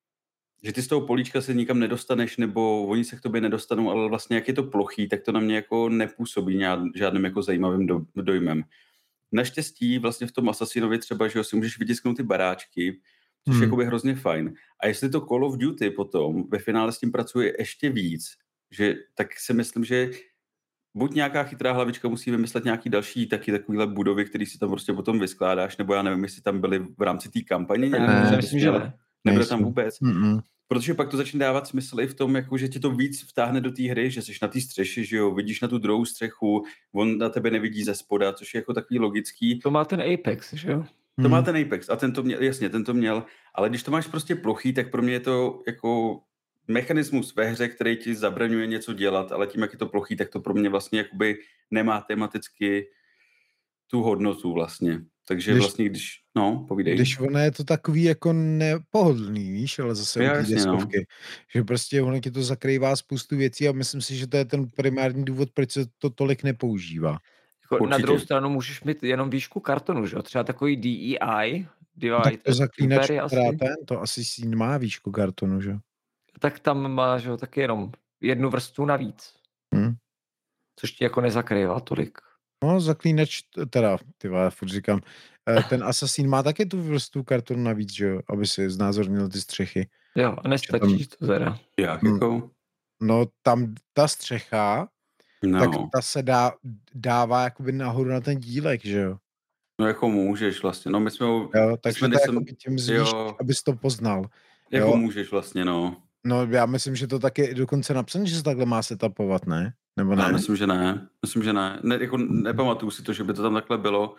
že ty z toho políčka se nikam nedostaneš, nebo oni se k tobě nedostanou, ale vlastně jak je to plochý, tak to na mě jako nepůsobí nějak, žádným jako zajímavým do, dojmem. Naštěstí vlastně v tom Assassinovi třeba, že jo, si můžeš vytisknout ty baráčky, což Hmm. je jakoby hrozně fajn. A jestli to Call of Duty potom ve finále s tím pracuje ještě víc, že tak si myslím, že buď nějaká chytrá hlavička musí vymyslet nějaký další taky takovýhle budovy, který si tam prostě potom vyskládáš, nebo já nevím, jestli tam byly v rámci té kampaně nějaký, Ne, že myslím, bys že měl- ne. nebylo tam Nejsou. vůbec. Mm-mm. Protože pak to začne dávat smysl i v tom, jako, že ti to víc vtáhne do té hry, že jsi na té střeše, že jo, vidíš na tu druhou střechu, on na tebe nevidí ze spoda, což je jako takový logický. To má ten Apex, že jo? To má Hmm. ten Apex a ten to měl, jasně, ten to měl, ale když to máš prostě plochý, tak pro mě je to jako mechanismus ve hře, který ti zabraňuje něco dělat, ale tím, jak je to plochý, tak to pro mě vlastně jakoby nemá tematicky tu hodnotu vlastně. Takže Když- vlastně, když, no, povídej. Když ono je to takový jako nepohodlný, víš, ale zase Jo, u té jasně, no. deskovky, že prostě ono ti to zakrývá spoustu věcí a myslím si, že to je ten primární důvod, proč se to tolik nepoužívá. Jako na Určitě. druhou stranu můžeš mít jenom výšku kartonu, že jo? Třeba takový D E I, No, Divide tak to zaklínač, Impery asi, která ten, to asi si má výšku kartonu, že? tak tam má, že jo, taky jenom jednu vrstvu navíc, Hm. což ti jako nezakrývá tolik. No, zaklínač, teda, ty vole, furt říkám, eh, ten Assassin má taky tu vrstvu kartonu navíc, že jo, aby si znázornil ty střechy. Jo, a nestačí to teda. Jak Hmm. jako? No, tam ta střecha, No. tak ta se dá, dává jakoby nahoru na ten dílek, že jo. No jako můžeš vlastně, no my jsme ho, Jo, takže jsme, to když jako jsem- tím zvíš, jo. abys to poznal. jako jo. můžeš vlastně, no. No, já myslím, že to taky je dokonce napsané, že se takhle má setupovat, ne? Nebo ne? Já myslím, že ne. Myslím, že ne. ne jako nepamatuju si to, že by to tam takhle bylo.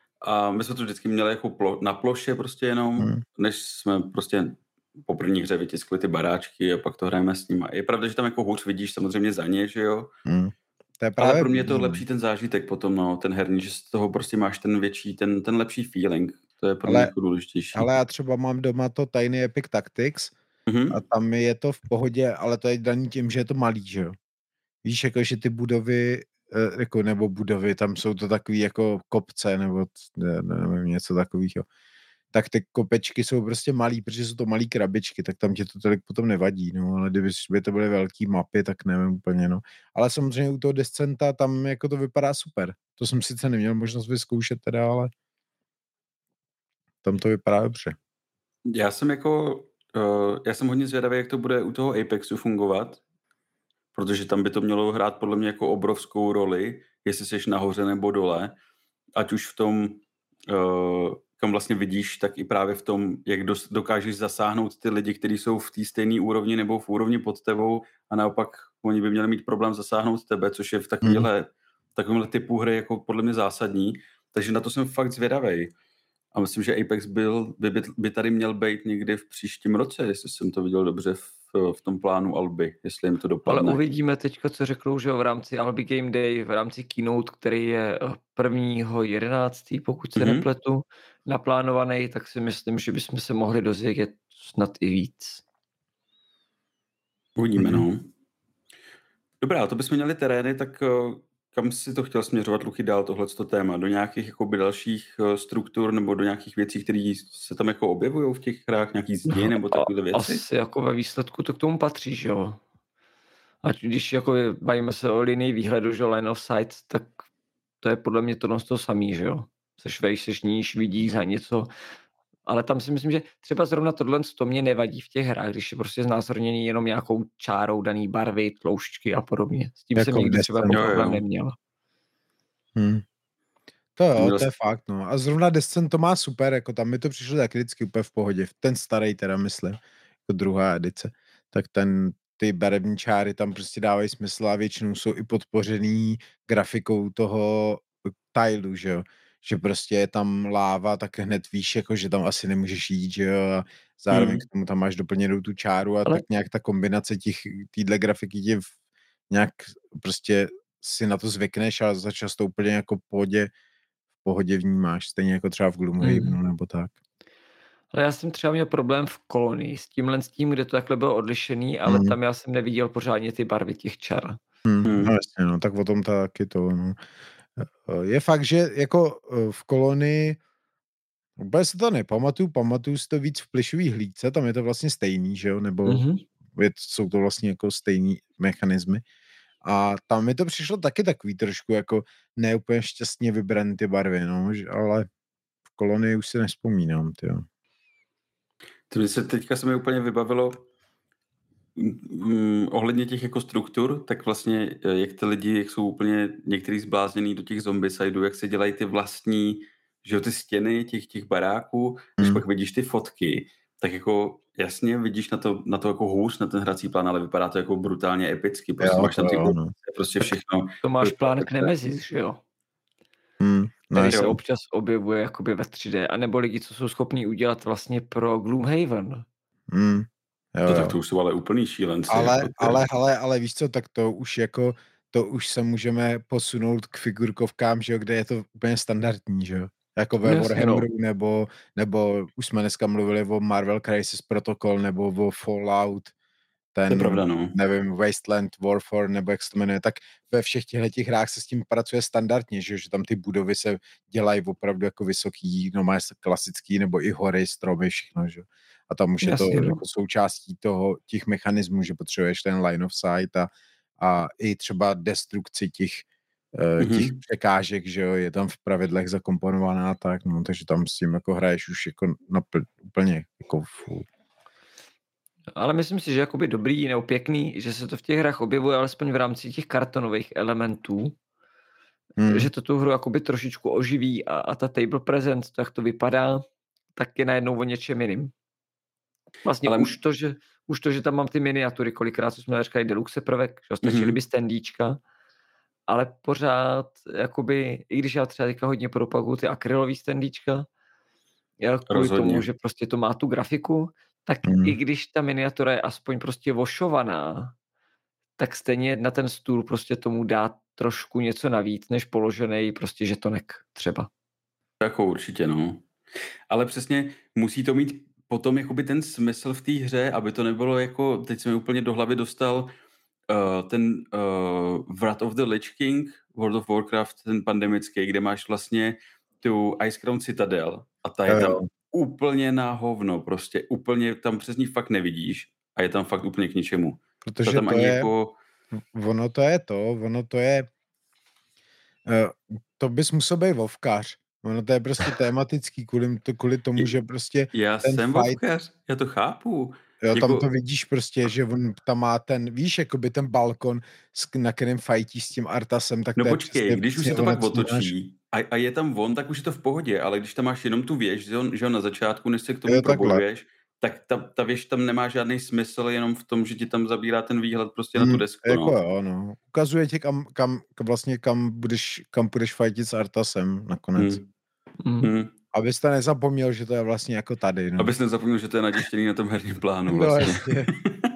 A my jsme to vždycky měli jako plo, na ploše prostě jenom, Hmm. než jsme prostě po první hře vytiskli ty baráčky a pak to hrajeme s nima. Je pravda, že tam jako hůř vidíš samozřejmě za ně, že jo? Hmm. To je právě Ale pro mě je to vidím. lepší ten zážitek potom, no, ten herní, že z toho prostě máš ten větší, ten, ten lepší feeling. To je pro mě Ale- jako důležitější. Ale já třeba mám doma to Tiny Epic Tactics Mhm. a tam je to v pohodě, ale to je daný tím, že je to malý, že jo. Víš, jako, že ty budovy, eh, jako, nebo budovy, tam jsou to takový jako kopce, nebo ne, nevím, něco takového. Tak ty kopečky jsou prostě malý, protože jsou to malý krabičky, tak tam tě to tolik potom nevadí, no, ale kdyby by to byly velký mapy, tak nevím úplně, no. Ale samozřejmě u toho Descenta tam jako to vypadá super. To jsem sice neměl možnost vyzkoušet teda, ale tam to vypadá dobře. Já jsem jako, uh, já jsem hodně zvědavý, jak to bude u toho Apexu fungovat, protože tam by to mělo hrát podle mě jako obrovskou roli, jestli jsi nahoře nebo dole, ať už v tom, uh, kam vlastně vidíš, tak i právě v tom, jak dos- dokážeš zasáhnout ty lidi, kteří jsou v té stejné úrovni nebo v úrovni pod tebou a naopak oni by měli mít problém zasáhnout tebe, což je v takovéhle, takovémhle typu hry jako podle mě zásadní, takže na to jsem fakt zvědavej. A myslím, že Apex byl, by, by, by tady měl být někdy v příštím roce, jestli jsem to viděl dobře v, v tom plánu Alby, jestli jim to Ale dopadne. uvidíme teďka, co řeknou, že jo, v rámci Albi Game Day, v rámci keynote, který je prvního jedenáctého pokud se Mhm. nepletu, naplánovaný, tak si myslím, že bychom se mohli dozvědět snad i víc. Uvidíme, Mhm. no. Dobrá, to bychom měli terény, tak uh, kam si to chtěl směřovat, Luchy, dál tohleto téma? Do nějakých jakoby, dalších uh, struktur nebo do nějakých věcí, které se tam jako objevují v těch hrách, nějaký zdi No, nebo takové věci? Asi jako ve výsledku to k tomu patří, že jo. Ať když jako bavíme se o linii výhledu, že line of sight, tak to je podle mě to to samý, že jo. Seš vejš, seš níž, vidíš za něco. Ale tam si myslím, že třeba zrovna tohle to mě nevadí v těch hrách, když je prostě znázorněný jenom nějakou čárou daný barvy, tloušťky a podobně. S tím Jako jsem někdy třeba Descent. Jo, problém jo. neměl. Hmm. To jo, Měl to je jsi- fakt, no. A zrovna Descent to má super, jako tam mi to přišlo taky vždycky úplně v pohodě. Ten starý teda, myslím. jako druhá edice, tak ten, ty barevní čáry tam prostě dávají smysl a většinou jsou i podpořený grafikou toho tileu, že jo. Že prostě je tam láva, tak hned víš, jako, že tam asi nemůžeš jít, že jo, a zároveň Hmm. k tomu tam máš doplněnou tu čáru a Ale- tak nějak ta kombinace těch, týhle grafiky tě v- nějak prostě si na to zvykneš a začas to úplně jako v pohodě, v pohodě vnímáš, stejně jako třeba v Gloomhavenu Mhm. nebo tak. Ale já jsem třeba měl problém v Kolonii s tímhle s tím, kde to takhle bylo odlišený, ale Mhm. tam já jsem neviděl pořádně ty barvy těch čar. Hmm, Hmm. no jasně, no, tak o tom taky to, no. Je fakt, že jako v Kolonii úplně se to nepamatuju, pamatuju si to víc v Plišový hlídce, tam je to vlastně stejný, že jo, nebo Mhm. je, jsou to vlastně jako stejný mechanismy. A tam mi to přišlo taky takový trošku jako neúplně šťastně vybraný ty barvy, no, že- ale v Kolonii už si nevzpomínám, tyjo. To se teďka se mi úplně vybavilo mm, ohledně těch jako struktur, tak vlastně eh, jak ty lidi, jak jsou úplně některý zblázněný do těch zombicidů, jak se dělají ty vlastní, že jo, ty stěny těch, těch baráků, když Hmm. pak vidíš ty fotky, tak jako jasně vidíš na to, na to jako hůř, na ten hrací plán, ale vypadá to jako brutálně epicky, prostě Jo, máš tam to ty jo, kousky, no. prostě všechno. To máš To- plán to- k Nemesis, že jo? Hmm, no, Který jasně. se jo. občas objevuje jakoby ve tři dé, anebo lidi, co jsou schopní udělat vlastně pro Gloomhaven. Hmm, jo, To, jo. tak to už jsou ale úplný šílenci. Ale, jako to- ale, ale, ale víš co, tak to už jako, to už se můžeme posunout k figurkovkám, že jo, kde je to úplně standardní, že jo. Jako ve No jasně, Warhammeru, nebo, nebo už jsme dneska mluvili o Marvel Crisis Protocol, nebo o Fallout, To je ten, pravda, no. nevím, Wasteland Warfare, nebo jak se to jmenuje, tak ve všech těchto těch hrách se s tím pracuje standardně, že, jo, že tam ty budovy se dělají opravdu jako vysoký, no má klasický, nebo i hory, stromy, všechno, že jo. A tam už je Jasně, to no. jako součástí toho, těch mechanismů, že potřebuješ ten line of sight a, a i třeba destrukci těch, mm-hmm. těch překážek, že jo, je tam v pravidlech zakomponovaná tak, no, takže tam s tím jako hraješ už jako napl, úplně jako full. Ale myslím si, že jakoby dobrý nebo pěkný, že se to v těch hrách objevuje alespoň v rámci těch kartonových elementů, Hmm. že to tu hru jakoby trošičku oživí a, a ta table presence, to jak to vypadá, tak je najednou o něčem jiným. Vlastně Ale- Ale... už, to, že, už to, že tam mám ty miniatury, kolikrát co jsme říkali deluxe prvek, že stačily Mhm. by standíčka, ale pořád, jakoby, i když já třeba teďka hodně propaguju ty akrylový standíčka, já kvůli Rozhodně. tomu, že prostě to má tu grafiku, tak Mhm. i když ta miniatura je aspoň prostě vošovaná, tak stejně na ten stůl prostě tomu dá trošku něco navíc, než položený prostě žetonek třeba. Jako určitě, no. Ale přesně musí to mít potom jakoby ten smysl v té hře, aby to nebylo jako, teď jsem mi úplně do hlavy dostal uh, ten uh, Wrath of the Lich King, World of Warcraft, ten pandemický, kde máš vlastně tu Icecrown Citadel a ta je Jo, tam jo. úplně na hovno, prostě úplně tam přes ní fakt nevidíš a je tam fakt úplně k ničemu. Protože tam to ani je, jako, ono to je to, ono to je, uh, to bys musel být vovkař. Ono to je prostě tematický kvůli, to, kvůli tomu, Je- že prostě já ten jsem fight- vovkař, já to chápu. jo, tam jako- to vidíš prostě, že on tam má ten, víš, jakoby ten balkon, s- na kterém fajtí s tím Artasem, tak No to je počkej, přesně když už přesně se to ono, pak co máš. otočí a, a je tam on, tak už je to v pohodě, ale když tam máš jenom tu věž, že jo, že jo, na začátku, než se k tomu Jo, takhle. probojuješ, tak ta, ta věž tam nemá žádný smysl, jenom v tom, že ti tam zabírá ten výhled prostě na tu Mm, desku, jako no. jo, no. Ukazuje ti, kam, kam, vlastně kam budeš, kam budeš fajtit s Artasem nakonec. Hmm. Mm. Hmm. Abyste nezapomněl, že to je vlastně jako tady, no. Abys nezapomněl, že to je natištěný na tom herním plánu No, vlastně. jasně.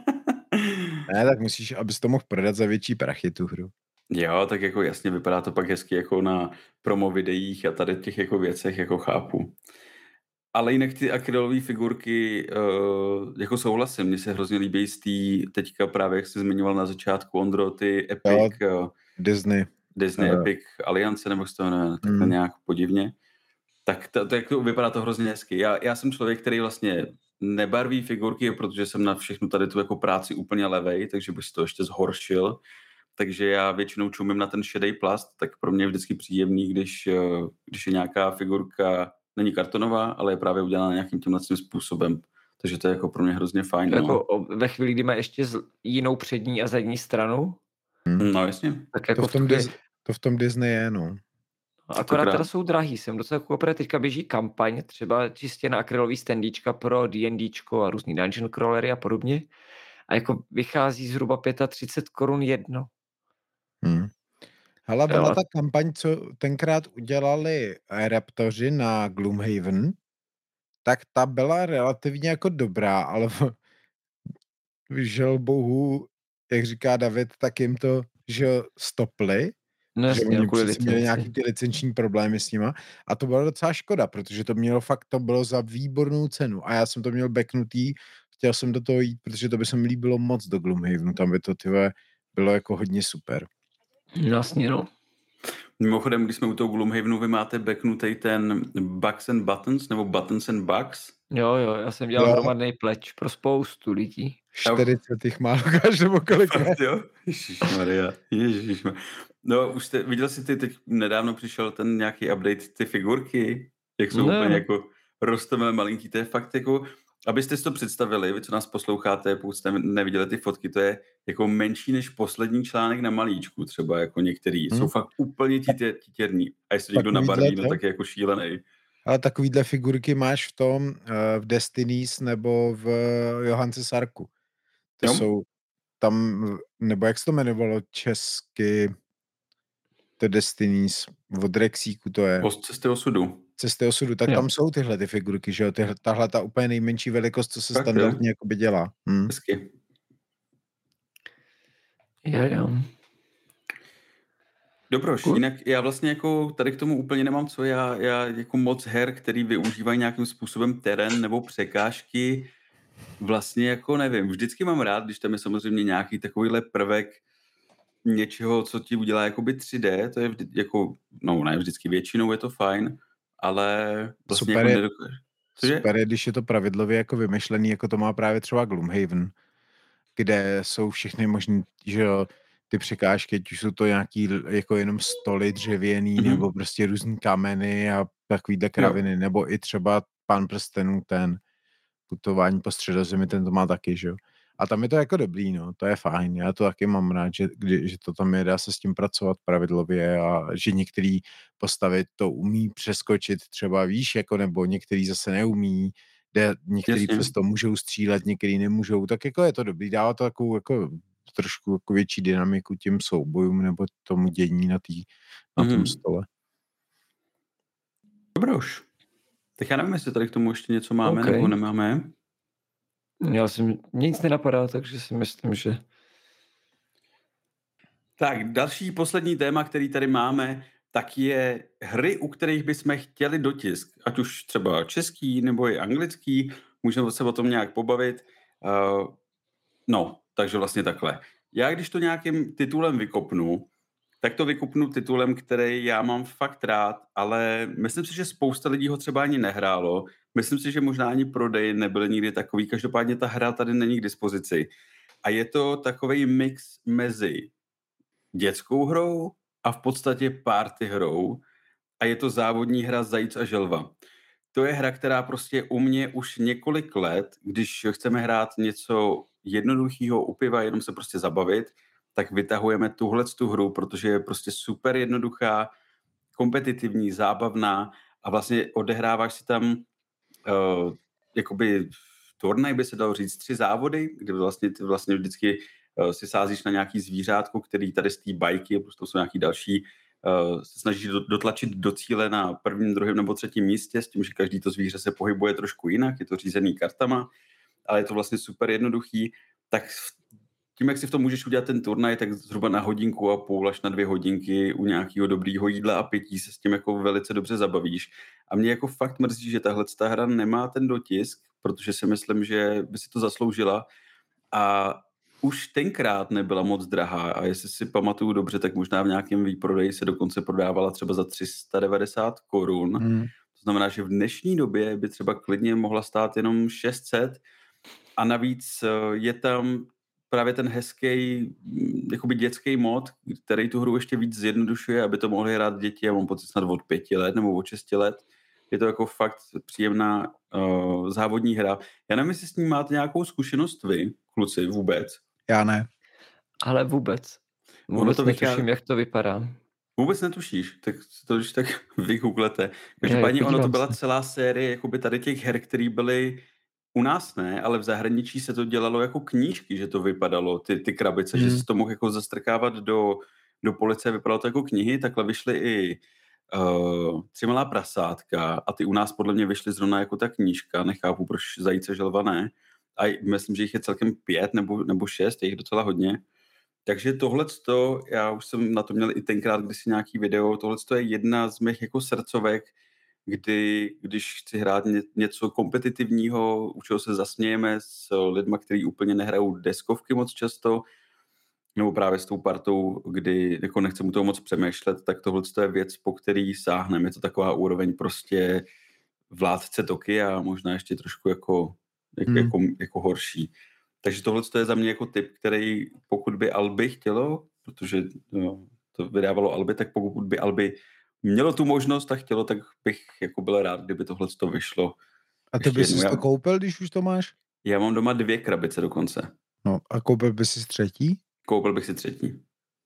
Ne, tak musíš, abys to mohl prodat za větší prachy tu hru. Jo, tak jako jasně, vypadá to pak hezky jako na promo videích a tady těch jako věcech jako chápu. Ale jinak ty akrylové figurky, uh, jako souhlasím, mně se hrozně líbí z té, teďka právě, jak jsi zmiňoval na začátku, Ondro, ty Epic, uh, Disney. Disney Jo. Epic Aliance, nebo jak se to jmenuje, takhle Mm. nějak podivně. Tak to, to, to vypadá to hrozně hezky. Já, já jsem člověk, který vlastně nebarví figurky, protože jsem na všechnu tady tu jako práci úplně levej, takže bych si to ještě zhoršil. Takže já většinou čumím na ten šedý plast, tak pro mě je vždycky příjemný, když, uh, když je nějaká figurka, není kartonová, ale je právě udělána nějakým tímhle tím způsobem. Takže to je jako pro mě hrozně fajn. Jako No. o- ve chvíli, kdy má ještě z- jinou přední a zadní stranu, no jasně. tak To jako v, tom v tu chvíli- Dis- to v tom Disney je, no. Akorát teda Stokrát. jsou drahý, jsem docela koupil, teďka běží kampaň, třeba čistě na akrylový standíčka pro D&Dčko a různý dungeon crawlery a podobně. A jako vychází zhruba třicet pět korun jedno. Hmm. Hele, Jo, ona a ta kampaň, co tenkrát udělali Raptoři na Gloomhaven, tak ta byla relativně jako dobrá, ale v- žel bohu, jak říká David, tak jim to, že stopli, no že jasně, no, oni kvůli přece měli nějaký licenci. ty licenční problémy s nima a to bylo docela škoda, protože to mělo fakt, to bylo za výbornou cenu a já jsem to měl backnutý, chtěl jsem do toho jít, protože to by se mi líbilo moc do Gloomhavenu, tam by to tyhle bylo jako hodně super. No jasně, no. Mimochodem, když jsme u toho Gloomhavenu, vy máte backnutej ten Bugs and Buttons, nebo Buttons and Bugs? Jo, jo, já jsem dělal Jo. hromadný pleč pro spoustu lidí. čtyřicet jich má Lukáš, nebo kolik ne? Fakt, jo? Ježišmarja, ježišmarja. No, už jste, viděl jsi ty, teď nedávno přišel ten nějaký update, ty figurky, jak jsou Ne. úplně jako rostomilé malinký, to je fakt jako, abyste si to představili, vy, co nás posloucháte, pokud jste neviděli ty fotky, to je jako menší než poslední článek na malíčku, třeba jako některý, Hmm. jsou fakt úplně títě, títěrní. A jestli někdo Takovýhle nabarví, no to? tak je jako šílený. Ale takovýhle figurky máš v tom, uh, v Destinies nebo v Johance Sarku. To Jo. jsou tam, nebo jak se to jmenovalo česky, to Destinies, od Rexíku to je, Post cesty osudu. Cesty osudu, tak Jo. tam jsou tyhle ty figurky, že jo, tyhle, tahle ta úplně nejmenší velikost, co se Tak jo. standardně jakoby dělá. Hm. Hezky. Jo, jo. Dobroš, Cool. jinak já vlastně jako tady k tomu úplně nemám co, já, já jako moc her, který využívají nějakým způsobem terén nebo překážky, vlastně jako nevím, vždycky mám rád, když tam je samozřejmě nějaký takovýhle prvek něčeho, co ti udělá jakoby tři dé, to je vždy, jako, no ne vždycky, většinou je to fajn, ale vlastně Super jako je- nedokážu. Cože? Super je, když je to pravidlově jako vymyšlený, jako to má právě třeba Gloomhaven, kde jsou všechny možný, že jo, ty překážky, ať už jsou to nějaký jako jenom stoly dřevěný, Mhm. nebo prostě různý kameny a takovýhle kraviny, nebo i třeba Pán prstenů, ten putování po středozemi, ten to má taky, že jo. A tam je to jako dobrý, no, to je fajn, já to taky mám rád, že, kdy, že to tam je, dá se s tím pracovat pravidlově a že některý postavy to umí přeskočit třeba, víš, jako nebo některý zase neumí, kde některý Jasně. přesto můžou střílet, některý nemůžou, tak jako je to dobrý, dává to takovou jako trošku jako větší dynamiku těm soubojům nebo tomu dění na, tý, na tom Mhm. stole. Dobroš. Tak já nevím, jestli tady k tomu ještě něco máme, OK. nebo nemáme. Já jsem nic nenapadá, takže si myslím, že Tak, další poslední téma, který tady máme, tak je hry, u kterých bychom chtěli dotisk. Ať už třeba český nebo i anglický, můžeme se o tom nějak pobavit. Uh, no, takže vlastně takhle. Já když to nějakým titulem vykopnu, tak to vykopnu titulem, který já mám fakt rád, ale myslím si, že spousta lidí ho třeba ani nehrálo. Myslím si, že možná ani prodej nebyl nikdy takový. Každopádně ta hra tady není k dispozici. A je to takovej mix mezi dětskou hrou a v podstatě party hrou a je to závodní hra Zajíc a želva. To je hra, která prostě u mě už několik let, když chceme hrát něco jednoduchého u piva, jenom se prostě zabavit, tak vytahujeme tuhle tu hru, protože je prostě super jednoduchá, kompetitivní, zábavná a vlastně odehráváš si tam uh, jakoby turnaj, by se dalo říct, tři závody, kde vlastně ty vlastně vždycky uh, si sázíš na nějaký zvířátko, který tady z té bajky, prostě jsou nějaký další, uh, se snažíš do, dotlačit do cíle na prvním, druhém nebo třetím místě, s tím, že každý to zvíře se pohybuje trošku jinak, je to řízený kartama, ale je to vlastně super jednoduchý, tak tím, jak si v tom můžeš udělat ten turnaj, tak zhruba na hodinku a půl až na dvě hodinky u nějakého dobrýho jídla a pití se s tím jako velice dobře zabavíš. A mě jako fakt mrzí, že tahle ta hra nemá ten dotisk, protože si myslím, že by si to zasloužila a už tenkrát nebyla moc drahá a jestli si pamatuju dobře, tak možná v nějakém výprodeji se dokonce prodávala třeba za tři sta devadesát korun. Hmm. To znamená, že v dnešní době by třeba klidně mohla stát jenom šest set a navíc je tam právě ten hezký, jakoby dětský mod, který tu hru ještě víc zjednodušuje, aby to mohly hrát děti, já mám pocit snad od pěti let nebo od šesti let. Je to jako fakt příjemná uh, závodní hra. Já nevím, jestli s ní máte nějakou zkušenost vy, kluci, vůbec. Já ne. ale vůbec. Ono Vůbec to netuším, vychází- jak to vypadá. Vůbec netušíš, tak si to když tak vygooglete. Je, Každopádně ono to podívám byla se. celá série jakoby tady těch her, které byly u nás ne, ale v zahraničí se to dělalo jako knížky, že to vypadalo, ty, ty krabice, že Hmm. si to mohl jako zastrkávat do, do police, vypadalo to jako knihy, takhle vyšly i uh, Tři malá prasátka a ty u nás podle mě vyšly zrovna jako ta knížka, nechápu, proč Zajíce želva ne. A myslím, že jich je celkem pět nebo, nebo šest, je jich docela hodně. Takže tohleto, já už jsem na to měl i tenkrát kdysi nějaký video, tohleto je jedna z mých jako srdcovek, kdy, když chci hrát ně, něco kompetitivního, u čeho se zasmějeme s lidma, kteří úplně nehrajou deskovky moc často, nebo právě s tou partou, kdy jako nechce mu toho moc přemýšlet, tak tohle je věc, po který sáhneme. Je to taková úroveň prostě Vládce Tokia a možná ještě trošku jako, jako, Hmm. jako, jako horší. Takže tohle je za mě jako tip, který pokud by Albi chtělo, protože no, to vydávalo Albi, tak pokud by Albi mělo tu možnost a chtělo, tak bych jako byl rád, kdyby tohle to vyšlo. A ty Ještě bys jednou. si to Já, koupil, když už to máš? já mám doma dvě krabice dokonce. No a koupil bys si třetí? Koupil bych si třetí.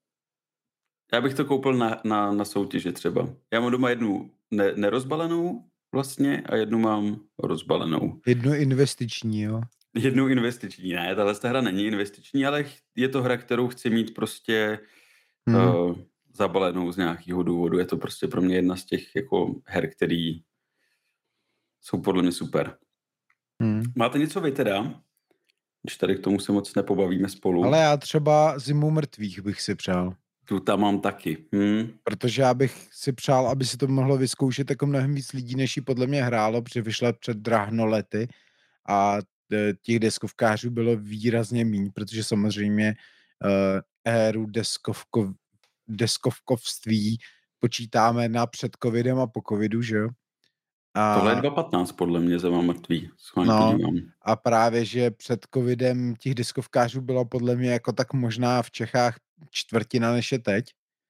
Já bych to koupil na, na, na soutěže třeba. Já mám doma jednu ne, nerozbalenou vlastně a jednu mám rozbalenou. Jednu investiční, jo? Jednu investiční. Ne, tahle hra není investiční, ale je to hra, kterou chci mít prostě Hmm. uh, zabalenou z nějakého důvodu. Je to prostě pro mě jedna z těch jako her, který jsou podle mě super. Hmm. Máte něco vy teda? Když tady k tomu se moc nepobavíme spolu. Ale já třeba Zimu mrtvých bych si přál. Tu tam mám taky. Hmm. Protože já bych si přál, aby si to mohlo vyzkoušet jako mnohem víc lidí, než ji podle mě hrálo, protože vyšla před drahno lety a e, těch deskovkářů bylo výrazně míň, protože samozřejmě uh, éru deskovko, deskovkovství počítáme na před covidem a po covidu, že jo? A, Tohle je dva patnáct podle mě, Zema mrtvý. Schválně no, podívám. a právě, že před covidem těch deskovkářů bylo podle mě jako tak možná v Čechách čtvrtina, než je teď.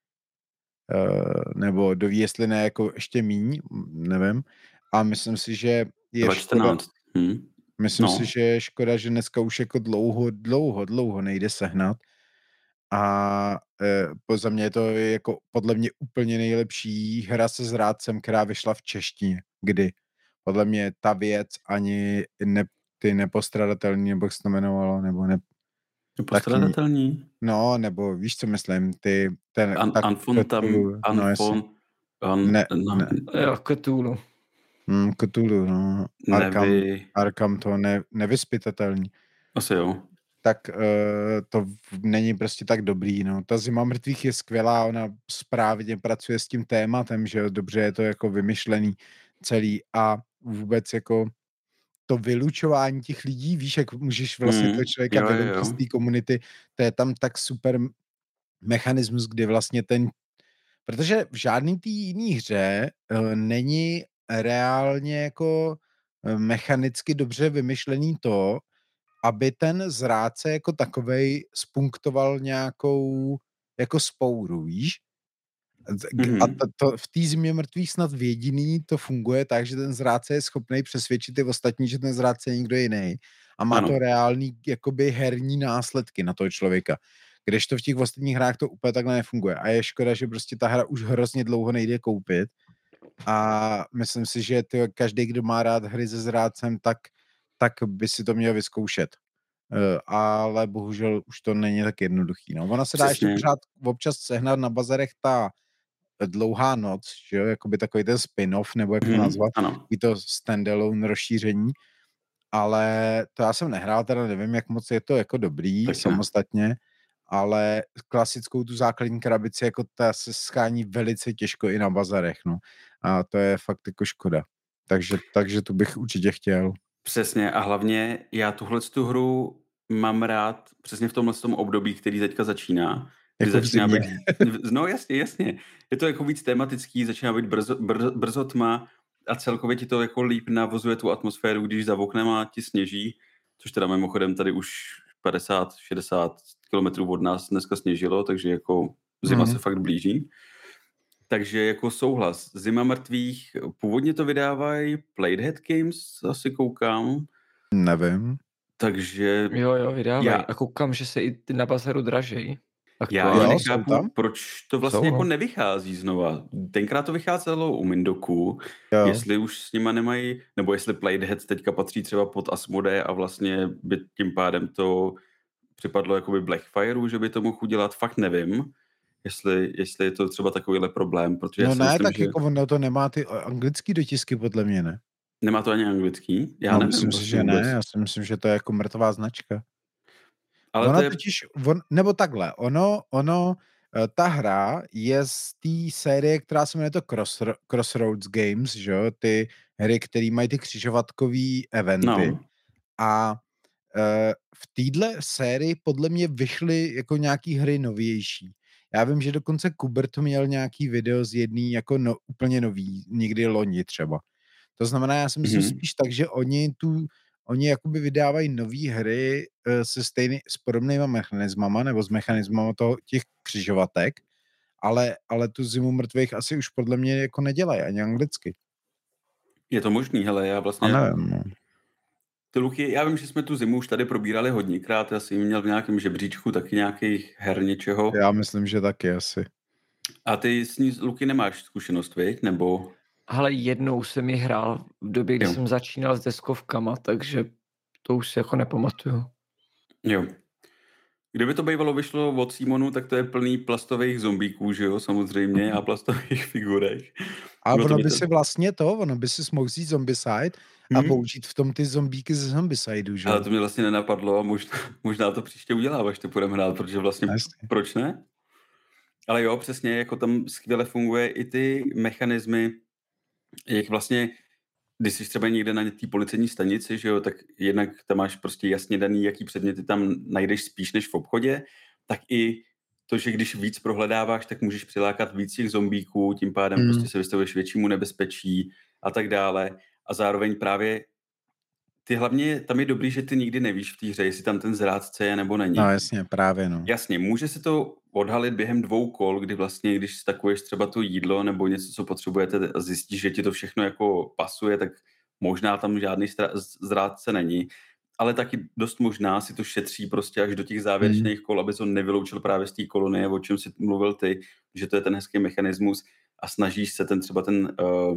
Uh, nebo doví, jestli ne, jako ještě míň, nevím. A myslím si, že je dva škoda, čtrnáct. Hmm. myslím No. si, že je škoda, že dneska už jako dlouho, dlouho, dlouho nejde sehnat. A uh, za mě je to jako podle mě úplně nejlepší hra se zrádcem, která vyšla v češtině. Kdy? Podle mě ta věc ani ne, ty nepostradatelní, nebo jak se to jmenovalo, nebo ne, Nepostradatelní? no, nebo víš, co myslím, ty, ten, An, tak, Anfon tam, Cthulhu, no, jestli- Anfon, an, Ne, no, ne. Jo, Cthulhu. Hmm, Cthulhu, no. Arkham, nevy, Arkham to ne, nevyspytatelný. asi jo. Tak uh, to v- není prostě tak dobrý, no. Ta Zima mrtvých je skvělá, ona správně pracuje s tím tématem, že jo, dobře je to jako vymyšlený celý a vůbec jako to vylučování těch lidí, víš, jak můžeš vlastně Mm, toho člověka jo, jo, vyloučit jo. z té komunity, to je tam tak super mechanismus, kdy vlastně ten, protože v žádný té jiný hře uh, není reálně jako uh, mechanicky dobře vymyšlený to, aby ten zrádce jako takovej spunktoval nějakou jako spouru, víš? Mhm. A to, to v té Zimě mrtvých snad v jediný to funguje tak, že ten zrádce je schopný přesvědčit ty ostatní, že ten zrádce je někdo jiný a má Ano. to reálný jakoby herní následky na toho člověka. Kdežto v těch ostatních hrách to úplně takhle nefunguje. A je škoda, že prostě ta hra už hrozně dlouho nejde koupit a myslím si, že ty, každý, kdo má rád hry se zrádcem, tak, tak by si to měl vyzkoušet. Uh, ale bohužel už to není tak jednoduchý. No. Ona se dá ještě Přesně. pořád občas sehnat na bazarech ta Dlouhá noc, že jo, jakoby takový ten spin-off, nebo jak to Mhm, nazvat, ano. i to standalone rozšíření, ale to já jsem nehrál, teda nevím, jak moc je to jako dobrý Tak ne. samostatně, ale klasickou tu základní krabici, jako ta se schání velice těžko i na bazarech, no. A to je fakt jako škoda. Takže, takže tu bych určitě chtěl. Přesně a hlavně já tuhle tu hru mám rád přesně v tomhle tom období, který teďka začíná. Kdy Jako v začíná zimě. být, no jasně, jasně. Je to jako víc tematický, začíná být brzo, brzo, brzo tma a celkově ti to jako líp navozuje tu atmosféru, když za oknem a ti sněží, což teda mimochodem tady už padesát šedesát kilometrů od nás dneska sněžilo, takže jako zima Mhm. se fakt blíží. Takže jako souhlas. Zima mrtvých, původně to vydávají Playdead Games, asi koukám, Nevím. takže Jo, jo, vydávají. Já- A koukám, že se i ty na bazaru dražejí. Já aktuálně. Jo, jsou nechápu, tam? proč to vlastně Jsou, jako no. nevychází znova. Tenkrát to vycházelo u Mindoku, Jo. jestli už s nima nemají, nebo jestli Playdead teďka patří třeba pod Asmodee a vlastně by tím pádem to připadlo jakoby Blackfireu, že by to mohl udělat, fakt nevím, jestli, jestli je to třeba takovýhle problém, protože já No si ne, myslím, tak že jako ono to nemá ty a- anglický dotisky, podle mě, ne? nemá to ani anglický, já No, nevím myslím si, vlastně že vůbec. ne, já si myslím, že to je jako mrtvá značka. Ale Ona to je, totiž, on, nebo takhle, ono, ono, eh, ta hra je z té série, která se jmenuje to Crossro- Crossroads Games, že jo, ty hry, které mají ty křižovatkový eventy. no, A eh, v téhle sérii podle mě vyšly jako nějaký hry novější. Já vím, že dokonce Kubert měl nějaký video z jedný jako no, úplně nový, někdy loni třeba. To znamená, já si myslím Mhm. spíš tak, že oni tu, oni jakoby vydávají nové hry eh, se stejný, s podobnýma mechanismama, nebo s mechanismama toho, těch křižovatek, ale, ale tu Zimu mrtvých asi už podle mě jako nedělají, ani anglicky. je to možný, hele, já A vlastně, nevím, no. ty Luky, já vím, že jsme tu zimu už tady probírali hodněkrát, já jsem měl v nějakém žebříčku taky nějakých her něčeho. Já myslím, že taky asi. A ty s ní, Luky, nemáš zkušenost, viď? Nebo... Ale jednou jsem ji hrál v době, kdy Jo. jsem začínal s deskovkama, takže to už si jako nepamatuju. Jo. Kdyby to bývalo vyšlo od Simonu, tak to je plný plastových zombíků, že jo, samozřejmě, a plastových figurek. A No to ono by by to- si vlastně to, ono by si mohl vzít Zombicide a Mhm. použít v tom ty zombíky ze Zombicideu, že Ale jo? to mě vlastně nenapadlo a možná, možná to příště udělám, až to budeme hrát, protože vlastně, Jasně. proč ne? Ale jo, přesně, jako tam skvěle funguje i ty mechanismy, jak vlastně, když jsi třeba někde na té policejní stanici, že jo, tak jednak tam máš prostě jasně daný, jaký předměty tam najdeš spíš než v obchodě, tak i to, že když víc prohledáváš, tak můžeš přilákat víc těch zombíků, tím pádem Mm. prostě se vystavuješ většímu nebezpečí a tak dále. A zároveň právě ty hlavně, tam je dobrý, že ty nikdy nevíš v té hře, jestli tam ten zrádce je nebo není. No jasně, právě no. Jasně, může se to odhalit během dvou kol, kdy vlastně, když stakuješ třeba to jídlo nebo něco, co potřebujete a zjistíš, že ti to všechno jako pasuje, tak možná tam žádný stra- zrádce není, ale taky dost možná si to šetří prostě až do těch závěrečných kol, aby to nevyloučil právě z té kolonie, o čem si mluvil ty, že to je ten hezký mechanismus a snažíš se ten třeba ten uh,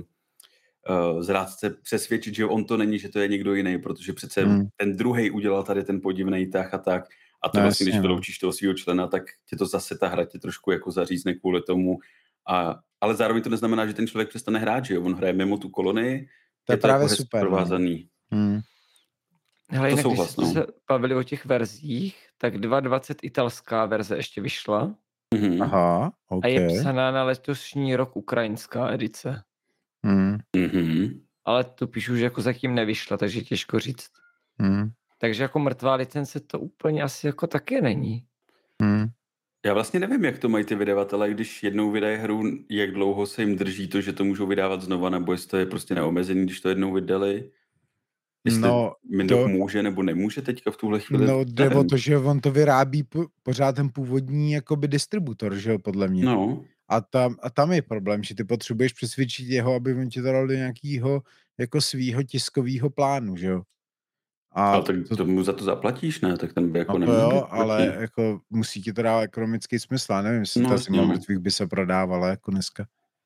uh, zrádce přesvědčit, že on to není, že to je někdo jiný, protože přece Hmm. ten druhej udělal tady ten podivnej tah a tak. A to No, vlastně, jasně, když no. vyloučíš toho svého člena, tak tě to zase ta hra tě trošku jako zařízne kvůli tomu. A, ale zároveň to neznamená, že ten člověk přestane hrát, že jo? On hraje mimo tu kolonii, To je je to právě jako hezky super, no. provázaný. Hmm. Hele, To jinak, souhlas, když jste no. se bavili o těch verzích, tak dva dvacet italská verze ještě vyšla Mhm. Aha, ok. a je psaná na letošní rok ukrajinská edice. Hmm. Mhm. Ale to píšu, že jako zatím nevyšla, takže těžko říct. Hmm. Takže jako mrtvá licence to úplně asi jako taky není. Hmm. Já vlastně nevím, jak to mají ty vydavatelé, když jednou vydají hru, jak dlouho se jim drží to, že to můžou vydávat znova, nebo jestli to je prostě neomezený, když to jednou vydali. Jestli No, Mindok to- může nebo nemůže teďka v tuhle chvíli. No, jde o nevím. to, že on to vyrábí po, pořád ten původní jakoby distributor, že jo, podle mě. No, A tam, a tam je problém, že ty potřebuješ přesvědčit jeho, aby on ti to dal do nějakého jako svýho tiskového plánu, že jo. A ale tak to, tomu za to zaplatíš, ne? Tak ten by jako no to neměl jo, být ale proti. jako musí ti to dát ekonomický smysl. Já nevím, jestli No, ta jasně, Zima no. mrtvých by se prodávala jako dneska.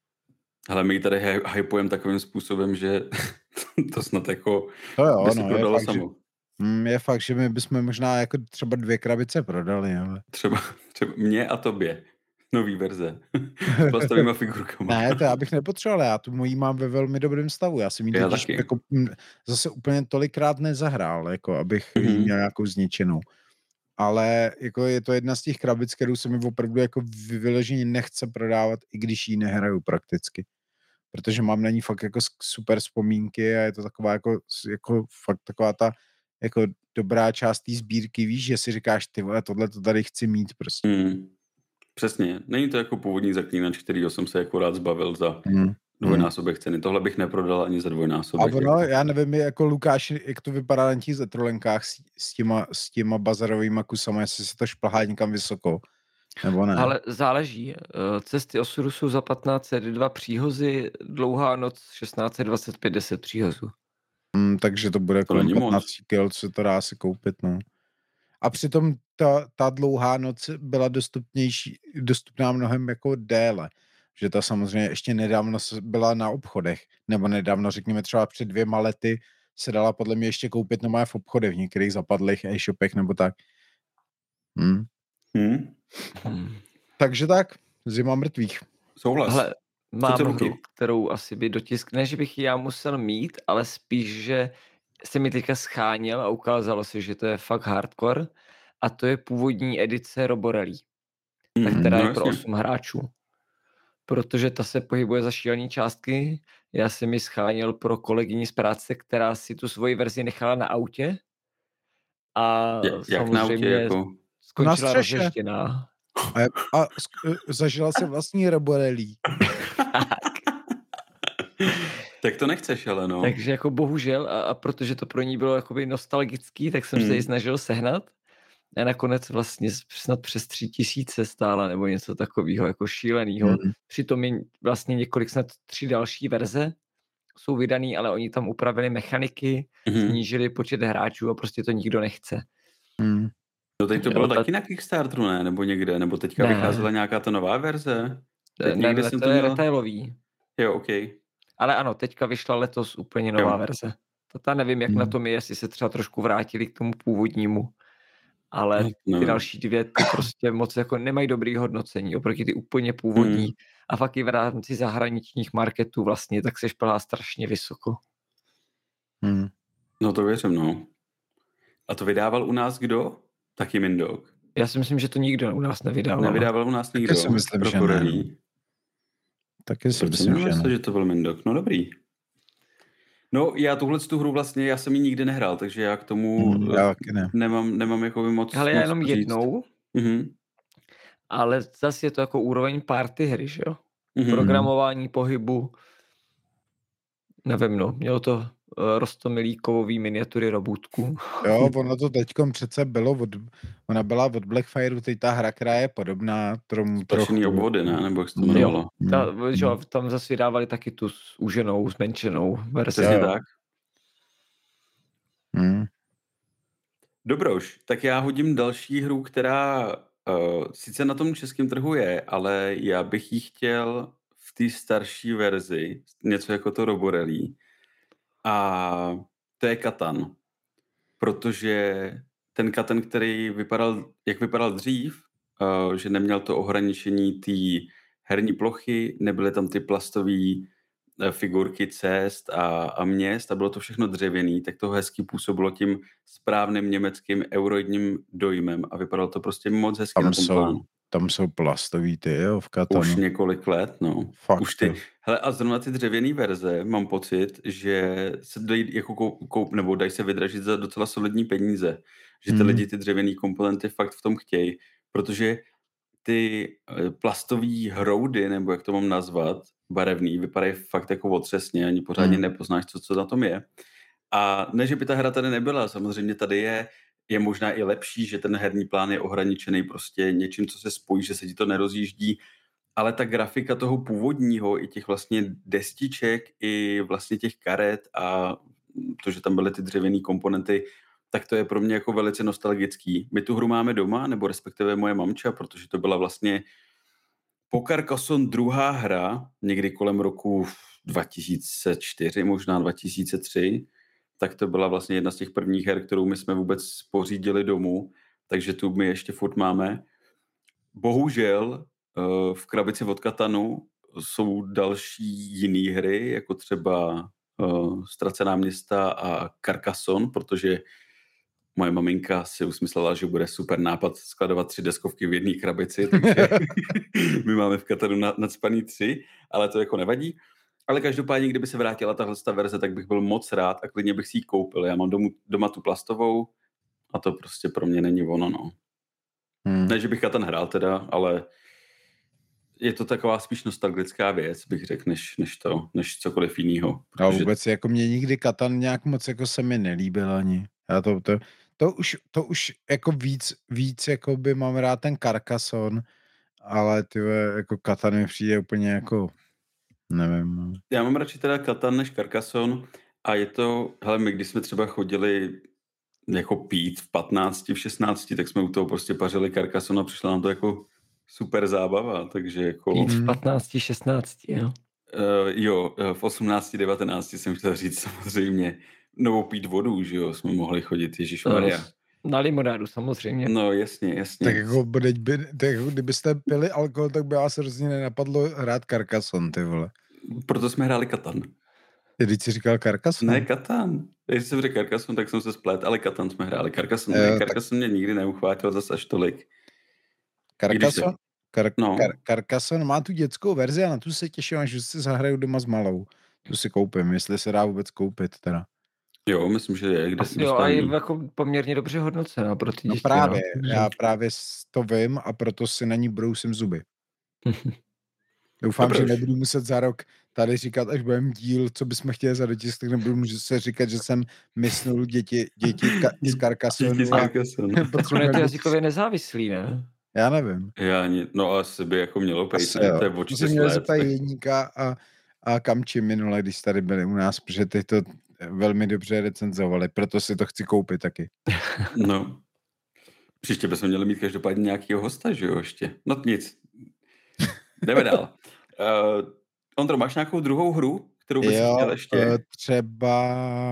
Ale my ji tady hy- hypujeme takovým způsobem, že to snad jako To jo, by se no, je prodalo fakt, že, samo. mm, je fakt, že my bychom možná jako třeba dvě krabice prodali, ale... Třeba, třeba mě a tobě. Nový verze. S plastovýma figurkama. Ne, to já bych nepotřeboval, já tu mojí mám ve velmi dobrém stavu, já jsem ji Já totiž taky. jako mm, zase úplně tolikrát nezahrál, jako abych mm-hmm. Mhm. měl nějakou zničenou. Ale jako je to jedna z těch krabic, kterou se mi opravdu jako vy- vyloženě nechce prodávat, i když ji nehraju prakticky. Protože mám na ní fakt jako s- super vzpomínky a je to taková jako, s- jako fakt taková ta jako dobrá část té sbírky, víš, že si říkáš, ty vole, tohle to tady chci mít prostě. Hmm. Přesně. Není to jako původní zaklínač, kterýho jsem se jako rád zbavil za Hmm. dvojnásobek ceny. Tohle bych neprodal ani za A dvojnásobek. ono, já nevím, jako Lukáš, jak to vypadá na těch zetrolenkách s, s, těma, s těma bazarovýma kusama, jestli se to šplhá někam vysoko, nebo ne. Ale záleží. Eh, Cesty osudu jsou za patnáct set dva příhozy, Dlouhá noc šestnáct set dvacet pět deset příhozů. Hmm, takže to bude To kolem není moc. patnáct kil, co to dá si koupit, no. A přitom ta, ta dlouhá noc byla dostupnější, dostupná mnohem jako déle. Že ta samozřejmě ještě nedávno byla na obchodech, nebo nedávno, řekněme třeba před dvěma lety, se dala podle mě ještě koupit normálně v obchodech, v některých zapadlých e-shopech nebo tak. Hmm. Hmm. Hmm. Takže tak, Zima mrtvých. Souhlas. Hele, Co mám ty, hru, Luky? kterou asi by dotisk... Ne, že bych ji já musel mít, ale spíš, že se mi teďka scháněl a ukázalo se, že to je fakt hardcore a to je původní edice Roborally. Tak Mhm, která no je pro jasně. osm hráčů. Protože ta se pohybuje za šílený částky. Já jsem ji scháněl pro kolegyni z práce, která si tu svoji verzi nechala na autě a Ja- jak na autě, samozřejmě jako? Na skončila střeše. rozježděná. A, a sk- zažila se vlastní Roborally. Tak to nechceš, ale no. Takže jako bohužel, a, a protože to pro ní bylo jakoby nostalgický, tak jsem Hmm. se ji snažil sehnat. A nakonec vlastně snad přes tři tisíce stála, nebo něco takového, jako šílenýho. Hmm. Přitom je vlastně několik, snad tři další verze jsou vydaný, ale oni tam upravili mechaniky, Mhm. snížili počet hráčů a prostě to nikdo nechce. Hmm. No teď to Jo, bylo ta- taky na Kickstarteru, ne? Nebo někde? Nebo teďka Ne. vycházela nějaká ta nová verze? Teď Ne, někde ne, jsem to to je měl- retailový. Jo, OK. Ale ano, teďka vyšla letos úplně nová Jo. verze. To ta nevím, jak Hmm. na tom je, jestli se třeba trošku vrátili k tomu původnímu. Ale No. ty další dvě, ty prostě moc jako nemají dobrý hodnocení oproti ty úplně původní. Hmm. A fakt i v rámci zahraničních marketů vlastně, tak se šplhá strašně vysoko. Hmm. No to věřím, no. A to vydával u nás kdo? Taky Mindok. Já si myslím, že to nikdo u nás nevydával. Nevydával u nás nikdo. si myslím, pro že ne. Corelli. Taky si Proč myslím, jsem že myslel, ne. že to byl Mindok? No dobrý. No já tuhle tu hru vlastně, já jsem ji nikdy nehrál, takže já k tomu Hmm, já taky ne. nemám, nemám jako moc Ale já moc jenom co říct. jednou, Mhm. ale zase je to jako úroveň party hry, že jo? Mhm. Programování pohybu. Nevím, no. Mělo to uh, roztomilý kovový miniatury robůtků. Jo, ono to teďkom přece bylo, od, ona byla od Blackfireu, teď ta hra, která je podobná tomu Spašený trochu. obvody, ne? Nebo jak se to Jo. jmenovalo? Ta, Hmm. že jo, tam zase dávali taky tu zúženou, zmenšenou verzi. Přesně Jo. tak. Hmm. Dobroš, tak já hodím další hru, která uh, sice na tom českém trhu je, ale já bych ji chtěl v té starší verzi, něco jako to Roborally. A to je Katan. Protože ten Katan, který vypadal, jak vypadal dřív, uh, že neměl to ohraničení té herní plochy, nebyly tam ty plastové figurky cest a, a měst a bylo to všechno dřevěný, tak to hezky působilo tím správným německým euroidním dojmem a vypadalo to prostě moc hezky Tam na tom jsou, plánu. tam jsou plastový ty, jo, v Katanu. Už několik let, no. Fakt, Už ty, jo. hele, a zrovna ty dřevěný verze mám pocit, že se dají, jako koup, koup, nebo dají se vydražit za docela solidní peníze. Že ty Hmm. lidi ty dřevěný komponenty fakt v tom chtějí, protože ty eh, plastový hroudy, nebo jak to mám nazvat, barevný, vypadají fakt jako otřesně, ani pořádně Hmm. nepoznáš, co, co na tom je. A ne, že by ta hra tady nebyla, samozřejmě tady je, je možná i lepší, že ten herní plán je ohraničený prostě něčím, co se spojí, že se ti to nerozjíždí, ale ta grafika toho původního, i těch vlastně destiček, i vlastně těch karet a to, že tam byly ty dřevěné komponenty, tak to je pro mě jako velice nostalgický. My tu hru máme doma, nebo respektive moje mamča, protože to byla vlastně po Carcassonne druhá hra, někdy kolem roku dva tisíce čtyři, možná dva tisíce tři, tak to byla vlastně jedna z těch prvních her, kterou my jsme vůbec pořídili domů, takže tu my ještě furt máme. Bohužel v krabici od Katanu jsou další jiné hry, jako třeba Ztracená města a Carcassonne, protože moje maminka si usmyslela, že bude super nápad skladovat tři deskovky v jedné krabici, takže my máme v Katanu nacpaný tři, ale to jako nevadí. Ale každopádně, kdyby se vrátila tahle verze, tak bych byl moc rád a klidně bych si ji koupil. Já mám domu, doma tu plastovou a to prostě pro mě není ono, no. Hmm. Ne, že bych Katan hrál teda, ale je to taková spíš nostalgická věc, bych řekl, než, než to, než cokoliv jinýho. Protože... A vůbec jako mě nikdy Katan nějak moc jako se mi nelíbil ani. Já to, to, to, už, to už jako víc, víc jako by mám rád ten Carcassonne, ale ty jako Katan mi přijde úplně jako, nevím. Já mám radši teda Katan než Carcassonne a je to, hele, my když jsme třeba chodili jako pít v patnácti, v šestnácti, tak jsme u toho prostě pařili Carcassonne a přišla nám to jako super zábava, takže jako... Pít v Mm. patnácti, šestnácti, jo. Uh, jo, eh, v osmnácti, devatenácti jsem chtěl říct samozřejmě. Nebo pít vodu, že jo, jsme mohli chodit, ježišmarja. No, na limonádu samozřejmě. No jasně, jasně. Tak jako, teď by, tak jako kdybyste pili alkohol, tak by vás hrozně nenapadlo hrát Carcassonne, ty vole. Proto jsme hráli Katan. Když jsi říkal Carcassonne? Ne, Katan. Když jsem řekl Carcassonne, tak jsem se splet, ale Katan jsme hráli. Carcassonne, Jo, ne, tak- Carcassonne mě nikdy neuchvátil zase až tolik. Carcassonne? Kar- No. Kar- Carcassonne má tu dětskou verzi a na tu se těším, až si zahraju doma s malou. Tu si koupím, jestli se dá vůbec koupit teda. Jo, myslím, že je, kde se Jo, a je dostane. jako poměrně dobře hodnocená pro ty No děti. právě, no. já právě s- to vím a proto si na ní brousím zuby. Doufám, No že proč? nebudu muset za rok tady říkat, až budeme díl, co bychom chtěli za dotisk, tak nebudu muset se říkat, že jsem mysnul děti, děti ka- z Děti Carcassonne. z a Carcassonne. Tak ono je potřebujeme to být- jazykově nezávislý, ne? Já nevím. Já ani, no asi by jako mělo být, Asi ne? jo. To je To o se čtyři měl let. zeptat tak- Jeníka a, a Kamči minule, když tady byli u nás, protože ty to velmi dobře recenzovali, proto si to chci koupit taky. No. Příště bychom měli mít každopádně nějakýho hosta, že jo, ještě. No nic. Jdeme dál. Uh, Ondro, máš nějakou druhou hru, kterou bys Jo, chtěl ještě? eh, třeba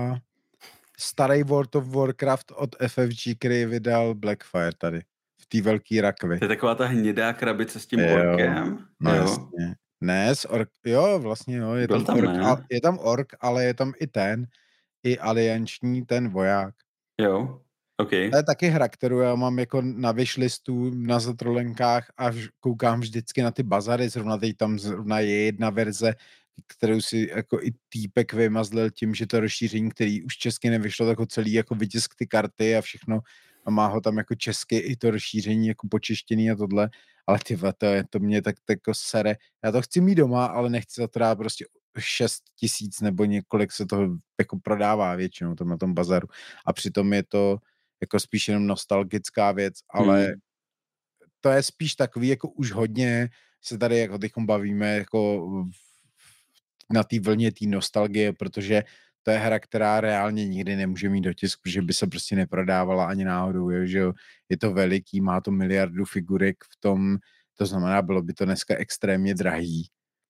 starý World of Warcraft od F F G, který vydal Blackfire tady, v té velké rakvi. To je taková ta hnědá krabice s tím Jo, orkem? No jo. jasně. Ne, s ork, jo, vlastně jo, je Byl tam, tam, ork, ne? a, je tam ork, ale je tam i ten, i alianční ten voják. Jo, OK. To je taky hra, kterou já mám jako na wishlistu na zatrolenkách a vž, koukám vždycky na ty bazary, zrovna teď tam zrovna je jedna verze, kterou si jako i týpek vymazlil tím, že to rozšíření, který už česky nevyšlo, tak ho celý jako vytisk ty karty a všechno a má ho tam jako česky i to rozšíření jako počeštěný a tohle, ale ty vole, to, je, to mě tak jako sere. Já to chci mít doma, ale nechci za to dát prostě šest tisíc nebo několik se toho jako prodává většinou tam na tom bazaru a přitom je to jako spíš jenom nostalgická věc, ale Hmm. to je spíš takový jako už hodně se tady jako teďkom bavíme jako v- na té vlně té nostalgie, protože to je hra, která reálně nikdy nemůže mít dotisk, protože by se prostě neprodávala ani náhodou, jo, že jo. Je to veliký, má to miliardu figurek v tom, to znamená, bylo by to dneska extrémně drahý.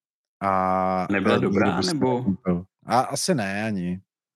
A Nebyla a nikdo dobrá, by si nebo? nekoupil. A asi ne, ani.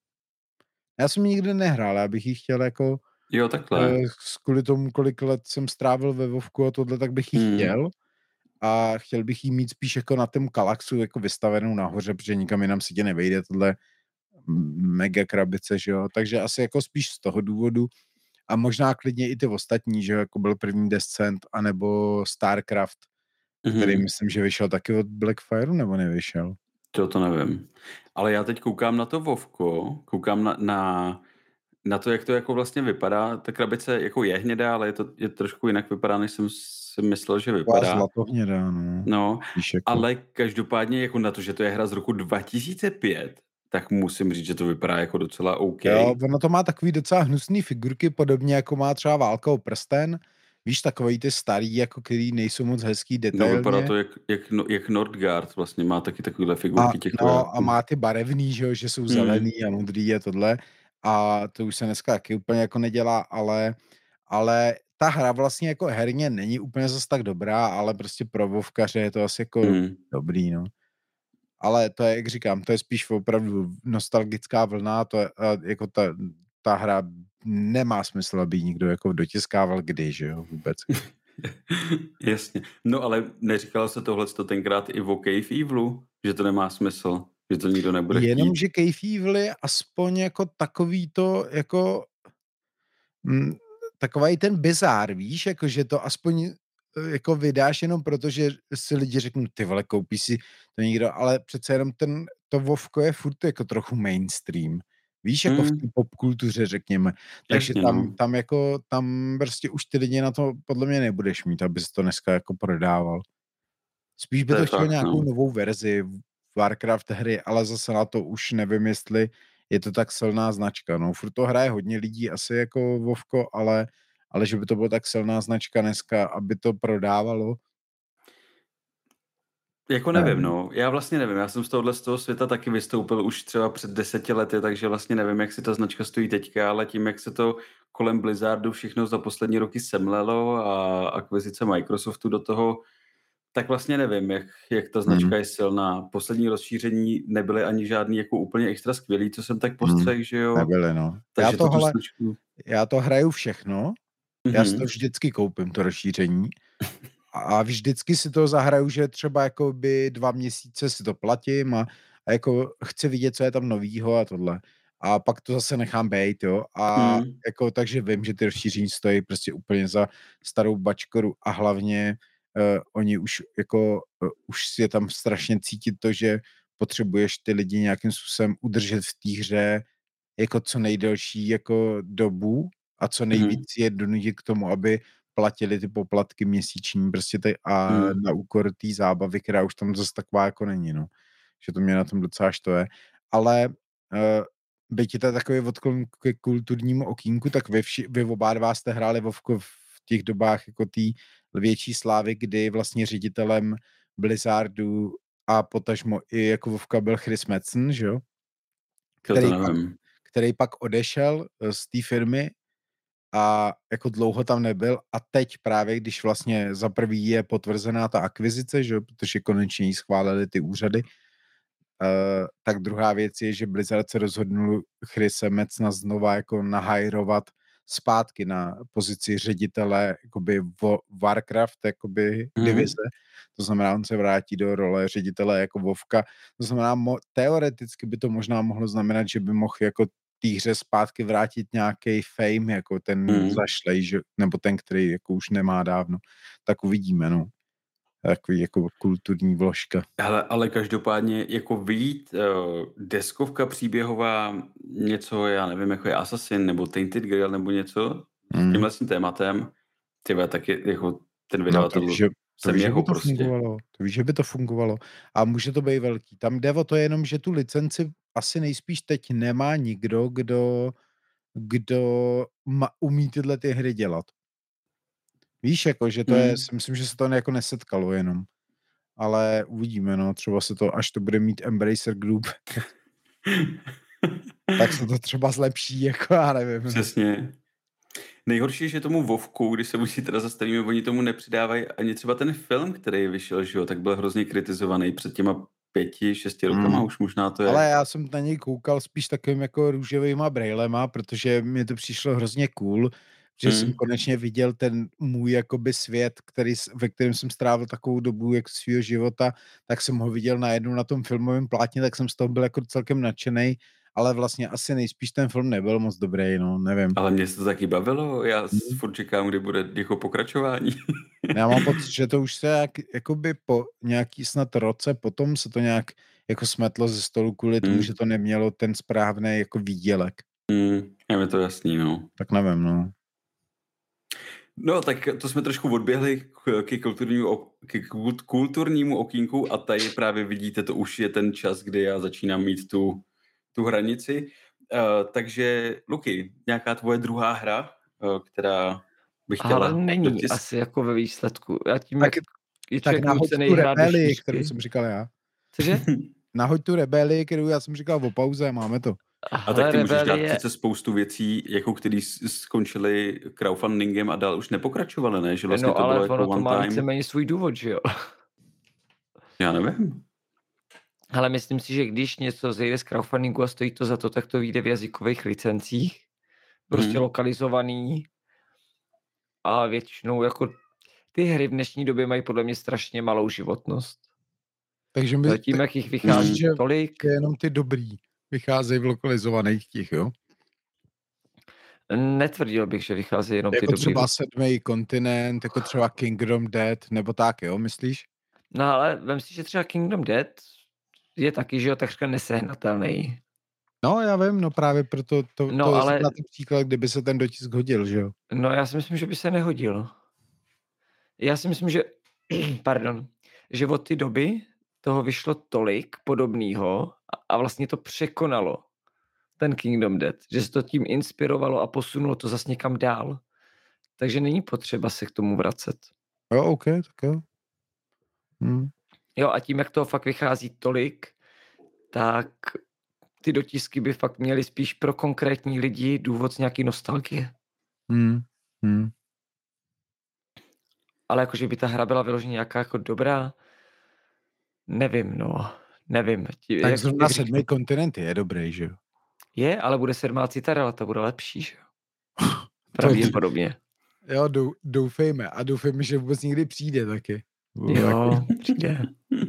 Já jsem ji nikdy nehrál, já bych ji chtěl jako Jo, takhle. eh, kvůli tomu, kolik let jsem strávil ve Vovku a tohle, tak bych ji Hmm. chtěl. A chtěl bych jí mít spíš jako na tom Kalaxu jako vystavenou nahoře, protože nikam jinam si tě nevejde tohle mega krabice, že jo. Takže asi jako spíš z toho důvodu a možná klidně i ty ostatní, že jo, jako byl první Descent anebo Starcraft, který Mhm. myslím, že vyšel taky od Blackfireu, nebo nevyšel? To to nevím. Ale já teď koukám na to Vovko, koukám na, na, na to, jak to jako vlastně vypadá. Ta krabice jako je hnědá, ale je to je trošku jinak vypadá, než jsem si myslel, že Taková vypadá. zlatohnědá, no. No, Víš, jako. ale každopádně jako na to, že to je hra z roku dva tisíce pět, tak musím říct, že to vypadá jako docela OK. Jo, ono to má takový docela hnusný figurky, podobně jako má třeba Válka o prsten. Víš, takový ty starý, jako který nejsou moc hezký No, detailně. vypadá to jak, jak, no- jak Nordgard, vlastně má taky takovýhle A, figurky těch no, vojáků. a má ty barevný, že, jo, že jsou Hmm. zelený a modrý a tohle. A to už se dneska taky úplně jako nedělá, ale, ale ta hra vlastně jako herně není úplně zase tak dobrá, ale prostě pro Vovkaře je to asi jako Hmm. dobrý, no. Ale to je, jak říkám, to je spíš opravdu nostalgická vlna, to je, a jako ta, ta hra nemá smysl, aby ji nikdo jako dotiskával kdy, že jo, vůbec. Jasně. No ale neříkalo se tohle tenkrát i o Cave Evilu, že to nemá smysl, že to nikdo nebude Jenom, chtít. že Cave Evil je aspoň jako takový to, jako mm, takový ten bizár, víš, jako že to aspoň eh, jako vydáš jenom proto, že si lidi řeknou, ty vole, koupí si to někdo, ale přece jenom ten, to Vovko je furt jako trochu mainstream. Víš, jako v Hmm. té popkultuře, řekněme. Takže Jasně, tam, no. tam jako, tam prostě už ty lidi na to podle mě nebudeš mít, aby to dneska jako prodával. Spíš by To to, je chtělo fakt, nějakou no. novou verzi Warcraft hry, ale zase na to už nevím, jestli je to tak silná značka. No, furt to hraje hodně lidí, asi jako Vovko, ale, ale že by to bylo tak silná značka dneska, aby to prodávalo. Jako nevím, no. Já vlastně nevím. Já jsem z tohohle z toho světa taky vystoupil už třeba před deseti lety, takže vlastně nevím, jak si ta značka stojí teďka, ale tím, jak se to kolem Blizzardu všechno za poslední roky semlelo a akvizice Microsoftu do toho, tak vlastně nevím, jak, jak ta značka Hmm. je silná. Poslední rozšíření nebyly ani žádný jako úplně extra skvělý, co jsem tak postřehl, že jo. Nebyly, no. Takže Já to to, tu hele, značku... já to hraju všechno, já si to Mhm. vždycky koupím, to rozšíření. A vždycky si to zahraju, že třeba jakoby dva měsíce si to platím a, a jako chci vidět, co je tam novýho a tohle. A pak to zase nechám bejt, jo. A Mhm. jako, takže vím, že ty rozšíření stojí prostě úplně za starou bačkoru a hlavně uh, oni už jako, uh, už je tam strašně cítit to, že potřebuješ ty lidi nějakým způsobem udržet v té hře jako co nejdelší jako dobu a co nejvíc Mhm. je donutit k tomu, aby platili ty poplatky měsíční prostě ty a Mhm. na úkor té zábavy, která už tam zase taková jako není, no. Že to mě na tom docela štve. Ale uh, byť to je takový odklon ke kulturnímu okýnku, tak vy, vši, vy oba dva jste hráli Vovko v těch dobách jako té větší slávy, kdy vlastně ředitelem Blizzardu a potažmo i jako Vovka byl Chris Metzen, že jo? To to Který pak, nevím. který pak odešel eh, z té firmy a jako dlouho tam nebyl a teď právě, když vlastně za prvý je potvrzená ta akvizice, že jo, protože konečně jí schválili ty úřady, uh, tak druhá věc je, že Blizzard se rozhodnul Chrise Metzna znova jako nahajrovat zpátky na pozici ředitele jakoby vo Warcraft jakoby Mhm. divize. To znamená, on se vrátí do role ředitele jako Vovka. To znamená, mo- teoreticky by to možná mohlo znamenat, že by mohl jako té hře zpátky vrátit nějaký fame, jako ten Mhm. zašlej, že, nebo ten, který jako už nemá dávno. Tak uvidíme, no. Takový jako kulturní vložka. Hele, ale každopádně jako vyjít uh, deskovka příběhová, něco, já nevím, jako je Assassin nebo Tainted Grail nebo něco s Mm. tímhle s tím tématem, tyhle taky jako ten No to vydavatel víš, že, to jsem víš, že jeho by to prostě. fungovalo. To víš, že by to fungovalo. A může to být velký. Tam jde o to jenom, že tu licenci asi nejspíš teď nemá nikdo, kdo, kdo ma, umí tyhle ty hry dělat. Víš, jako, že to je, Hmm. si myslím, že se to jako nesetkalo jenom. Ale uvidíme, no, třeba se to, až to bude mít Embracer Group, tak se to třeba zlepší, jako já nevím. No. Přesně. Nejhorší je, že tomu Vovku, když se musí teda zastavíme, oni tomu nepřidávají ani třeba ten film, který vyšel, že jo, tak byl hrozně kritizovaný před těma pěti, šesti rokama, Mm. už možná to je. Ale já jsem na něj koukal spíš takovým jako růžovýma brejlema, protože mi to přišlo hrozně cool, že Hmm. jsem konečně viděl ten můj jakoby svět, který, s- ve kterém jsem strávil takovou dobu jako svého života, tak jsem ho viděl najednou na tom filmovém plátně, tak jsem z toho byl jako celkem nadšenej, ale vlastně asi nejspíš ten film nebyl moc dobrý, no, nevím. Ale mě se to taky bavilo, já Hmm. furt čekám, kdy bude jako pokračování. Já mám pocit, že to už se jak, jakoby po nějaký snad roce potom se to nějak jako smetlo ze stolu kvůli tomu, Hmm. že to nemělo ten správný jako výdělek. Hmm. Je mi to jasný, no. Tak nevím, no. No, tak to jsme trošku odběhli k, k, kulturnímu, ok- k kult- kulturnímu okýnku a tady právě vidíte, to už je ten čas, kdy já začínám mít tu, tu hranici. Uh, takže, Luky, nějaká tvoje druhá hra, uh, která bych chtěla Ale není dotisk? asi jako ve výsledku. Já tím, Tak, jak je tak člověk nahoď nucený tu hrát do rebelii, kterou šířky. jsem říkal já. Cože? Nahoď tu rebelii, kterou já jsem říkal o pauze, máme to. A tak ty můžeš dát Rebelie, přece spoustu věcí, jako který s- skončily crowdfundingem a dál už nepokračovaly, ne? Že vlastně no to bylo ale jako ono to one má time. víceméně svůj důvod, že jo? Já nevím. Ale myslím si, že když něco zejde z crowdfundingu a stojí to za to, tak to vyjde v jazykových licencích. Prostě Mhm. lokalizovaný. A většinou jako ty hry v dnešní době mají podle mě strašně malou životnost. Takže my, Tím, tak, jak jich vychází že tolik, jenom ty dobrý vycházejí v lokalizovaných těch, jo? netvrdil bych, že vycházejí jenom ty Jako dobrý. třeba sedmý kontinent, jako třeba Kingdom Dead, nebo tak, jo, myslíš? No ale vem si, že třeba Kingdom Dead je taky, že jo, takřka nesehnatelný. No, já vím, no právě proto to, No, to je ale- na ten příklad, kdyby se ten dotisk hodil, že jo? No já si myslím, že by se nehodil. Já si myslím, že, pardon, že od té doby toho vyšlo tolik podobného a, a vlastně to překonalo ten Kingdom Dead, že se to tím inspirovalo a posunulo to zase někam dál. Takže není potřeba se k tomu vracet. Jo, OK, tak jo. Hm. Jo, a tím, jak toho fakt vychází tolik, tak ty dotisky by fakt měly spíš pro konkrétní lidi důvod z nějaký nostalgie. Hmm. Hmm. Ale jakože by ta hra byla vyloženě nějaká jako dobrá, nevím, no, nevím. Tí, Tak jak, zrovna jak sedmý kontinent je dobrý, že jo? Je, ale bude sedmá Citadela, ta bude lepší, že jo? Pravděpodobně. Jo, dou, doufejme. A doufejme, že vůbec někdy přijde taky. Jo, přijde.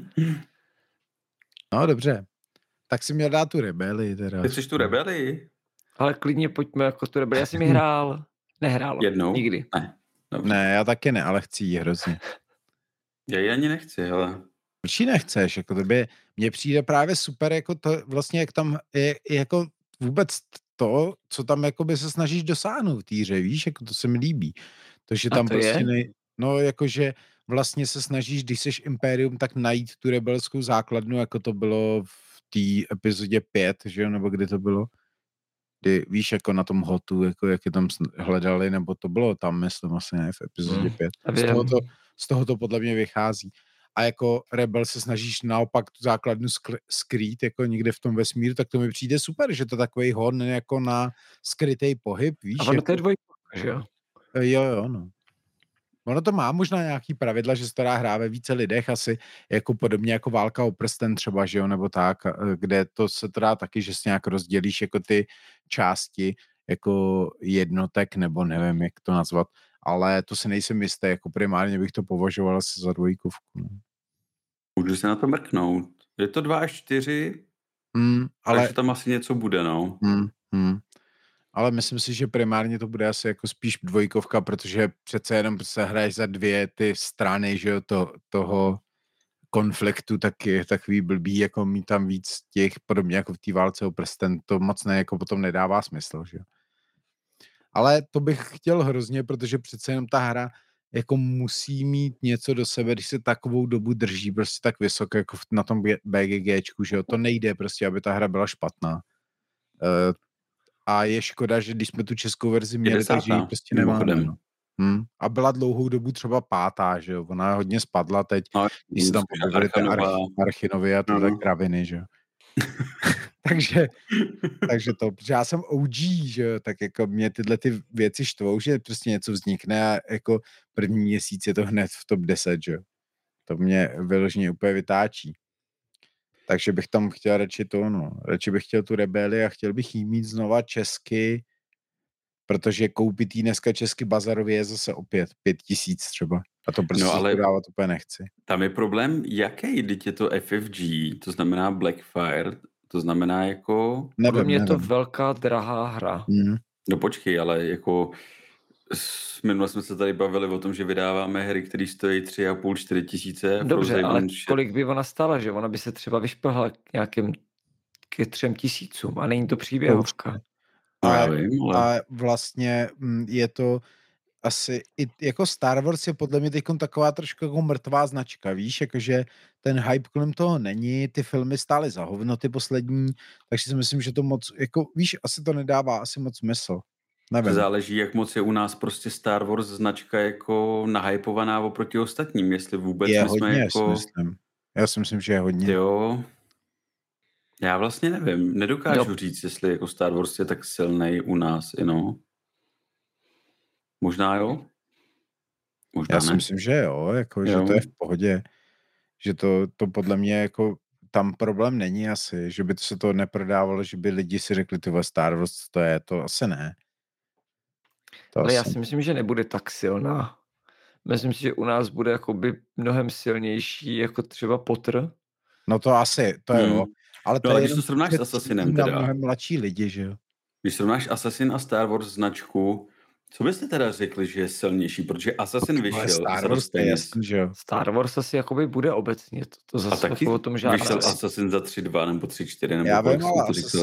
No, dobře. Tak si měl dát tu rebeli teda. Ty chceš tu rebeli? Ale klidně pojďme jako tu rebeli. Já jsem ji hrál. Nehrál. Jednou? Nikdy. Ne. Dobře. Ne, já taky ne, ale chci jí hrozně. Já ji ani nechci, hele. Proč ji nechceš? Jako tobě, mně přijde právě super, jako to vlastně, jak tam je, jako vůbec to, co tam jakoby se snažíš dosáhnout v té hře, víš, jako to se mi líbí. To, že A tam to prostě, je? nej, no jakože vlastně se snažíš, když seš Imperium, tak najít tu rebelskou základnu, jako to bylo v té epizodě pět, že jo, nebo kdy to bylo? Kdy, víš, jako na tom hotu, jako jak je tam hledali, nebo to bylo tam, myslím, asi ne, v epizodě pět. Hmm, Z toho, to, z toho to podle mě vychází. A jako rebel se snažíš naopak tu základnu skr- skrýt jako někde v tom vesmíru, tak to mi přijde super, že to je takový hon jako na skrytý pohyb, víš? A ono jako... to je dvojka, že jo? Jo, jo, no. Ono to má možná nějaký pravidla, že se to dá hrát ve více lidech, asi jako podobně jako Válka o prsten třeba, že jo, nebo tak, kde to se to dá taky, že si nějak rozdělíš jako ty části jako jednotek, nebo nevím, jak to nazvat, ale to si nejsem jistý, jako primárně bych to považoval asi za dvojkovku. No. Můžu se na to mrknout. Je to dva až čtyři, Mm, ale... takže tam asi něco bude, no. Mm, mm. Ale myslím si, že primárně to bude asi jako spíš dvojkovka, protože přece jenom se hraješ za dvě ty strany, že jo, to, toho konfliktu, tak je takový blbý, jako mít tam víc těch, podobně jako v té Válce o prsten, to moc ne, jako potom nedává smysl, že jo. Ale to bych chtěl hrozně, protože přece jenom ta hra jako musí mít něco do sebe, když se takovou dobu drží prostě tak vysoko, jako na tom BGGčku, že jo, to nejde prostě, aby ta hra byla špatná. Uh, a je škoda, že když jsme tu českou verzi měli, takže ji prostě nemáme. No. Hmm. A byla dlouhou dobu třeba pátá, že jo, ona hodně spadla teď, no, když se tam objevily ty arch- Archinovy a tyhle no. kraviny, že jo. takže, takže to, protože já jsem O G, že jo, tak jako mě tyhle ty věci štvou, že prostě něco vznikne a jako první měsíc je to hned v top deset, že jo. To mě vyloženě úplně vytáčí. Takže bych tam chtěl radši to, no. Radši bych chtěl tu rebeli a chtěl bych jí mít znova česky, protože koupit jí dneska česky bazarově je zase opět pět tisíc třeba. A to prostě no, ale dávat úplně nechci. Tam je problém, jaký, když je to F F G, to znamená Blackfire, to znamená jako... Pro mě je to velká, drahá hra. Mm. No počkej, ale jako... Minule jsme se tady bavili o tom, že vydáváme hry, které stojí tři a půl, čtyři tisíce. Dobře, Frozen ale kolik by ona stála, že ona by se třeba vyšplhla k nějakým ke třem tisícům a není to příběhovka. No, a, já vím, ale... a vlastně je to asi, i, jako Star Wars je podle mě teď taková trošku jako mrtvá značka, víš, jakože ten hype kolem toho není, ty filmy stály za hovno, ty poslední, takže si myslím, že to moc, jako víš, asi to nedává asi moc smysl. Nevím. Záleží, jak moc je u nás prostě Star Wars značka jako nahypovaná oproti ostatním, jestli vůbec je my jsme hodně, jako... Já si myslím. Já si myslím, že je hodně. Jo. Já vlastně nevím, nedokážu no. říct, jestli jako Star Wars je tak silnej u nás, no. Možná jo? Možná Já ne. si myslím, že jo, jako, jo. že to je v pohodě. Že to, to podle mě jako tam problém není asi, že by to se to neprodávalo, že by lidi si řekli, ty Star Wars, to je, to asi ne. To Ale asi... já si myslím, že nebude tak silná. Myslím si, že u nás bude jakoby mnohem silnější, jako třeba Potter. No to asi, to je hmm. jo. Ale to no, je když to srovnáš s Assassinem teda. Mnohem mladší lidi, že jo. Když srovnáš Assassin a Star Wars značku, co byste teda řekli, že je silnější? Protože Assassin vyšel. Star Wars je jasný, že jo. Star Wars asi jakoby bude obecně. To, to zase a taky o tom žádná. vyšel Assassin za tři dva nebo tři čtyři nebo já kolik vím, ale Assassin,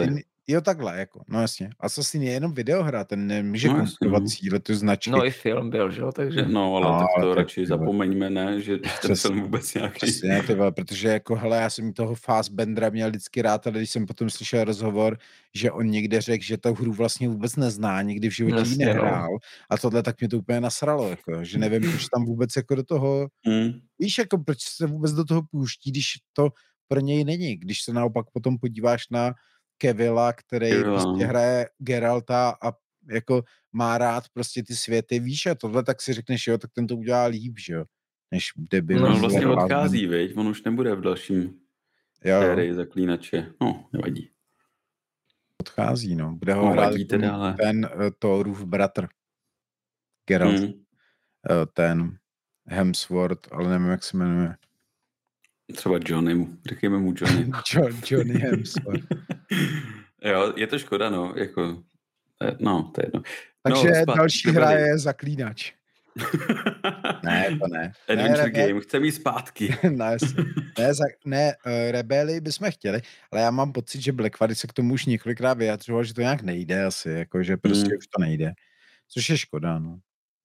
Jo, takhle, jako, no jasně. Assassin je jenom videohra, ten nemůže No jasně, konkurovat no. cíle, ty značky. No i film byl, že jo, takže... No, ale No, tak ale to tak, radši ty vole. zapomeňme, ne, že, že ten Přesně. film vůbec nějaký... Přesně, ty vole, protože jako, hele, já jsem toho Fassbendera měl vždycky rád, ale když jsem potom slyšel rozhovor, že on někde řekl, že tu hru vlastně vůbec nezná, nikdy v životě ji Jasně, no. nehrál a tohle tak mě to úplně nasralo, jako, že nevím, proč tam vůbec jako do toho, Hmm. víš, jako proč se vůbec do toho pouští, když to pro něj není, když se naopak potom podíváš na Kevila, který Kevila, prostě no. hraje Geralta a jako má rád prostě ty světy, víš, a tohle tak si řekneš, jo, tak ten to udělá líp, že jo, než debil. No, No, on vlastně Fassbender. odchází, viď? On už nebude v dalším Jo, jo, sérii Zaklínače. No, nevadí. odchází, no. Bude ho No, hrát vadí jako teda, ale... ten uh, Thorův bratr. Geralt, Hmm. uh, ten Hemsworth, ale nevím, jak se jmenuje. Třeba Johnny, řekněme mu Johnny. John, Johnny Hemsworth. Jo, je to škoda, no, jako... eh, No, to je jedno. Takže no, zpátky další k hra Rebelii. je Zaklínač. Ne, to ne. Adventure ne, game, chce mít zpátky. ne, jasně. ne, za, ne uh, Rebelii bychom chtěli, ale já mám pocit, že Blackfady se k tomu už několikrát vyjadřoval, že to nějak nejde asi, jako, že prostě Hmm. už to nejde. Což je škoda, no.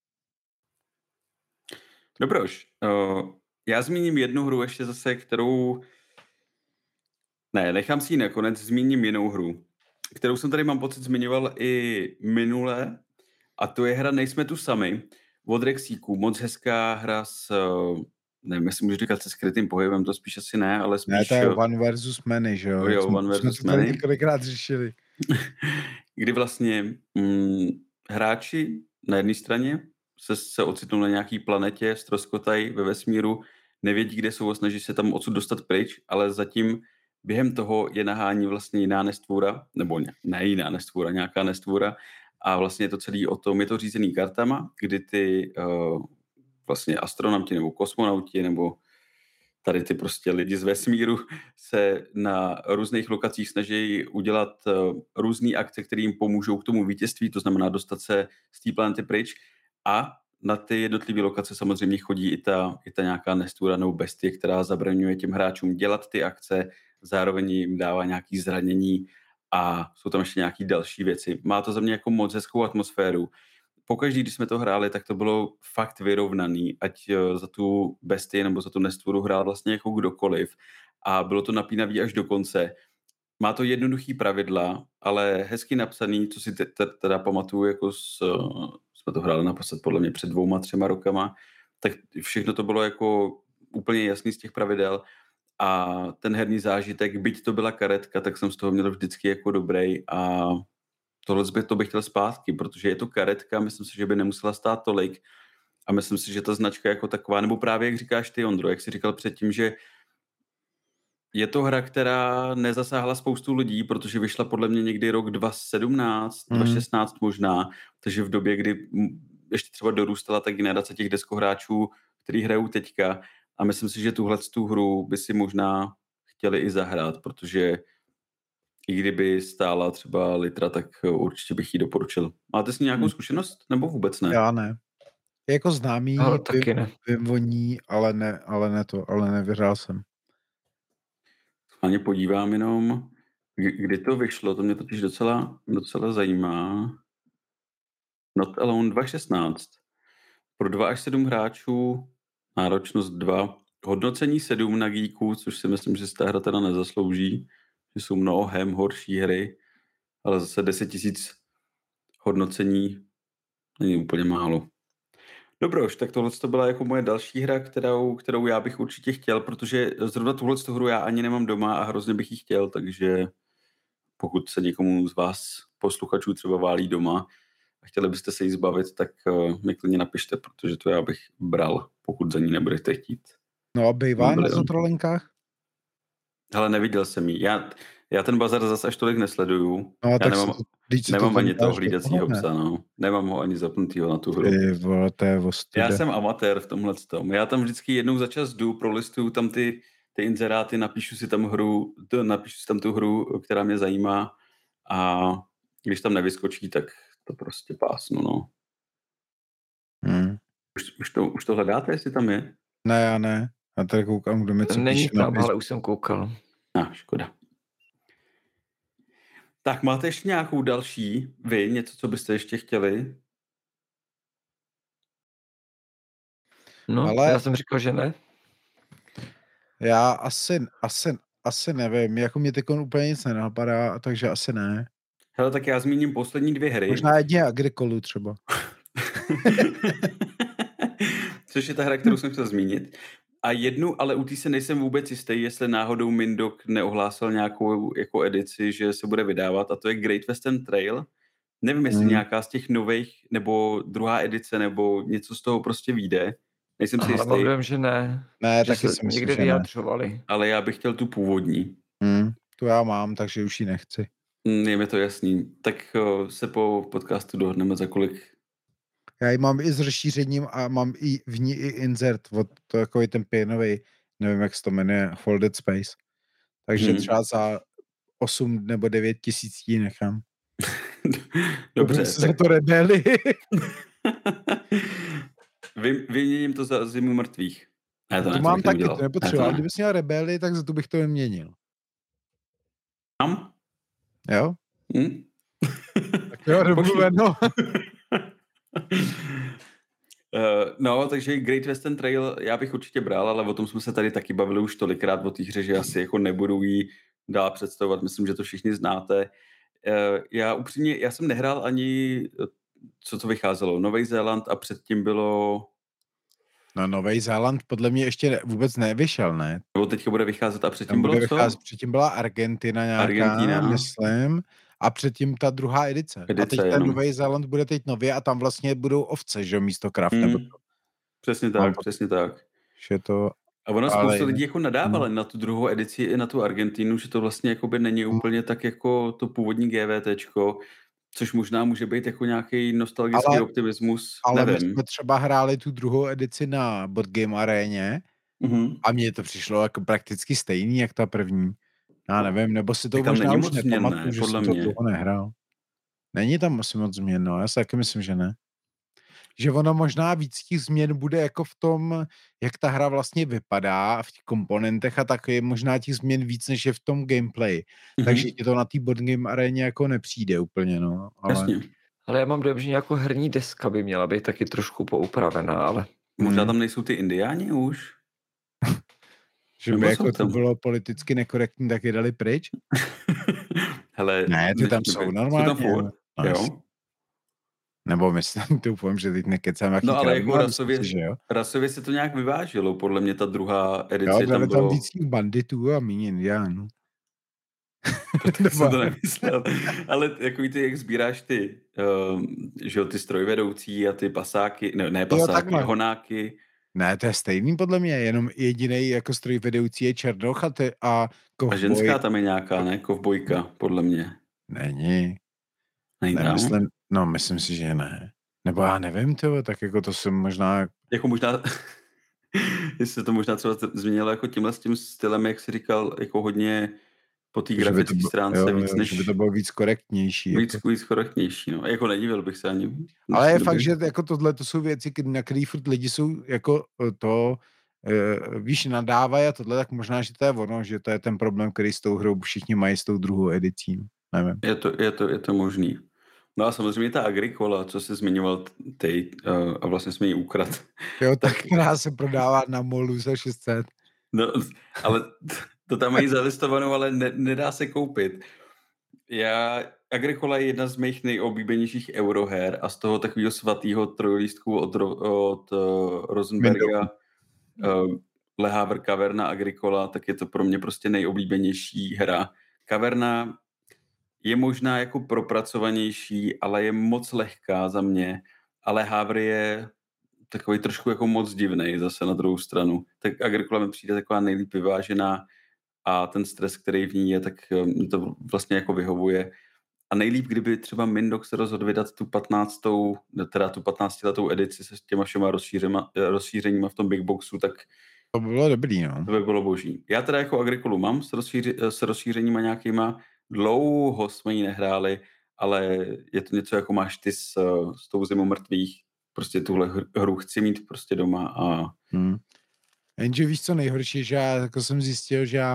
Dobroš, uh, já zmíním jednu hru ještě zase, kterou... Ne, nechám si ji nakonec, zmíním jinou hru, kterou jsem tady, mám pocit, zmiňoval i minule, a to je hra Nejsme tu sami od Rexíku. Moc hezká hra s, uh, nevím, jestli můžu říkat se skrytým pohybem, to spíš asi ne, ale spíš... Ne, to je One versus Many, že jo? Jo, Jsme- One jsme versus to tady Many. několikrát řešili. kdy vlastně mm, hráči na jedné straně se, se ocitnou na nějaký planetě, ztroskotají ve vesmíru, nevědí, kde jsou a snaží se tam odsud dostat pryč, ale zatím během toho je nahání vlastně jiná nestvůra, nebo ne, ne jiná nestvůra, nějaká nestvůra, a vlastně je to celý o tom, je to řízený kartama, kdy ty uh, vlastně astronauti nebo kosmonauti nebo tady ty prostě lidi z vesmíru se na různých lokacích snaží udělat uh, různé akce, které jim pomůžou k tomu vítězství, to znamená dostat se z té planety pryč, a na ty jednotlivé lokace samozřejmě chodí i ta, i ta nějaká nestvůra nebo bestie, která zabraňuje těm hráčům dělat ty akce, zároveň jim dává nějaké zranění a jsou tam ještě nějaké další věci. Má to za mě jako moc hezkou atmosféru. Pokaždý, když jsme to hráli, tak to bylo fakt vyrovnaný, ať za tu bestii nebo za tu nestvůru hrál vlastně jako kdokoliv, a bylo to napínavý až do konce. Má to jednoduchý pravidla, ale hezky napsaný, co si teda pamatuju, jako s, jsme to hráli naposled podle mě před dvouma, třema rokama, tak všechno to bylo jako úplně jasný z těch pravidel, a ten herní zážitek, byť to byla karetka, tak jsem z toho měl vždycky jako dobrý, a tohle by, to bych chtěl zpátky, protože je to karetka, myslím si, že by nemusela stát tolik, a myslím si, že ta značka jako taková, nebo právě jak říkáš ty, Ondro, jak jsi říkal předtím, že je to hra, která nezasáhla spoustu lidí, protože vyšla podle mě někdy rok dva tisíce sedmnáct, Mm. dva tisíce šestnáct možná, takže v době, kdy ještě třeba dorůstala ta generace těch deskohráčů, který hrajou teďka, a myslím si, že tuhle tu hru by si možná chtěli i zahrát, protože i kdyby stála třeba litra, tak určitě bych ji doporučil. Máte s ní nějakou Hmm. zkušenost? Nebo vůbec ne? Já ne. Je jako známý, Ale taky ne. vím o ní, ale ne, ale ne to, ale nevyhrál jsem. Schválně podívám jenom, kdy, kdy to vyšlo, to mě totiž docela, docela zajímá. Not Alone dva tisíce šestnáct. Pro dva až sedm hráčů, náročnost dva, hodnocení sedm na Geeku, což si myslím, že se ta hra teda nezaslouží, že jsou mnohem horší hry, ale zase deset tisíc hodnocení není úplně málo. Dobroš, tak tohle to byla jako moje další hra, kterou, kterou já bych určitě chtěl, protože zrovna tuhle hru já ani nemám doma a hrozně bych ji chtěl, takže pokud se někomu z vás posluchačů třeba válí doma a chtěli byste se jí zbavit, tak uh, mi klidně napište, protože to já bych bral, pokud za ní nebudete chtít. No a bývá na Milion. Zotrolenkách? Hele, neviděl jsem ji. Já, já ten bazar zase až tolik nesleduju. No, já tak nemám, se to, když se nemám to ani tam toho dáš do hlídacího toho, ne? psa, no. Nemám ho ani zapnutýho na tu hru. Ty vole, to je ostuda. Já jsem amatér v tomhle tom. Já tam vždycky jednou za čas jdu, prolistuju tam ty, ty inzeráty, napíšu si tam hru, to, napíšu si tam tu hru, která mě zajímá, a když tam nevyskočí, tak to prostě pásnu, no. Hmm. Už, už, to, už to hledáte, jestli tam je? Ne, já ne. Já tady koukám, kdo mi co Není píše na tam, ale Facebooku. už jsem koukal. A, ah, škoda. Tak máte ještě nějakou další, vy, něco, co byste ještě chtěli? No, Ale- já jsem říkal, že ne. Já asi, asi, asi nevím, jako mě teď úplně nic nenapadá, takže asi ne. Hele, tak já zmíním poslední dvě hry. Možná jedině Agricolu třeba. Což je ta hra, kterou jsem chtěl zmínit. A jednu, ale u té se nejsem vůbec jistý, jestli náhodou Mindok neohlásil nějakou jako edici, že se bude vydávat, a to je Great Western Trail. Nevím, jestli Hmm. nějaká z těch nových, nebo druhá edice, nebo něco z toho prostě vyjde. Nejsem si Ale jistý, mám dojem, že ne. Ne, Že taky se si myslím, někde že ne. vyjadřovali. ale já bych chtěl tu původní. Hmm. Tu já mám, takže už ji nechci. Mm, Je mi to jasný. Tak o, se po podcastu dohodneme za kolik. Já ji mám i s rozšířením a mám i v ní i insert od to jako ten pěnový, nevím, jak se to jmenuje, Folded Space. Takže Hmm. třeba za osm nebo devět tisíc ji nechám. Dobře. Koupím si za to rebeli. Vy, vyměním to za Zimu mrtvých. Ne, to, To ne, to mám bych taky, neudělal. to nepotřeboval. Ne, to ne. Kdybys měl rebeli, tak za to bych to vyměnil. Mám? Jo? Hm? Tak jo, domluveno. Uh, no, takže Great Western Trail já bych určitě bral, ale o tom jsme se tady taky bavili už tolikrát o té hře, že asi jako nebudu ji dál představovat. Myslím, že to všichni znáte. Uh, já upřímně, já jsem nehrál ani, co to vycházelo, Nový Zéland a předtím bylo, No, Nový Zéland podle mě ještě ne- vůbec nevyšel, ne? nebo teďka bude vycházet a předtím Tam bylo bude co? vycházet, předtím byla Argentina nějaká, Argentina. myslím, a předtím ta druhá edice. Edice a teď ten jenom. Nový Zéland bude teď nově a tam vlastně budou ovce, že jo, místo krav, Mm, nebo to, přesně Mám tak, pocit. přesně tak. že to... A ono Ale spoustu jinak- lidí jako nadávala na tu druhou edici i na tu Argentinu, že to vlastně jakoby není úplně tak jako to původní GVTčko, což možná může být jako nějaký nostalgický Ale- optimismus, Ale my nevím. jsme třeba hráli tu druhou edici na Board Game Aréně Mhm. a mně to přišlo jako prakticky stejný, jak ta první. Já nevím, nebo si to Tak tam možná není už moc změn, nepamatuju, ne? že Podle jsem to mě. dlouho nehrál. Není tam asi moc změn, no, já si taky myslím, že ne. Že ono možná víc těch změn bude jako v tom, jak ta hra vlastně vypadá a v těch komponentech a tak je možná těch změn víc, než je v tom gameplay. Mhm. Takže ti to na té Board Game Aréně jako nepřijde úplně, no. Ale Jasně. Ale já mám dojem, že nějakou herní deska by měla být taky trošku poupravená, ale Možná Hmm. tam nejsou ty indiáni už? že Nebo by jsou jako to tam? bylo politicky nekorektní, tak je dali pryč. Hele, Ne, ty než tam kdyby- jsou normálně. Jsou tam furt, No, jo? Nebo myslím, to povím, že teď nekecám, jaký No ale kraviny, jako ale myslím rasově, si, že jo. rasově se to nějak vyvážilo, podle mě ta druhá edice, Jo, tam dali tam bylo... víc těch banditů a míň indiánů. Tak jsem to nemyslel. Ale jako ty, jak sbíráš ty, um, že jo, ty strojvedoucí a ty pasáky, ne, ne pasáky, takhle. honáky. Ne, to je stejný podle mě, jenom jediný jako strojvedoucí je černoch a, ty, a A kovboj. ženská tam je nějaká, ne? Kovbojka, podle mě. Není, Není tam? nemyslím, no myslím si, že ne. Nebo já nevím, tyjo, tak jako to jsem možná, Jako možná, jestli se to možná třeba změnilo jako tímhle s tím stylem, jak jsi říkal, jako hodně po té že by to, grafické bylo- stránce jo, víc jo, než že by to bylo víc korektnější. víc, Jako. víc korektnější. No. Jako nedivil bych se ani. Ale je Dobrý. fakt, že jako tohle to jsou věci, kdy- na které furt lidi jsou jako eh, to, uh, víš, nadávají a tohle, tak možná, že to je ono, že to je ten problém, který s tou hrou všichni mají s tou druhou edicí. no. Nevím. Je to, je to, je to možný. No a samozřejmě ta Agricola, co jsi zmiňoval ty, uh, a vlastně jsme ji ukrad. Jo, tak která se prodává na molu za šest set. No, ale to tam mají zalistovanou, ale ne, nedá se koupit. Já, Agricola je jedna z mých nejoblíbenějších euroher a z toho takového svatého trojlístku od, Ro- od uh, Rosenberga uh, Le Havre Caverna Agricola, tak je to pro mě prostě nejoblíbenější hra. Caverna je možná jako propracovanější, ale je moc lehká za mě, ale Havre je takový trošku jako moc divnej zase na druhou stranu. Tak Agricola mi přijde taková nejlíp vyvážená a ten stres, který v ní je, tak mi to vlastně jako vyhovuje. A nejlíp, kdyby třeba Mindok se rozhodl vydat tu patnáctou, teda tu patnáctiletou edici se s těma všema rozšířeníma v tom Big Boxu, tak To by bylo dobrý, no. to by bylo boží. Já teda jako Agricolu mám s, rozšíři, s rozšířeníma nějakýma, dlouho jsme ji nehráli, ale je to něco jako máš ty s, s tou Zimou mrtvých. Prostě tuhle hru chci mít prostě doma a Hmm. Jenže víš, co nejhorší, že já jako jsem zjistil, že já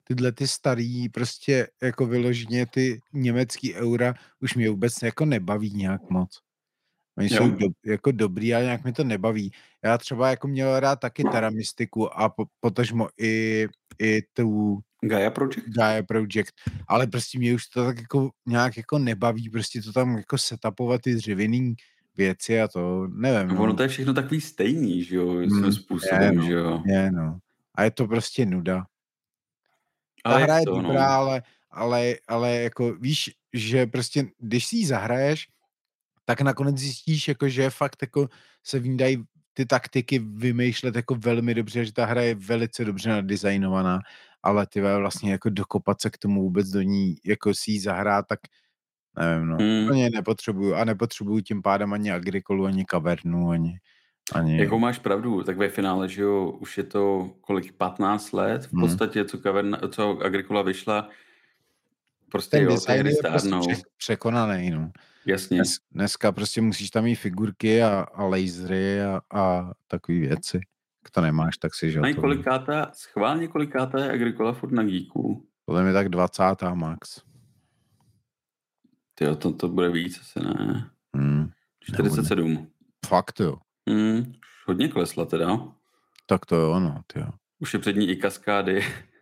tyhle ty starý, prostě jako vyloženě ty německý eura už mě vůbec jako nebaví nějak moc. Oni Jo. jsou do, jako dobrý, ale nějak mi to nebaví. Já třeba jako měl rád taky Terra Mystiku a po, potažmo i, i tu Gaia Project? Gaia Project, ale prostě mě už to tak jako nějak jako nebaví, prostě to tam jako setupovat ty dřevěný věci a to, nevím. No. Ono No. to je všechno takový stejný, že jo, Hmm, svým způsobem, je, no, že jo. je, no. A je to prostě nuda. Ta Ale hra jak je to, dobrá, no. ale, ale, ale jako víš, že prostě když si ji zahraješ, tak nakonec zjistíš, jako, že fakt jako se v ní dají ty taktiky vymýšlet jako velmi dobře, že ta hra je velice dobře nadizajnovaná, ale ty vlastně jako dokopat se k tomu vůbec do ní, jako si ji zahrát, tak nevím, no, Hmm. úplně nepotřebuju a nepotřebuju tím pádem ani Agricolu, ani Kavernu, ani, ani... Jako máš pravdu, tak ve finále, že jo, už je to kolik, patnáct let v Hmm. podstatě, co, Kaverna, co Agricola vyšla, prostě Ten jo, ty design hry je prostě stárnou. pře- překonaný, no. Jasně. Dnes, dneska prostě musíš tam mít figurky a, a lasery a, a takové věci. Jak to nemáš, tak si, že A to... kolikátá, schválně kolikátá je Agricola furt na Geeku? Podle mě tak dvacátá max. Tyjo, to, to bude víc asi, ne? Hmm. čtyřicet sedm. Fakt jo. Hmm, hodně klesla teda. Tak to jo, no, tyjo. Už je před ní i kaskády.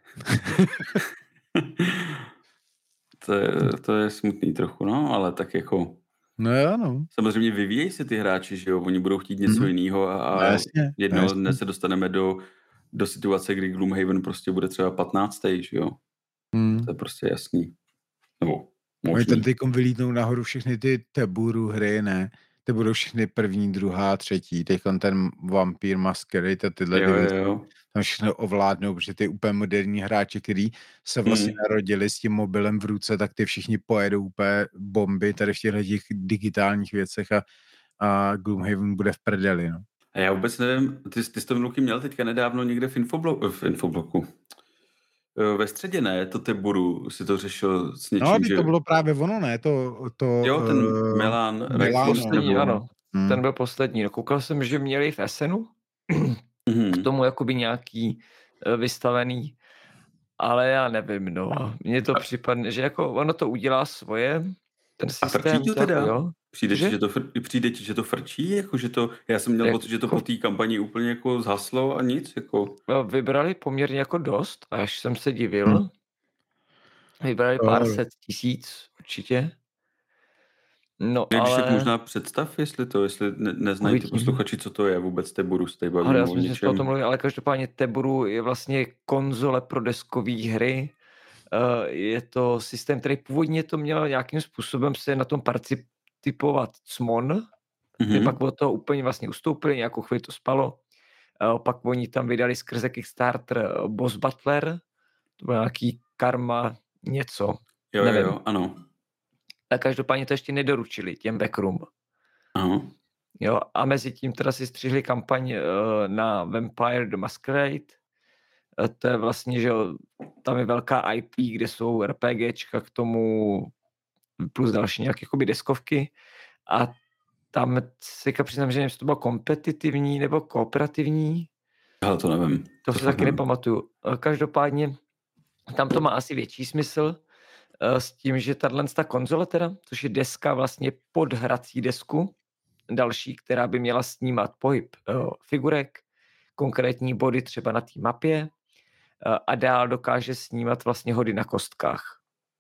to, je, to je smutný trochu, no, ale tak jako... No jo, no. Samozřejmě vyvíjejí se ty hráči, že jo, oni budou chtít něco Mhm. jiného a, a No jasně, jednoho no jasně. dne se dostaneme do, do situace, kdy Gloomhaven prostě bude třeba patnáctý, že jo. Hmm. To je prostě jasný. Nebo Oni možný. ten tykom vylítnou nahoru všechny ty Teburu hry, ne? Ty budou všechny první, druhá, třetí. Teďkon ten Vampire Masquerade a tyhle Jo, ty jo, věci jo. tam všechno ovládnou, protože ty úplně moderní hráči, kteří se vlastně Hmm. narodili s tím mobilem v ruce, tak ty všichni pojedou úplně bomby tady v těchto těch digitálních věcech a, a Gloomhaven bude v prdeli, no. A já vůbec nevím, ty, ty jsi to Luky měl teďka nedávno někde v, infoblo, v infobloku. Eh, Ve středě, ne? To Teburu si to řešil s něčím, No, teď že... to bylo právě ono, ne? To, to, Jo, ten uh, Milan, Milan, Rex, no. Poslední, nebo... ano. Hmm. Ten byl poslední. No, koukal jsem, že měli v Essenu Mhm. k tomu jakoby nějaký eh, vystavený, ale já nevím, no. Mně to připadne, že jako ono to udělá svoje, ten A frčí systém, to to jako teda? jo. Přijde ti, Že? že to, fr, přijde ti, že to frčí? Jako, že to, já jsem měl Jak- pocit, že to po té kampani úplně jako zhaslo a nic. Jako. No, vybrali poměrně jako dost, až jsem se divil. Hm. Vybrali Jo, pár jo. set tisíc určitě. No, Když ale... tak možná představ, jestli to, jestli ne, neznají ty Uvidím. posluchači, co to je vůbec Teburu, z té bavíme Ale já o si myslím, že jsme o něčem. tom mluvili, ale každopádně Teburu je vlastně konzole pro deskové hry. Eh, Je to systém, který původně to měl nějakým způsobem se na tom participovat Cmon, ty Mhm. pak od toho úplně vlastně ustoupili, nějakou chvíli to spalo. Eh, Pak oni tam vydali skrze Kickstarter eh, Boss Butler, to byl nějaký karma něco. Jo, jo, nevím. jo, ano. A každopádně to ještě nedoručili těm backroom. Aha. Jo, a mezi tím teda si střihli kampaň eh, na Vampire the Masquerade. Eh, To je vlastně, že jo, tam je velká I P, kde jsou RPGčka k tomu plus další nějaké jakoby deskovky. A tam si přiznám, že nevím, jestli to bylo kompetitivní nebo kooperativní. Ale to nevím. To si fakt taky nevím. nepamatuju. Eh, Každopádně tam to má asi větší smysl eh, s tím, že tahle ta konzole teda, což je deska vlastně pod hrací desku, další, která by měla snímat pohyb eh, figurek, konkrétní body třeba na té mapě eh, a dál dokáže snímat vlastně hody na kostkách.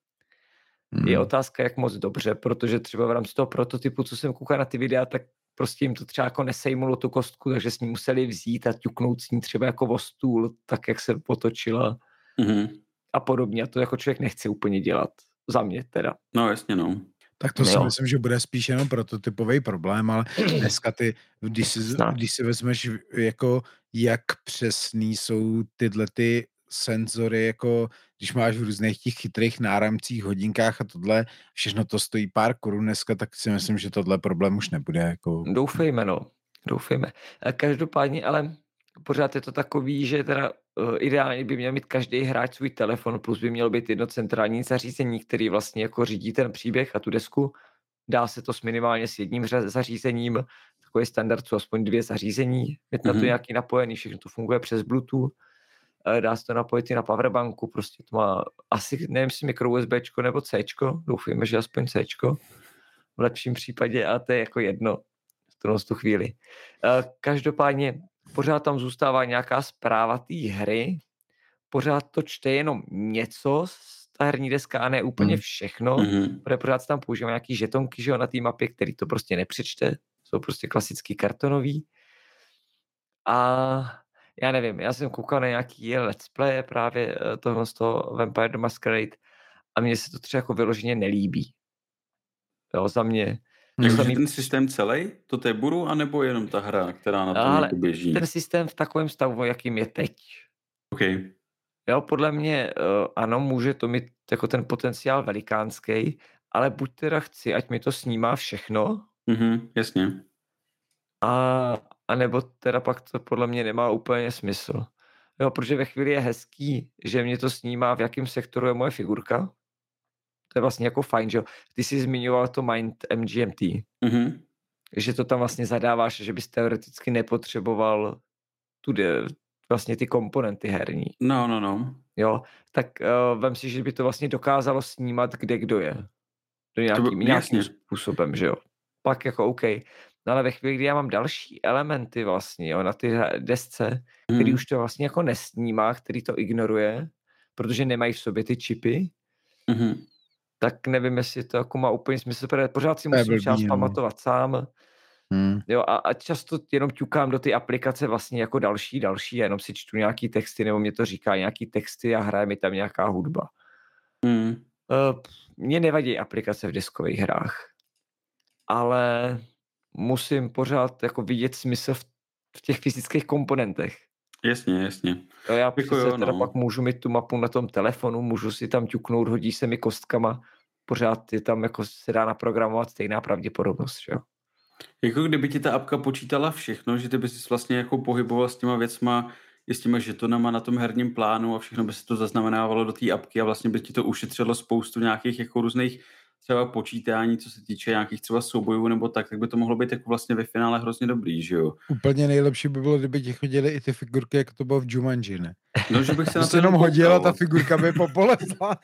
Hmm. Je otázka, jak moc dobře, protože třeba v rámci toho prototypu, co jsem koukal na ty videa, tak prostě jim to třeba jako nesejmulo tu kostku, takže s ní museli vzít a ťuknout s ní třeba jako o stůl, tak jak se potočila Mhm. a podobně. A to jako člověk nechce úplně dělat. Za mě teda. No jasně, no. Tak to No si jo. myslím, že bude spíš jenom prototypový problém, ale dneska ty, když si, Snad. když si vezmeš, jako jak přesný jsou tyhle ty senzory, jako když máš v různých těch chytrých náramcích, hodinkách a tohle, všechno to stojí pár korun dneska, tak si myslím, že tohle problém už nebude. Jako... Doufejme, no. Doufejme. A každopádně, ale pořád je to takový, že teda uh, ideálně by měl mít každý hráč svůj telefon, plus by mělo být jedno centrální zařízení, který vlastně jako řídí ten příběh a tu desku. Dá se to s minimálně s jedním ře- zařízením, takový standard jsou aspoň dvě zařízení, mít na to Mhm. nějaký napojený, všechno to funguje přes Bluetooth. eh, dá se to napojit i na powerbanku, prostě to má asi, nevím, jestli mikro USBčko nebo Cčko, doufujeme, že aspoň Cčko v lepším případě, a to je jako jedno v tom tu chvíli. Eh, Každopádně pořád tam zůstává nějaká zpráva té hry, pořád to čte jenom něco, ta herní deska, a ne úplně Mm. všechno, Mhm. protože pořád se tam používá nějaký žetonky, že jo, na té mapě, který to prostě nepřečte, jsou prostě klasický kartonový. A já nevím, já jsem koukal na nějaký let's play právě eh, tohle z toho Vampire the Masquerade a mně se to třeba jako vyloženě nelíbí. Jo, za mě. Hmm. Takže samý- ten systém celý, to Teburu, anebo jenom ta hra, která na tom Ale jako běží? ten systém v takovém stavu, jakým je teď. OK. Jo, podle mě uh, ano, může to mít jako ten potenciál velikánský, ale buď teda chci, ať mi to snímá všechno, Mhm, jasně. a, a nebo teda pak to podle mě nemá úplně smysl. Jo, protože ve chvíli je hezký, že mě to snímá, v jakém sektoru je moje figurka. To je vlastně jako fajn, že jo. Ty jsi zmiňoval to Mind M G M T, Mhm. že to tam vlastně zadáváš, že bys teoreticky nepotřeboval tu de, vlastně ty komponenty herní. No, no, no. Jo, tak uh, vem si, že by to vlastně dokázalo snímat, kde kdo je. Do nějakým, by- nějakým jasně. způsobem, že jo. Pak jako OK. No ale ve chvíli, kdy já mám další elementy vlastně, jo, na ty he- desce, který Mhm. už to vlastně jako nesnímá, který to ignoruje, protože nemají v sobě ty čipy, Mhm. tak nevím, jestli to jako má úplně smysl, protože pořád si To je musím blbý, část no. pamatovat sám. Hmm. Jo, a, a často jenom ťukám do ty aplikace vlastně jako další, další, jenom si čtu nějaký texty, nebo mě to říká nějaký texty a hraje mi tam nějaká hudba. Mhm. Uh, mně nevadí aplikace v deskových hrách, ale musím pořád jako vidět smysl v, v těch fyzických komponentech. Jasně, jasně. Jo, já Jako přece jo, teda no. pak můžu mít tu mapu na tom telefonu, můžu si tam ťuknout, hodí se mi kostkama, pořád je tam jako se dá naprogramovat stejná pravděpodobnost, že jo. Jako kdyby ti ta apka počítala všechno, že ty bys se vlastně jako pohyboval s těma věcma, i s těma žetonama na tom herním plánu a všechno by se to zaznamenávalo do té apky a vlastně by ti to ušetřilo spoustu nějakých jako různých třeba počítání, co se týče nějakých třeba soubojů nebo tak, tak by to mohlo být jako vlastně ve finále hrozně dobrý, že jo? Úplně nejlepší by bylo, kdyby ti chodily i ty figurky, jako to bylo v Jumanji, ne? No, že bych se na To to se jenom hodila, koukal. ta figurka by popolezla.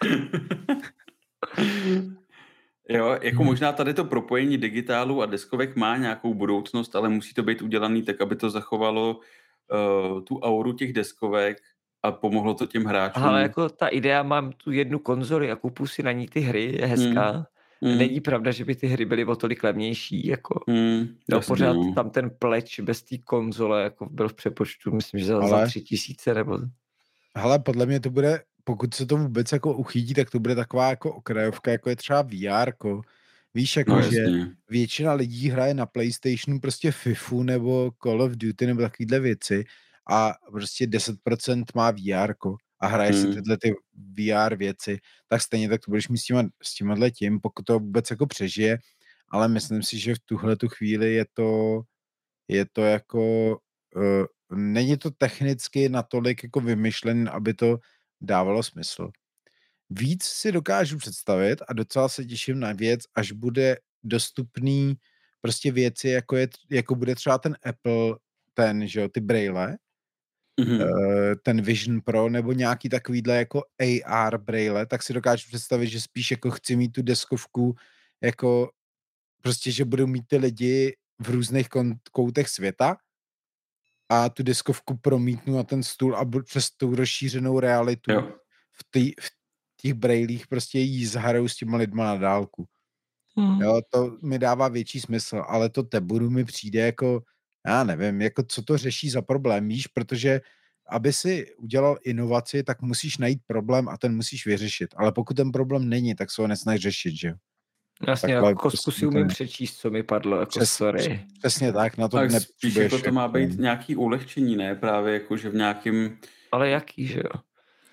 Jo, jako možná tady to propojení digitálu a deskovek má nějakou budoucnost, ale musí to být udělaný tak, aby to zachovalo uh, tu auru těch deskovek a pomohlo to těm hráčům. Ale jako ta idea, mám tu jednu konzoli a kupu si na ní ty hry, je hezká. Mm. Není pravda, že by ty hry byly o tolik levnější, jako Mm, jo, jasně, pořád no. tam ten pleč bez té konzole jako byl v přepočtu, myslím, že za, Ale- za tři tisíce nebo... Hele, podle mě to bude, pokud se to vůbec jako uchytí, tak to bude taková jako okrajovka, jako je třeba V R, ko. Víš, jako No že jasně. většina lidí hraje na PlayStationu prostě FIFU nebo Call of Duty nebo takovýhle věci a prostě deset procent má V R ko a hraje si Hmm. tyhle ty V R věci, tak stejně tak to budeš mít s tímhle, s tímhle tím, pokud to vůbec jako přežije, ale myslím si, že v tuhle tu chvíli je to, je to jako, uh, není to technicky natolik jako vymyšlen, aby to dávalo smysl. Víc si dokážu představit a docela se těším na věc, až bude dostupný prostě věci, jako, je, jako bude třeba ten Apple, ten, že jo, ty braille, Mhm. eh, ten Vision Pro nebo nějaký takovýhle jako A R braille, tak si dokážu představit, že spíš jako chci mít tu deskovku jako prostě, že budou mít ty lidi v různých kon- koutech světa a tu deskovku promítnu na ten stůl a bu- přes tu rozšířenou realitu Jo. v, tý, v těch brailích prostě jí zahraju s těma lidma na dálku. Hmm. Jo, to mi dává větší smysl, ale to Teburu mi přijde jako, já nevím, jako co to řeší za problém, víš, protože aby si udělal inovaci, tak musíš najít problém a ten musíš vyřešit, ale pokud ten problém není, tak se ho nesnaž řešit, že jo. Jasně, takhle jako kostku prostě si umím to- přečíst, co mi padlo, jako Přes- sorry. Přesně tak, na to Tak spíš nepotřebuješ. jako to má jako- být nějaký ulehčení, ne? Právě jako, že v nějakým... Ale jaký, že jo?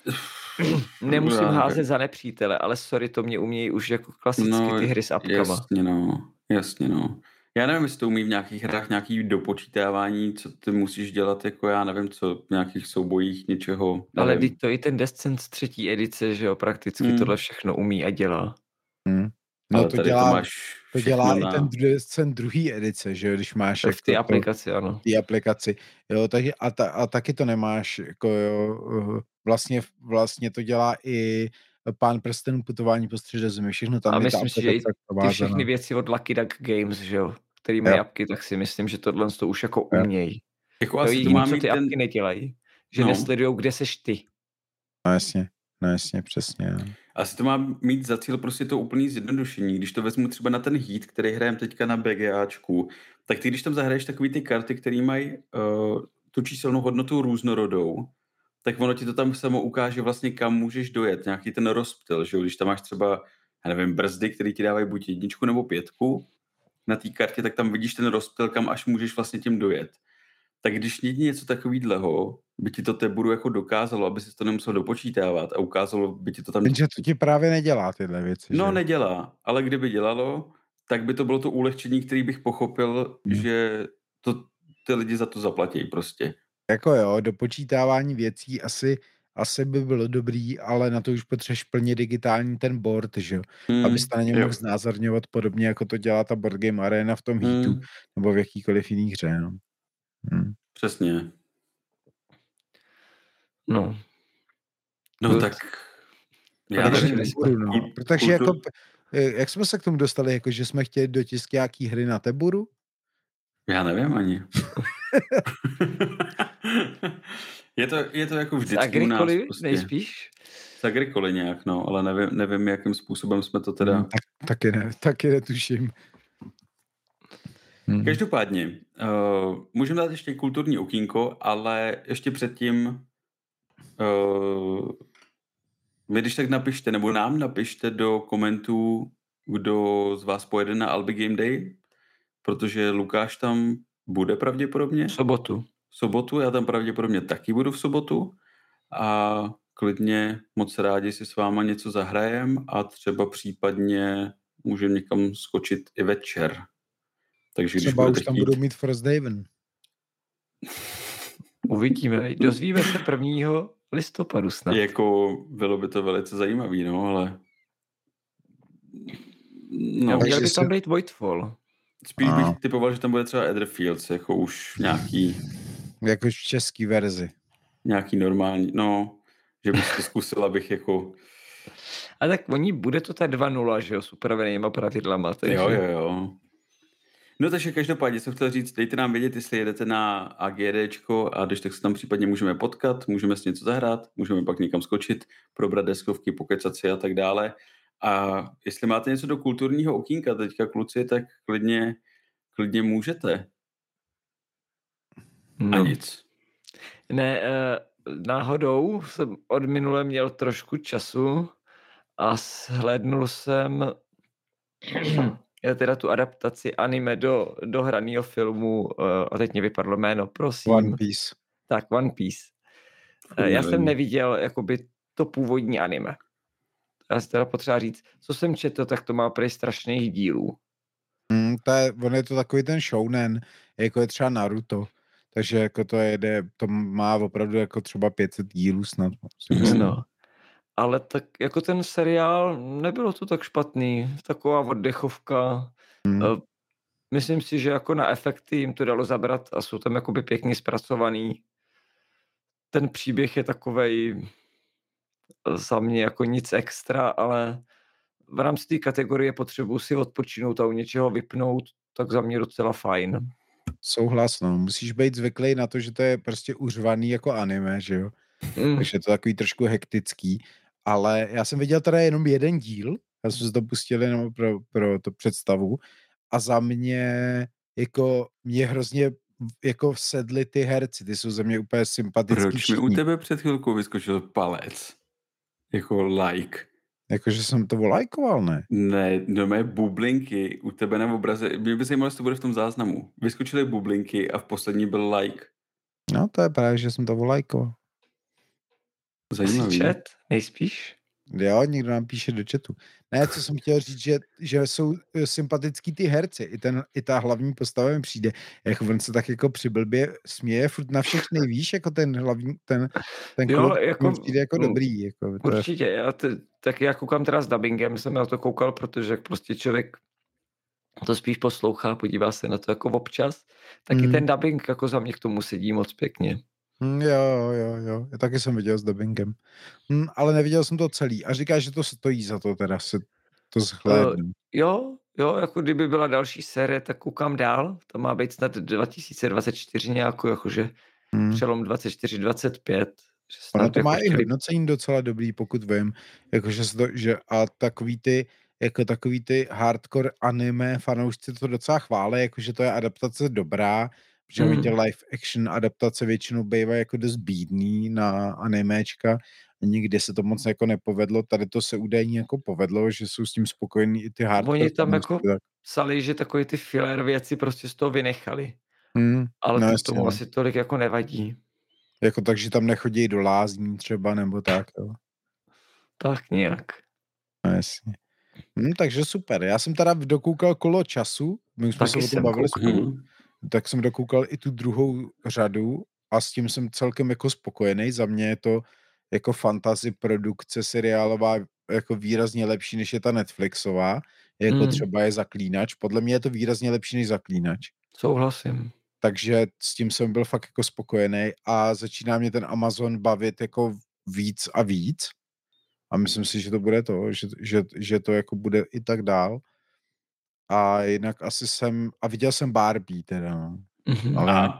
Nemusím Já házet nevím. za nepřítele, ale sorry, to mě umějí už jako klasicky No, ty hry s apkama. Jasně, no. Jasně, no. Já nevím, jestli to umí v nějakých hrách nějaký dopočítávání, co ty musíš dělat, jako já nevím, co v nějakých soubojích něčeho. Ale nevím. teď to i ten Descent z třetí edice, že jo, prakticky Hmm. tohle všechno umí a dělá. Hm. No Ale to tady to dělá, máš to všechno dělá i na... ten, dru- ten druhý edice, že jo, když máš v té jako to, aplikaci, ano. té aplikaci. Jo, takže a, ta, a taky to nemáš, jako jo, uh, vlastně, vlastně to dělá i Pán prstenů, Putování po středozemi, všechno tam A je ta myslím si, že i aplikace ty všechny provázaná. věci od Lucky Duck Games, že jo, který mají Jo. apky, tak si myslím, že tohle to už jako Jo. umějí. Jako Jo, asi to jediný, má co mít ty ten... apky nedělají, že No. nesledujou, kde seš ty. No jasně, no jasně, přesně. No. Asi to má mít za cíl prostě to úplný zjednodušení. Když to vezmu třeba na ten Heat, který hrajem teďka na BGAčku, tak ty, když tam zahraješ takový ty karty, které mají uh, tu číselnou hodnotu různorodou, tak ono ti to tam samo ukáže vlastně, kam můžeš dojet. Nějaký ten rozptyl, že jo? Když tam máš třeba, já nevím, brzdy, které ti dávají buď jedničku nebo pětku na té kartě, tak tam vidíš ten rozptyl, kam až můžeš vlastně tím dojet. Tak když někdy něco takovýhleho, by ti to Teburu jako dokázalo, aby si to nemusel dopočítávat a ukázalo by ti to tam... Jenže to ti právě nedělá tyhle věci, No že? nedělá, ale kdyby dělalo, tak by to bylo to ulehčení, který bych pochopil, Hmm. že to ty lidi za to zaplatí prostě. Jako jo, dopočítávání věcí asi, asi by bylo dobrý, ale na to už potřebuješ plně digitální ten board, že jo? Hmm, Abys to na něm jo. mohl znázorňovat podobně, jako to dělá ta Board Game Arena v tom Heatu, Hmm, nebo v jakýkoliv jiný hře, no. Hmm. přesně. No. No Good. tak... Já Já Takže, nevím, nevím, Teburu, no. kultur- Protože jako, kultur- eh, jak jsme se k tomu dostali, jako že jsme chtěli dotisky nějaký hry na Teburu? Já nevím ani. je, to, je to jako Z vždycky u nás Agricoly prostě. nejspíš? Z Agricoly nějak, no, ale nevím, nevím, jakým způsobem jsme to teda... Hmm, tak, taky, ne, taky netuším. Hmm. Každopádně, uh, můžeme dát ještě kulturní okýnko, ale ještě předtím uh, vy když tak napište, nebo nám napište do komentů, kdo z vás pojede na Albi Game Day, protože Lukáš tam bude pravděpodobně V sobotu. v sobotu, já tam pravděpodobně taky budu v sobotu a klidně moc rádi si s váma něco zahrajem a třeba případně můžeme někam skočit i večer. Takže když Třeba už budete tam chtít... budou mít Frosthaven. Uvidíme. Dozvíme se prvního listopadu snad. Jako bylo by to velice zajímavý, no, ale... No, No, měl takže by tam se- být Voidfall. spíš A. bych typoval, že tam bude třeba Etherfields, jako už nějaký, Jako v český verzi. nějaký normální, no, že bych to zkusil, abych jako... A tak oni, bude to ta dva nula, že jo, s upravenýma pravidlama. Takže... Jo, jo, jo. No takže každopádně jsem chtěl říct, dejte nám vědět, jestli jedete na AGDčko a když tak se tam případně můžeme potkat, můžeme si něco zahrát, můžeme pak někam skočit, probrat deskovky, pokecat si a tak dále. A jestli máte něco do kulturního okýnka teďka, kluci, tak klidně, klidně můžete. A No. nic. Ne, eh, náhodou jsem od minule měl trošku času a shlédnul jsem já teda tu adaptaci anime do, do hraného filmu, eh, a teď mě vypadlo jméno, prosím. One Piece. Tak, One Piece. Furt Eh, Já nevím. jsem neviděl jakoby to původní anime. Já si teda potřeba říct, co jsem četl, tak to má prý strašných dílů. Hmm, to je, on je to takový ten shounen, jako je třeba Naruto. Takže jako to jede, to má opravdu jako třeba pět set dílů snad. si myslím. No. Ale tak jako ten seriál, nebylo to tak špatný. Taková oddechovka. Hmm. Eh, Myslím si, že jako na efekty jim to dalo zabrat a jsou tam jakoby pěkně zpracovaný. Ten příběh je takovej za mě jako nic extra, ale v rámci té kategorie potřebuji si odpočinout a u něčeho vypnout, tak za mě docela fajn. Souhlas, no. Musíš být zvyklý na to, že to je prostě uřvaný jako anime, že jo. Mm. Takže je to takový trošku hektický. Ale já jsem viděl teda jenom jeden díl, já jsem se to pustil jenom pro, pro to představu a za mě jako mě hrozně jako sedly ty herci, ty jsou za mě úplně sympatický Proč mi u všichni. tebe před chvilkou vyskočil palec? Jako like. Jakože jsem to volajkoval, ne? Ne, no mé bublinky u tebe na obraze, mě by zajímalo, jestli to bude v tom záznamu. Vyskočily bublinky a v poslední byl like. No to je právě, že jsem to volajkoval. Jsi Zajímavý. čet? Nejspíš? Jo, někdo nám píše do chatu. Ne, co jsem chtěl říct, že, že jsou sympatický ty herci. I, ten, i ta hlavní postava mi přijde. Jako on se tak jako přiblbě směje furt na všechny, víš, jako ten hlavní, ten, ten Jo, kluk jako, mi přijde jako mm, dobrý. Jako, to je, Určitě, já t, tak já koukám teda s dubbingem, jsem na to koukal, protože jak prostě člověk to spíš poslouchá, podívá se na to jako občas, tak i Mm. ten dubbing jako za mě k tomu sedí moc pěkně. mm, jo, jo, jo. Já taky jsem viděl s dubbingem. Mm, ale neviděl jsem to celý. A říkáš, že to stojí za to teda se to Uh, zhlédnout. jo, jo, jako kdyby byla další série, tak koukám dál. To má být snad dva tisíce dvacet čtyři nějakou, jakože Mm. přelom dvacet čtyři dvacet pět. Že Ono snad to jako má i chtěli... hodnocení docela dobrý, pokud vím. Jakože se to, že a takový ty, jako takový ty hardcore anime fanoušci to docela chválí, jakože to je adaptace dobrá, protože Mm. mm. ty live action adaptace většinou bývají jako dost bídný na animéčka. Nikdy se to moc jako nepovedlo, tady to se údajně jako povedlo, že jsou s tím spokojení i ty hardcore Oni tam fanoušci. jako Tak. psali, že takový ty filler věci prostě z toho vynechali. Hmm, Ale no to jasně, tomu no. asi tolik jako nevadí. Jako takže tam nechodí do lázní třeba, nebo tak, jo. Tak nějak. No jasně. Hm, takže super. Já jsem teda dokoukal Kolo času, my už jsme Taky se o tom jsem bavili koukal. spolu, Mhm. tak jsem dokoukal i tu druhou řadu a s tím jsem celkem jako spokojený. Za mě je to jako fantasy produkce seriálová jako výrazně lepší, než je ta Netflixová, jako Mm. třeba je Zaklínač. Podle mě je to výrazně lepší než Zaklínač. Souhlasím. Takže s tím jsem byl fakt jako spokojený a začíná mě ten Amazon bavit jako víc a víc. A myslím si, že to bude to, že, že, že to jako bude i tak dál. A jinak asi jsem, a viděl jsem Barbie teda, no. Mhm. Ale jinak, A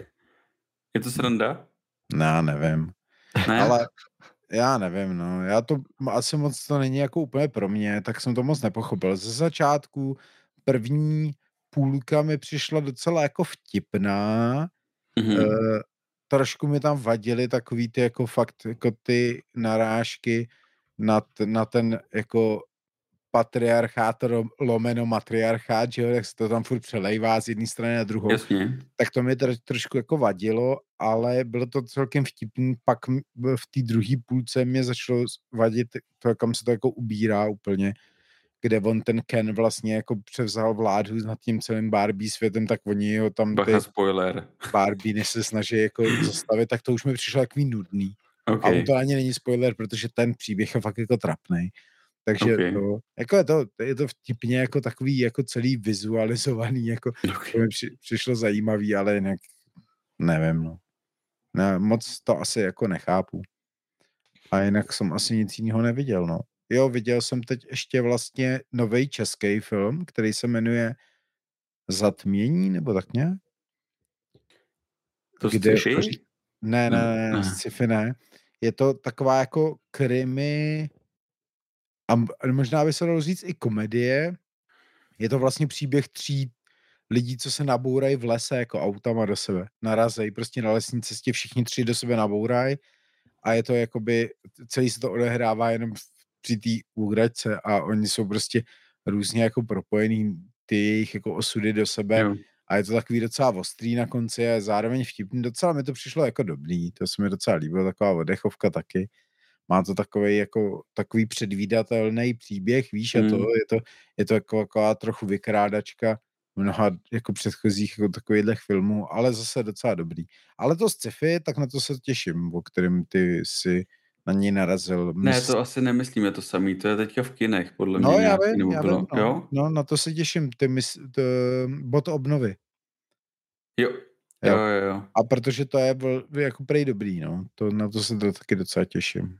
je to sranda? ne, já nevím. Ne? Ale já nevím, no. Já to, asi moc to není jako úplně pro mě, tak jsem to moc nepochopil. Ze začátku první půlka mi přišla docela jako vtipná. Mhm. Uh, trošku mi tam vadily takový ty jako fakt, jako ty narážky na, t, na ten jako patriarchát lomeno matriarchát, že jo, tak se to tam furt přelejvá z jedné strany na druhou. Jasně. Tak to mi tro, trošku jako vadilo, ale bylo to celkem vtipný. Pak v té druhé půlce mě začalo vadit to, kam se to jako ubírá úplně, kde on ten Ken vlastně jako převzal vládu nad tím celým Barbie světem, tak oni ho tam ty Bacha, spoiler. Barbie se snaží jako zastavit, tak to už mi přišlo takový nudný. Okay. A on to ani není spoiler, protože ten příběh je fakt jako trapnej. Takže Okay. to, jako je to, je to vtipně jako takový jako celý vizualizovaný, jako Okay. to mi při, přišlo zajímavý, ale jinak nevím, no. Ne, moc to asi jako nechápu. A jinak jsem asi nic jiného neviděl, no. Jo, viděl jsem teď ještě vlastně nový český film, který se jmenuje Zatmění, nebo tak nějak? To Kde, sci-fi? ne, ne, ne, Ne. sci-fi ne. Je to taková jako krimi a možná by se dalo říct i komedie. Je to vlastně příběh tří lidí, co se nabourají v lese jako autama do sebe. Narazej prostě na lesní cestě, všichni tři do sebe nabourají a je to jakoby, celý se to odehrává jenom při té úhračce a oni jsou prostě různě jako propojený ty jejich jako osudy do sebe. Jo. A je to takový docela ostrý na konci a zároveň vtipný. Docela mi to přišlo jako dobrý, to se mi docela líbilo, taková oddechovka taky. Má to takový jako takový předvídatelný příběh, víš, a to Mm. je to, je to jako taková trochu vykrádačka mnoha jako předchozích jako takových filmů, ale zase docela dobrý. Ale to sci-fi, tak na to se těším, o kterém ty si na něj narazil. Ne, Mys... to asi nemyslíme to samý, to je teďka v kinech, podle No, mě já nějaký, vím, nebo já bylo, vím, no. jo? No, na to se těším, ty mys... to, bod obnovy. Jo. Jo, jo, jo. A protože to je jako prej dobrý, no. To, na to se to taky docela těším.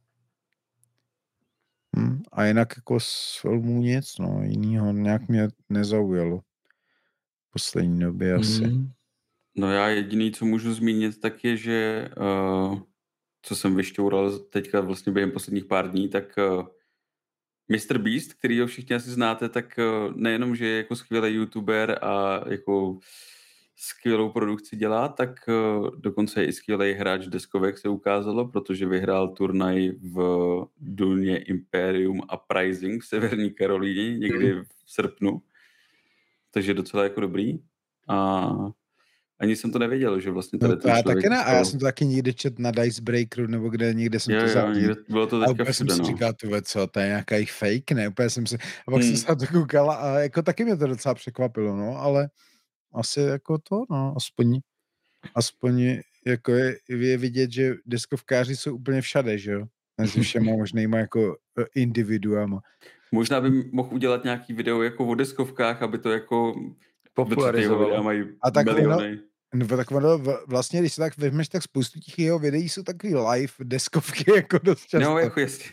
Hm, a jinak jako z filmů nic, no, jinýho nějak mě nezaujalo v poslední době asi. Mm. No já jediný, co můžu zmínit, tak je, že uh, co jsem vyšťoural teďka vlastně během posledních pár dní, tak uh, mister Beast, který ho všichni asi znáte, tak uh, nejenom, že je jako skvělý youtuber a jako skvělou produkci dělá, tak uh, dokonce je i skvělý hráč deskovek, se ukázalo, protože vyhrál turnaj v Duně Imperium Uprising v Severní Karolíně někdy v srpnu. Takže docela jako dobrý. A Ani jsem to nevěděl, že vlastně No tady to ten já člověk taky ne, a já dostal. jsem to taky někde čet na Dicebreakeru, nebo kde někde jsem Jo, to jo, zahlídl. někde, bylo to A teďka úplně jsem všude, si no. říkal, tyhle, co, to je nějaký fake, ne? Úplně jsem si, a pak jsem Hmm. se na to koukal a jako taky mě to docela překvapilo, no, ale asi jako to, no, aspoň, aspoň jako je, je vidět, že deskovkáři jsou úplně všade, že jo? Mezi všema možnýma jako eh, individuama. Možná by mohl udělat nějaký video jako o deskovkách, aby to jako... Popularizovalo. Videa mají A tak ono, miliony. no, tak ono, v- vlastně, když se tak vezmeš, tak spoustu těch jeho videí jsou takový live deskovky, jako dost často. No, jako jestli...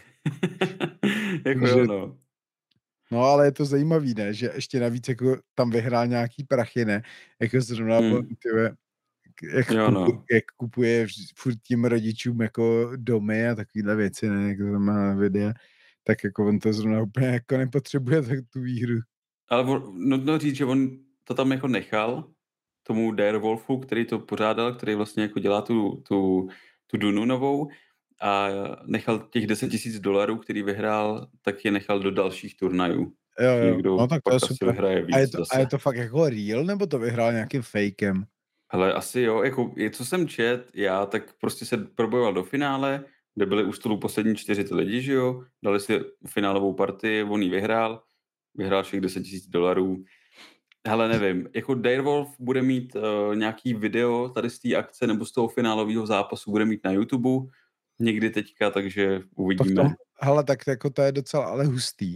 jako Že- jo, no. No, ale je to zajímavý, ne? Že ještě navíc jako tam vyhrál nějaký prachy, ne? Jako zrovna, Hmm. hmm. tyve, jak, Jo, kupu, no. jak kupuje vž- furt tím rodičům jako domy a takovýhle věci, ne? Jak to má videa, tak jako on to zrovna úplně jako nepotřebuje tak tu výhru. Ale on, nutno říct, že on to tam jako nechal tomu Direwolfu, který to pořádal, který vlastně jako dělá tu, tu, tu Dunu novou a nechal těch deset tisíc dolarů, který vyhrál, tak je nechal do dalších turnajů. Jo, jo, Někdo no tak to pak je asi super. vyhraje víc A je, to, zase. a je to fakt jako real, nebo to vyhrál nějakým fakem? Ale asi jo, jako, je, co jsem čet, já, tak prostě se probojoval do finále, kde byli u stolu poslední čtyři ty lidi, že jo, dali si finálovou partii, on ji vyhrál, vyhrál všech deset tisíc dolarů. Hele, nevím, jako Direwolf bude mít uh, nějaký video tady z té akce nebo z toho finálového zápasu, bude mít na YouTube někdy teďka, takže Tak uvidíme. to, hele, tak jako to je docela ale hustý.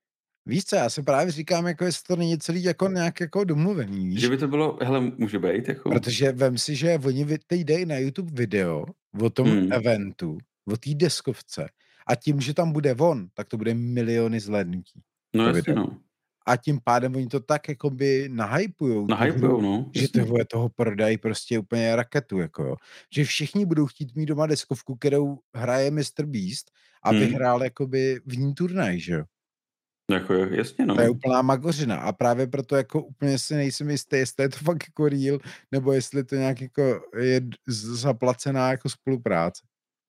Víš co, já se právě říkám, jako jestli to není celý jako nějak jako domluvený, víš? Že by to bylo, hele, může být, jako... Protože vem si, že oni vy- teď dají na YouTube video o tom Hmm. eventu, o té deskovce a tím, že tam bude on, tak to bude miliony zhlédnutí. No to jasně, video. no. A tím pádem oni to tak jakoby nahypujou. tu hru, Nahypujou, no. že jasně. toho, toho prodají prostě úplně raketu, jako jo. Že všichni budou chtít mít doma deskovku, kterou hraje mister Beast a Hmm. vyhrál jakoby v ní turnaj, že jo. Jako, jasně, no. To je úplná magořina a právě proto jako úplně si nejsem jistý, jestli je to fakt jako real, nebo jestli to nějak jako je d- z- zaplacená jako spolupráce.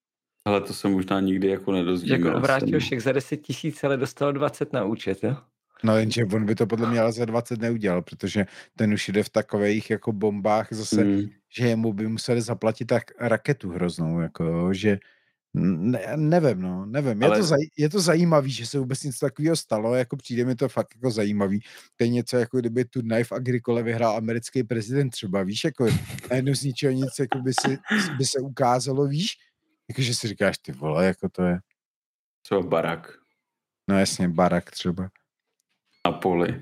Ale to se možná nikdy jako nedozvíme. Jako já obrátil jsem- šek za deset tisíc, ale dostal dvacet na účet, jo? No jenže on by to podle mě ale za dvacet neudělal, protože ten už jde v takových jako bombách zase, Hmm. že jemu by museli zaplatit tak raketu hroznou, jako jo, že ne, nevím, no, nevím. Je, Ale- to zaj, je to zajímavý, že se vůbec něco takového stalo, jako přijde mi to fakt jako zajímavý. To je něco, jako kdyby tu Knife Agricole vyhrál americký prezident třeba, víš, jako najednou z ničeho nic, jako by, si, by se ukázalo, víš, jakože si říkáš, ty vole, jako to je, Třeba Barak no jasně, Barack třeba. a Poli.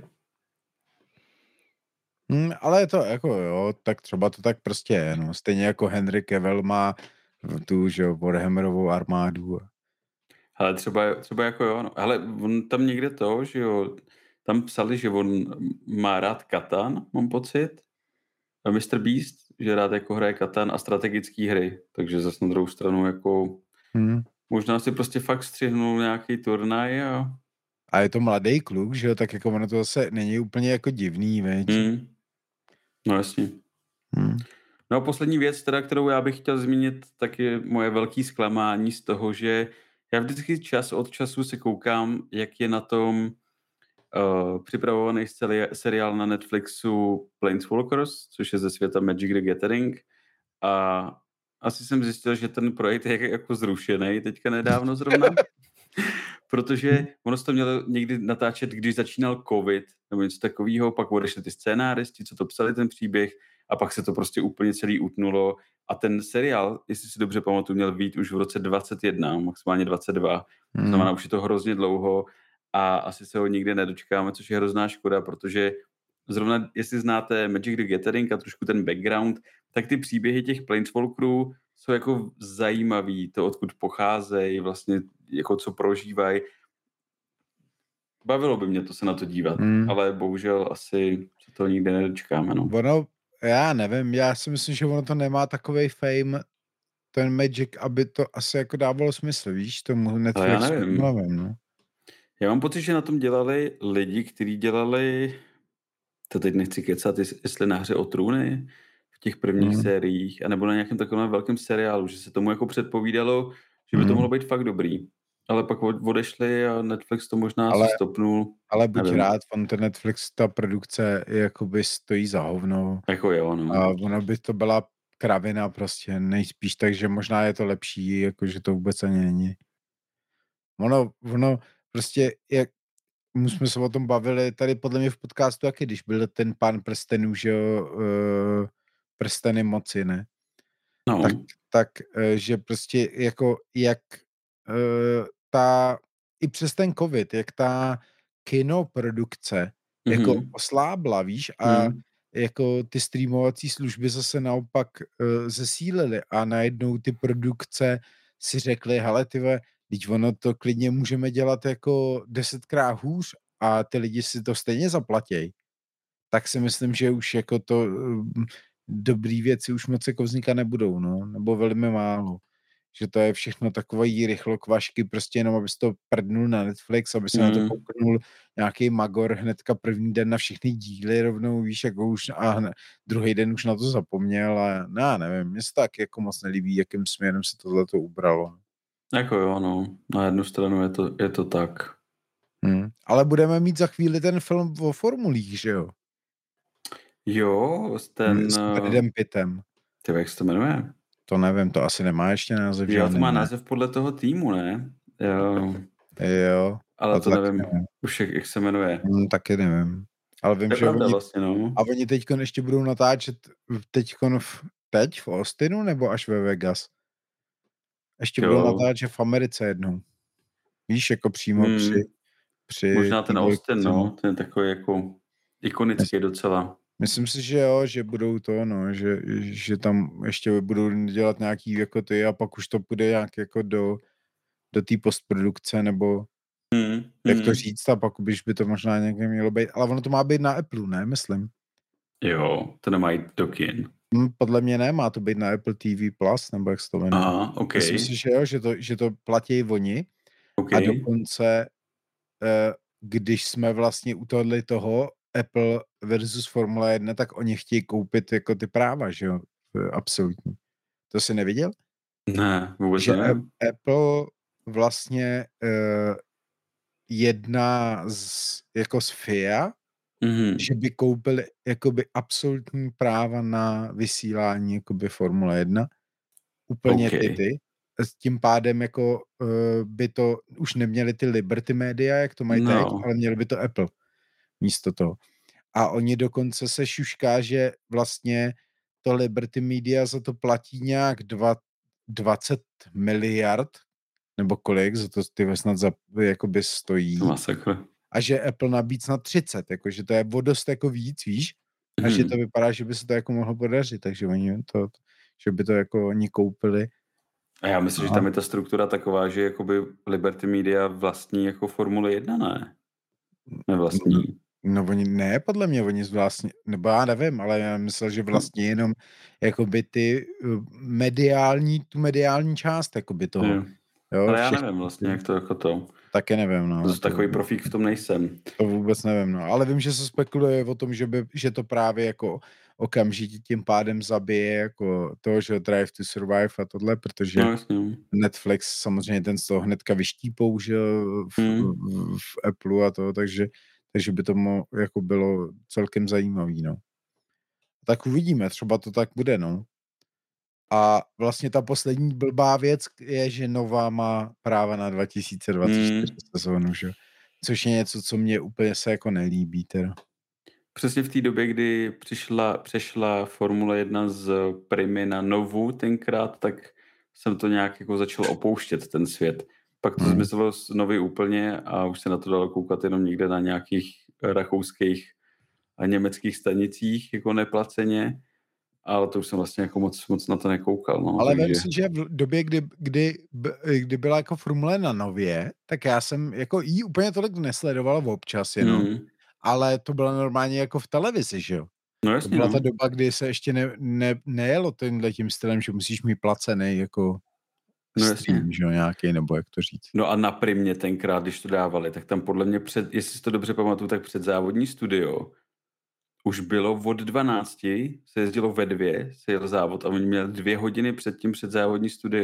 Hmm, ale je to jako jo, tak třeba to tak prostě je, no. Stejně jako Henry Cavill má tu, že jo, Warhammerovou armádu. Ale třeba, třeba jako jo, no. Ale on tam někde to, že jo, tam psali, že on má rád Katan, mám pocit. A mister Beast, že rád jako hraje Katan a strategické hry. Takže zase na druhou stranu jako Hmm. možná si prostě fakt střihnul nějaký turnaj a... A je to mladý kluk, že jo, tak jako ono to zase není úplně jako divný, veď. Hmm. No jasně. Hmm. No a poslední věc, teda, kterou já bych chtěl zmínit, tak je moje velké zklamání z toho, že já vždycky čas od času se koukám, jak je na tom uh, připravovaný seri- seriál na Netflixu Planeswalkers, což je ze světa Magic the Gathering. A asi jsem zjistil, že ten projekt je jako zrušený teďka nedávno zrovna. Protože ono se to mělo někdy natáčet, když začínal covid, nebo něco takového, pak odešli ty scénáristi, co to psali ten příběh, a pak se to prostě úplně celý utnulo. A ten seriál, jestli si dobře pamatuju, měl být už v roce dvacet jedna, maximálně dvacet dva. To Hmm. znamená, už je to hrozně dlouho a asi se ho nikdy nedočkáme, což je hrozná škoda, protože zrovna, jestli znáte Magic the Gathering a trošku ten background, tak ty příběhy těch Planeswalkerů jsou jako zajímavý, to odkud pocházejí, vlastně jako co prožívají. Bavilo by mě to se na to dívat, Hmm. ale bohužel asi se toho nikdy nedočkáme, no. Ono, já nevím, já si myslím, že ono to nemá takovej fame, ten Magic, aby to asi jako dávalo smysl, víš, tomu Netflixu. nevím. nevím, no. Já mám pocit, že na tom dělali lidi, kteří dělali, to teď nechci kecat, jest- jestli na Hře o trůny v těch prvních Hmm. sériích, anebo na nějakém takovém velkém seriálu, že se tomu jako předpovídalo, že by to Hmm. mohlo být fakt dobrý. Ale pak od- odešli a Netflix to možná Ale- si stopnul. Ale buď Nevím. rád, on ten Netflix, ta produkce jakoby stojí za hovno. Jako jo, no. A ono by to byla kravina prostě nejspíš, takže možná je to lepší, jakože to vůbec ani není. Ono, ono prostě, jak my jsme se o tom bavili tady podle mě v podcastu, taky když byl ten pán prstenů, že jo, uh, prsteny moci, ne? No, Tak, tak eh, že prostě jako jak uh, ta, i přes ten covid, jak ta kinoprodukce jako Mhm. oslábla, víš, a Mhm. jako ty streamovací služby zase naopak uh, zesílily a najednou ty produkce si řekly, hele tyve, teď ono to klidně můžeme dělat jako desetkrát hůř a ty lidi si to stejně zaplatěj. Tak si myslím, že už jako to um, dobrý věci už moc jako vznikat nebudou, no, nebo velmi málo. Že to je všechno takový rychlokvašky, prostě jenom, abys to prdnul na Netflix, aby se mm. na to Mm. kouknul nějaký magor hnedka první den na všechny díly rovnou, víš, jako už a hned, druhý den už na to zapomněl a no, já nevím, mně se tak jako moc nelíbí, jakým směrem se tohleto ubralo. Jako jo, no. Na jednu stranu je to, je to tak. Hmm. Ale budeme mít za chvíli ten film o formulích, že jo? Jo, ten... S eh, Bradem Pittem. Ty, jak se to jmenuje? To nevím, to asi nemá ještě název. Jo, to žádný, má ne? název podle toho týmu, ne? Jo, Jo, ale to to taky nevím, nevím. už jak, jak se jmenuje. Hmm, taky nevím. Ale vím, To je že pravda oni, vlastně, no. a oni teď ještě budou natáčet teď v, teď v Austinu nebo až ve Vegas? Ještě Jo. budou natáčet v Americe jednou. Víš, jako přímo Hmm. při, při... Možná ten té Austin, lokaci. no, ten je takový jako ikonický docela. Myslím si, že jo, že budou to, no, že, že tam ještě budou dělat nějaký jako ty a pak už to půjde nějak jako do, do té postprodukce, nebo Hmm. jak to hmm. říct, a pak už by to možná někde mělo být, ale ono to má být na Apple, ne, myslím. Jo, to nemá jít do kin. Hm, podle mě ne, má to být na Apple T V Plus, nebo jak se to jmenuje. Aha, OK. Myslím si, že jo, že to, že to platí oni OK. a dokonce, eh, když jsme vlastně u tohle toho Apple versus Formule jedna, tak oni chtějí koupit jako ty práva, že jo, absolutně. To jsi neviděl? Ne, vůbec Že nevím. A- Apple vlastně uh, jedná z, jako z F I A, Mhm. že by koupili jakoby absolutní práva na vysílání jakoby Formule jedna. Úplně OK. ty ty. S tím pádem jako uh, by to už neměli ty Liberty Media, jak to mají No. teď, ale měli by to Apple místo toho. A oni dokonce se šušká, že vlastně to Liberty Media za to platí nějak dva, dvacet miliard, nebo kolik, za to ty snad za, jakoby stojí. Masakr. A že Apple nabíc na třicet, jakože to je o dost jako víc, víš? A že Mhm. to vypadá, že by se to jako mohlo podařit, takže oni to, že by to jako oni koupili. A já myslím, Aha. že tam je ta struktura taková, že jakoby Liberty Media vlastní jako Formule jedna, ne? Nevlastní. No oni ne, podle mě, oni vlastně, nebo já nevím, ale já myslel, že vlastně jenom jakoby ty uh, mediální, tu mediální část jakoby toho. Jo. Jo, Ale já všechno. nevím vlastně, jak to jako to. Taky nevím, no. To To, takový profík v tom nejsem. to vůbec nevím, no. Ale vím, že se spekuluje o tom, že, by, že to právě jako okamžitě tím pádem zabije jako to, že Drive to Survive a tohle, protože No jasně. Netflix samozřejmě ten z toho hnedka vyštípou, že v, Hmm. v, v Apple a to, takže, takže by to mo, jako bylo celkem zajímavý, no. Tak uvidíme, třeba to tak bude, no. A vlastně ta poslední blbá věc je, že Nova má práva na dva tisíce dvacet čtyři Hmm. sezónu, že? Což je něco, co mě úplně se jako nelíbí, teda. Přesně v té době, kdy přišla, přešla Formule jedna z Primy na Novu tenkrát, tak jsem to nějak jako začal opouštět, ten svět. Pak to Hmm. zmizelo z Novy úplně a už se na to dalo koukat jenom někde na nějakých rakouských a německých stanicích, jako neplaceně, ale to už jsem vlastně jako moc, moc na to nekoukal. No, Ale takže... vem si, že v době, kdy, kdy, kdy byla jako Formule na Nově, tak já jsem jako jí úplně tolik nesledoval občas jenom, Mm. ale to bylo normálně jako v televizi, že jo? No To jasně, byla no. ta doba, kdy se ještě ne, ne, nejelo tímhle tím stylem, že musíš mít placený jako No stream, jasně. že jo, nějaký, nebo jak to říct. No a na Primě tenkrát, když to dávali, tak tam podle mě, před, jestli si to dobře pamatuju, tak před závodní studio už bylo od dvanácti, se jezdilo ve dvě, se jel závod a oni měli dvě hodiny předtím před závodní studio.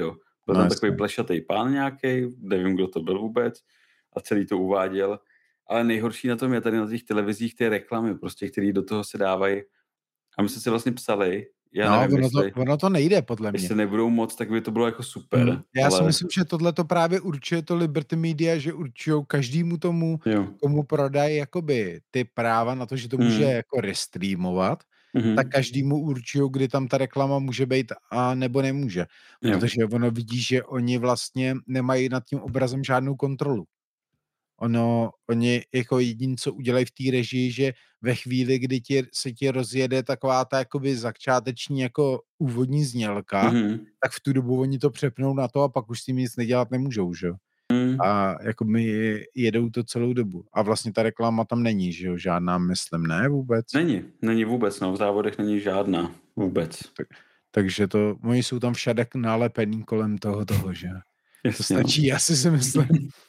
Byl No, tam jasně. takový plešatý pán nějaký, nevím, kdo to byl vůbec, a celý to uváděl. Ale nejhorší na tom je tady na těch televizích ty reklamy, prostě, které do toho se dávají. A my jsme si vlastně psali, já No, nevím, ono to, jestli, ono to nejde, podle mě. jestli nebudou moc, tak by to bylo jako super. Hmm. Já ale... si myslím, že tohle to právě určuje to Liberty Media, že určují každému tomu, jo. komu prodají jakoby ty práva na to, že to může Hmm. jako restreamovat, Mhm. tak každému určují, kdy tam ta reklama může být a nebo nemůže. Jo. Protože ono vidí, že oni vlastně nemají nad tím obrazem žádnou kontrolu. Ono, oni jako jediný, co udělají v té režii, že ve chvíli, kdy ti, se ti rozjede taková ta jakoby začáteční jako úvodní znělka, Mhm. tak v tu dobu oni to přepnou na to a pak už s tím nic nedělat nemůžou, že jo. Mhm. A jako my jedou to celou dobu. A vlastně ta reklama tam není, že jo, žádná, myslím, ne vůbec. Není, není vůbec, no, v závodech není žádná vůbec. Tak, takže to, oni jsou tam všade nalepený kolem toho toho, že jo. To Jasně, stačí, já si si myslím.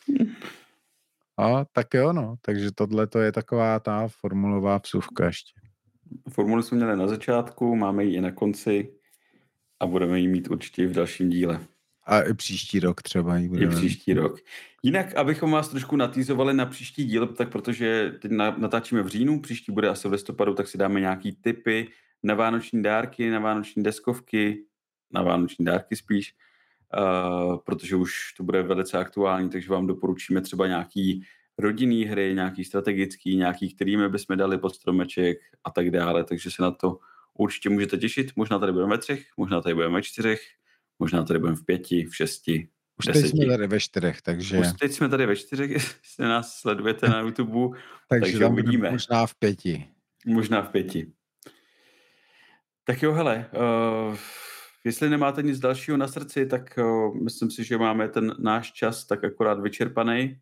A tak jo, no. Takže tohle to je taková ta formulová vsuvka ještě. no. Formuli jsme měli na začátku, máme ji i na konci a budeme ji mít určitě i v dalším díle. A i příští rok třeba ji I budeme. příští rok. Jinak, abychom vás trošku natýzovali na příští díl, tak protože teď natáčíme v říjnu, příští bude asi v listopadu, tak si dáme nějaký tipy na vánoční dárky, na vánoční deskovky, na vánoční dárky spíš, uh, protože už to bude velice aktuální, takže vám doporučíme třeba nějaký rodinný hry, nějaký strategický, nějaký, kterými bychom dali pod stromeček a tak dále, takže se na to určitě můžete těšit. Možná tady budeme ve třech, možná tady budeme ve čtyřech, možná tady budeme v pěti, v šesti, Už v teď deseti. jsme tady ve čtyřech, takže, Už teď jsme tady ve čtyřech, jestli nás sledujete na YouTube, takže, takže tam uvidíme. budeme možná v pěti. Možná v pěti. Tak jo, hele, uh, jestli nemáte nic dalšího na srdci, tak uh, myslím si, že máme ten náš čas tak akorát vyčerpaný.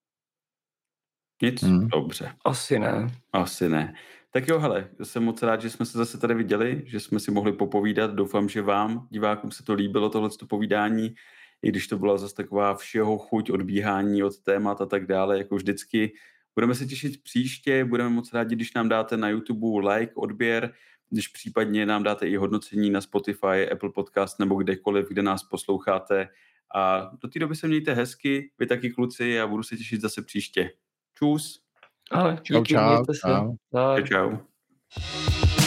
Nic? Hmm. Dobře. Asi ne. Asi ne. Tak jo, hele, jsem moc rád, že jsme se zase tady viděli, že jsme si mohli popovídat. Doufám, že vám, divákům, se to líbilo, tohleto povídání, i když to byla zase taková všeho chuť, odbíhání od témat a tak dále, jako vždycky. Budeme se těšit příště, budeme moc rádi, když nám dáte na YouTube like, odběr, když případně nám dáte i hodnocení na Spotify, Apple Podcast nebo kdekoliv, kde nás posloucháte. A do té doby se mějte hezky, vy taky kluci, a budu se těšit zase příště. Čus. Ale Čau, díky, čau, mějte se. čau. Tak. Čau.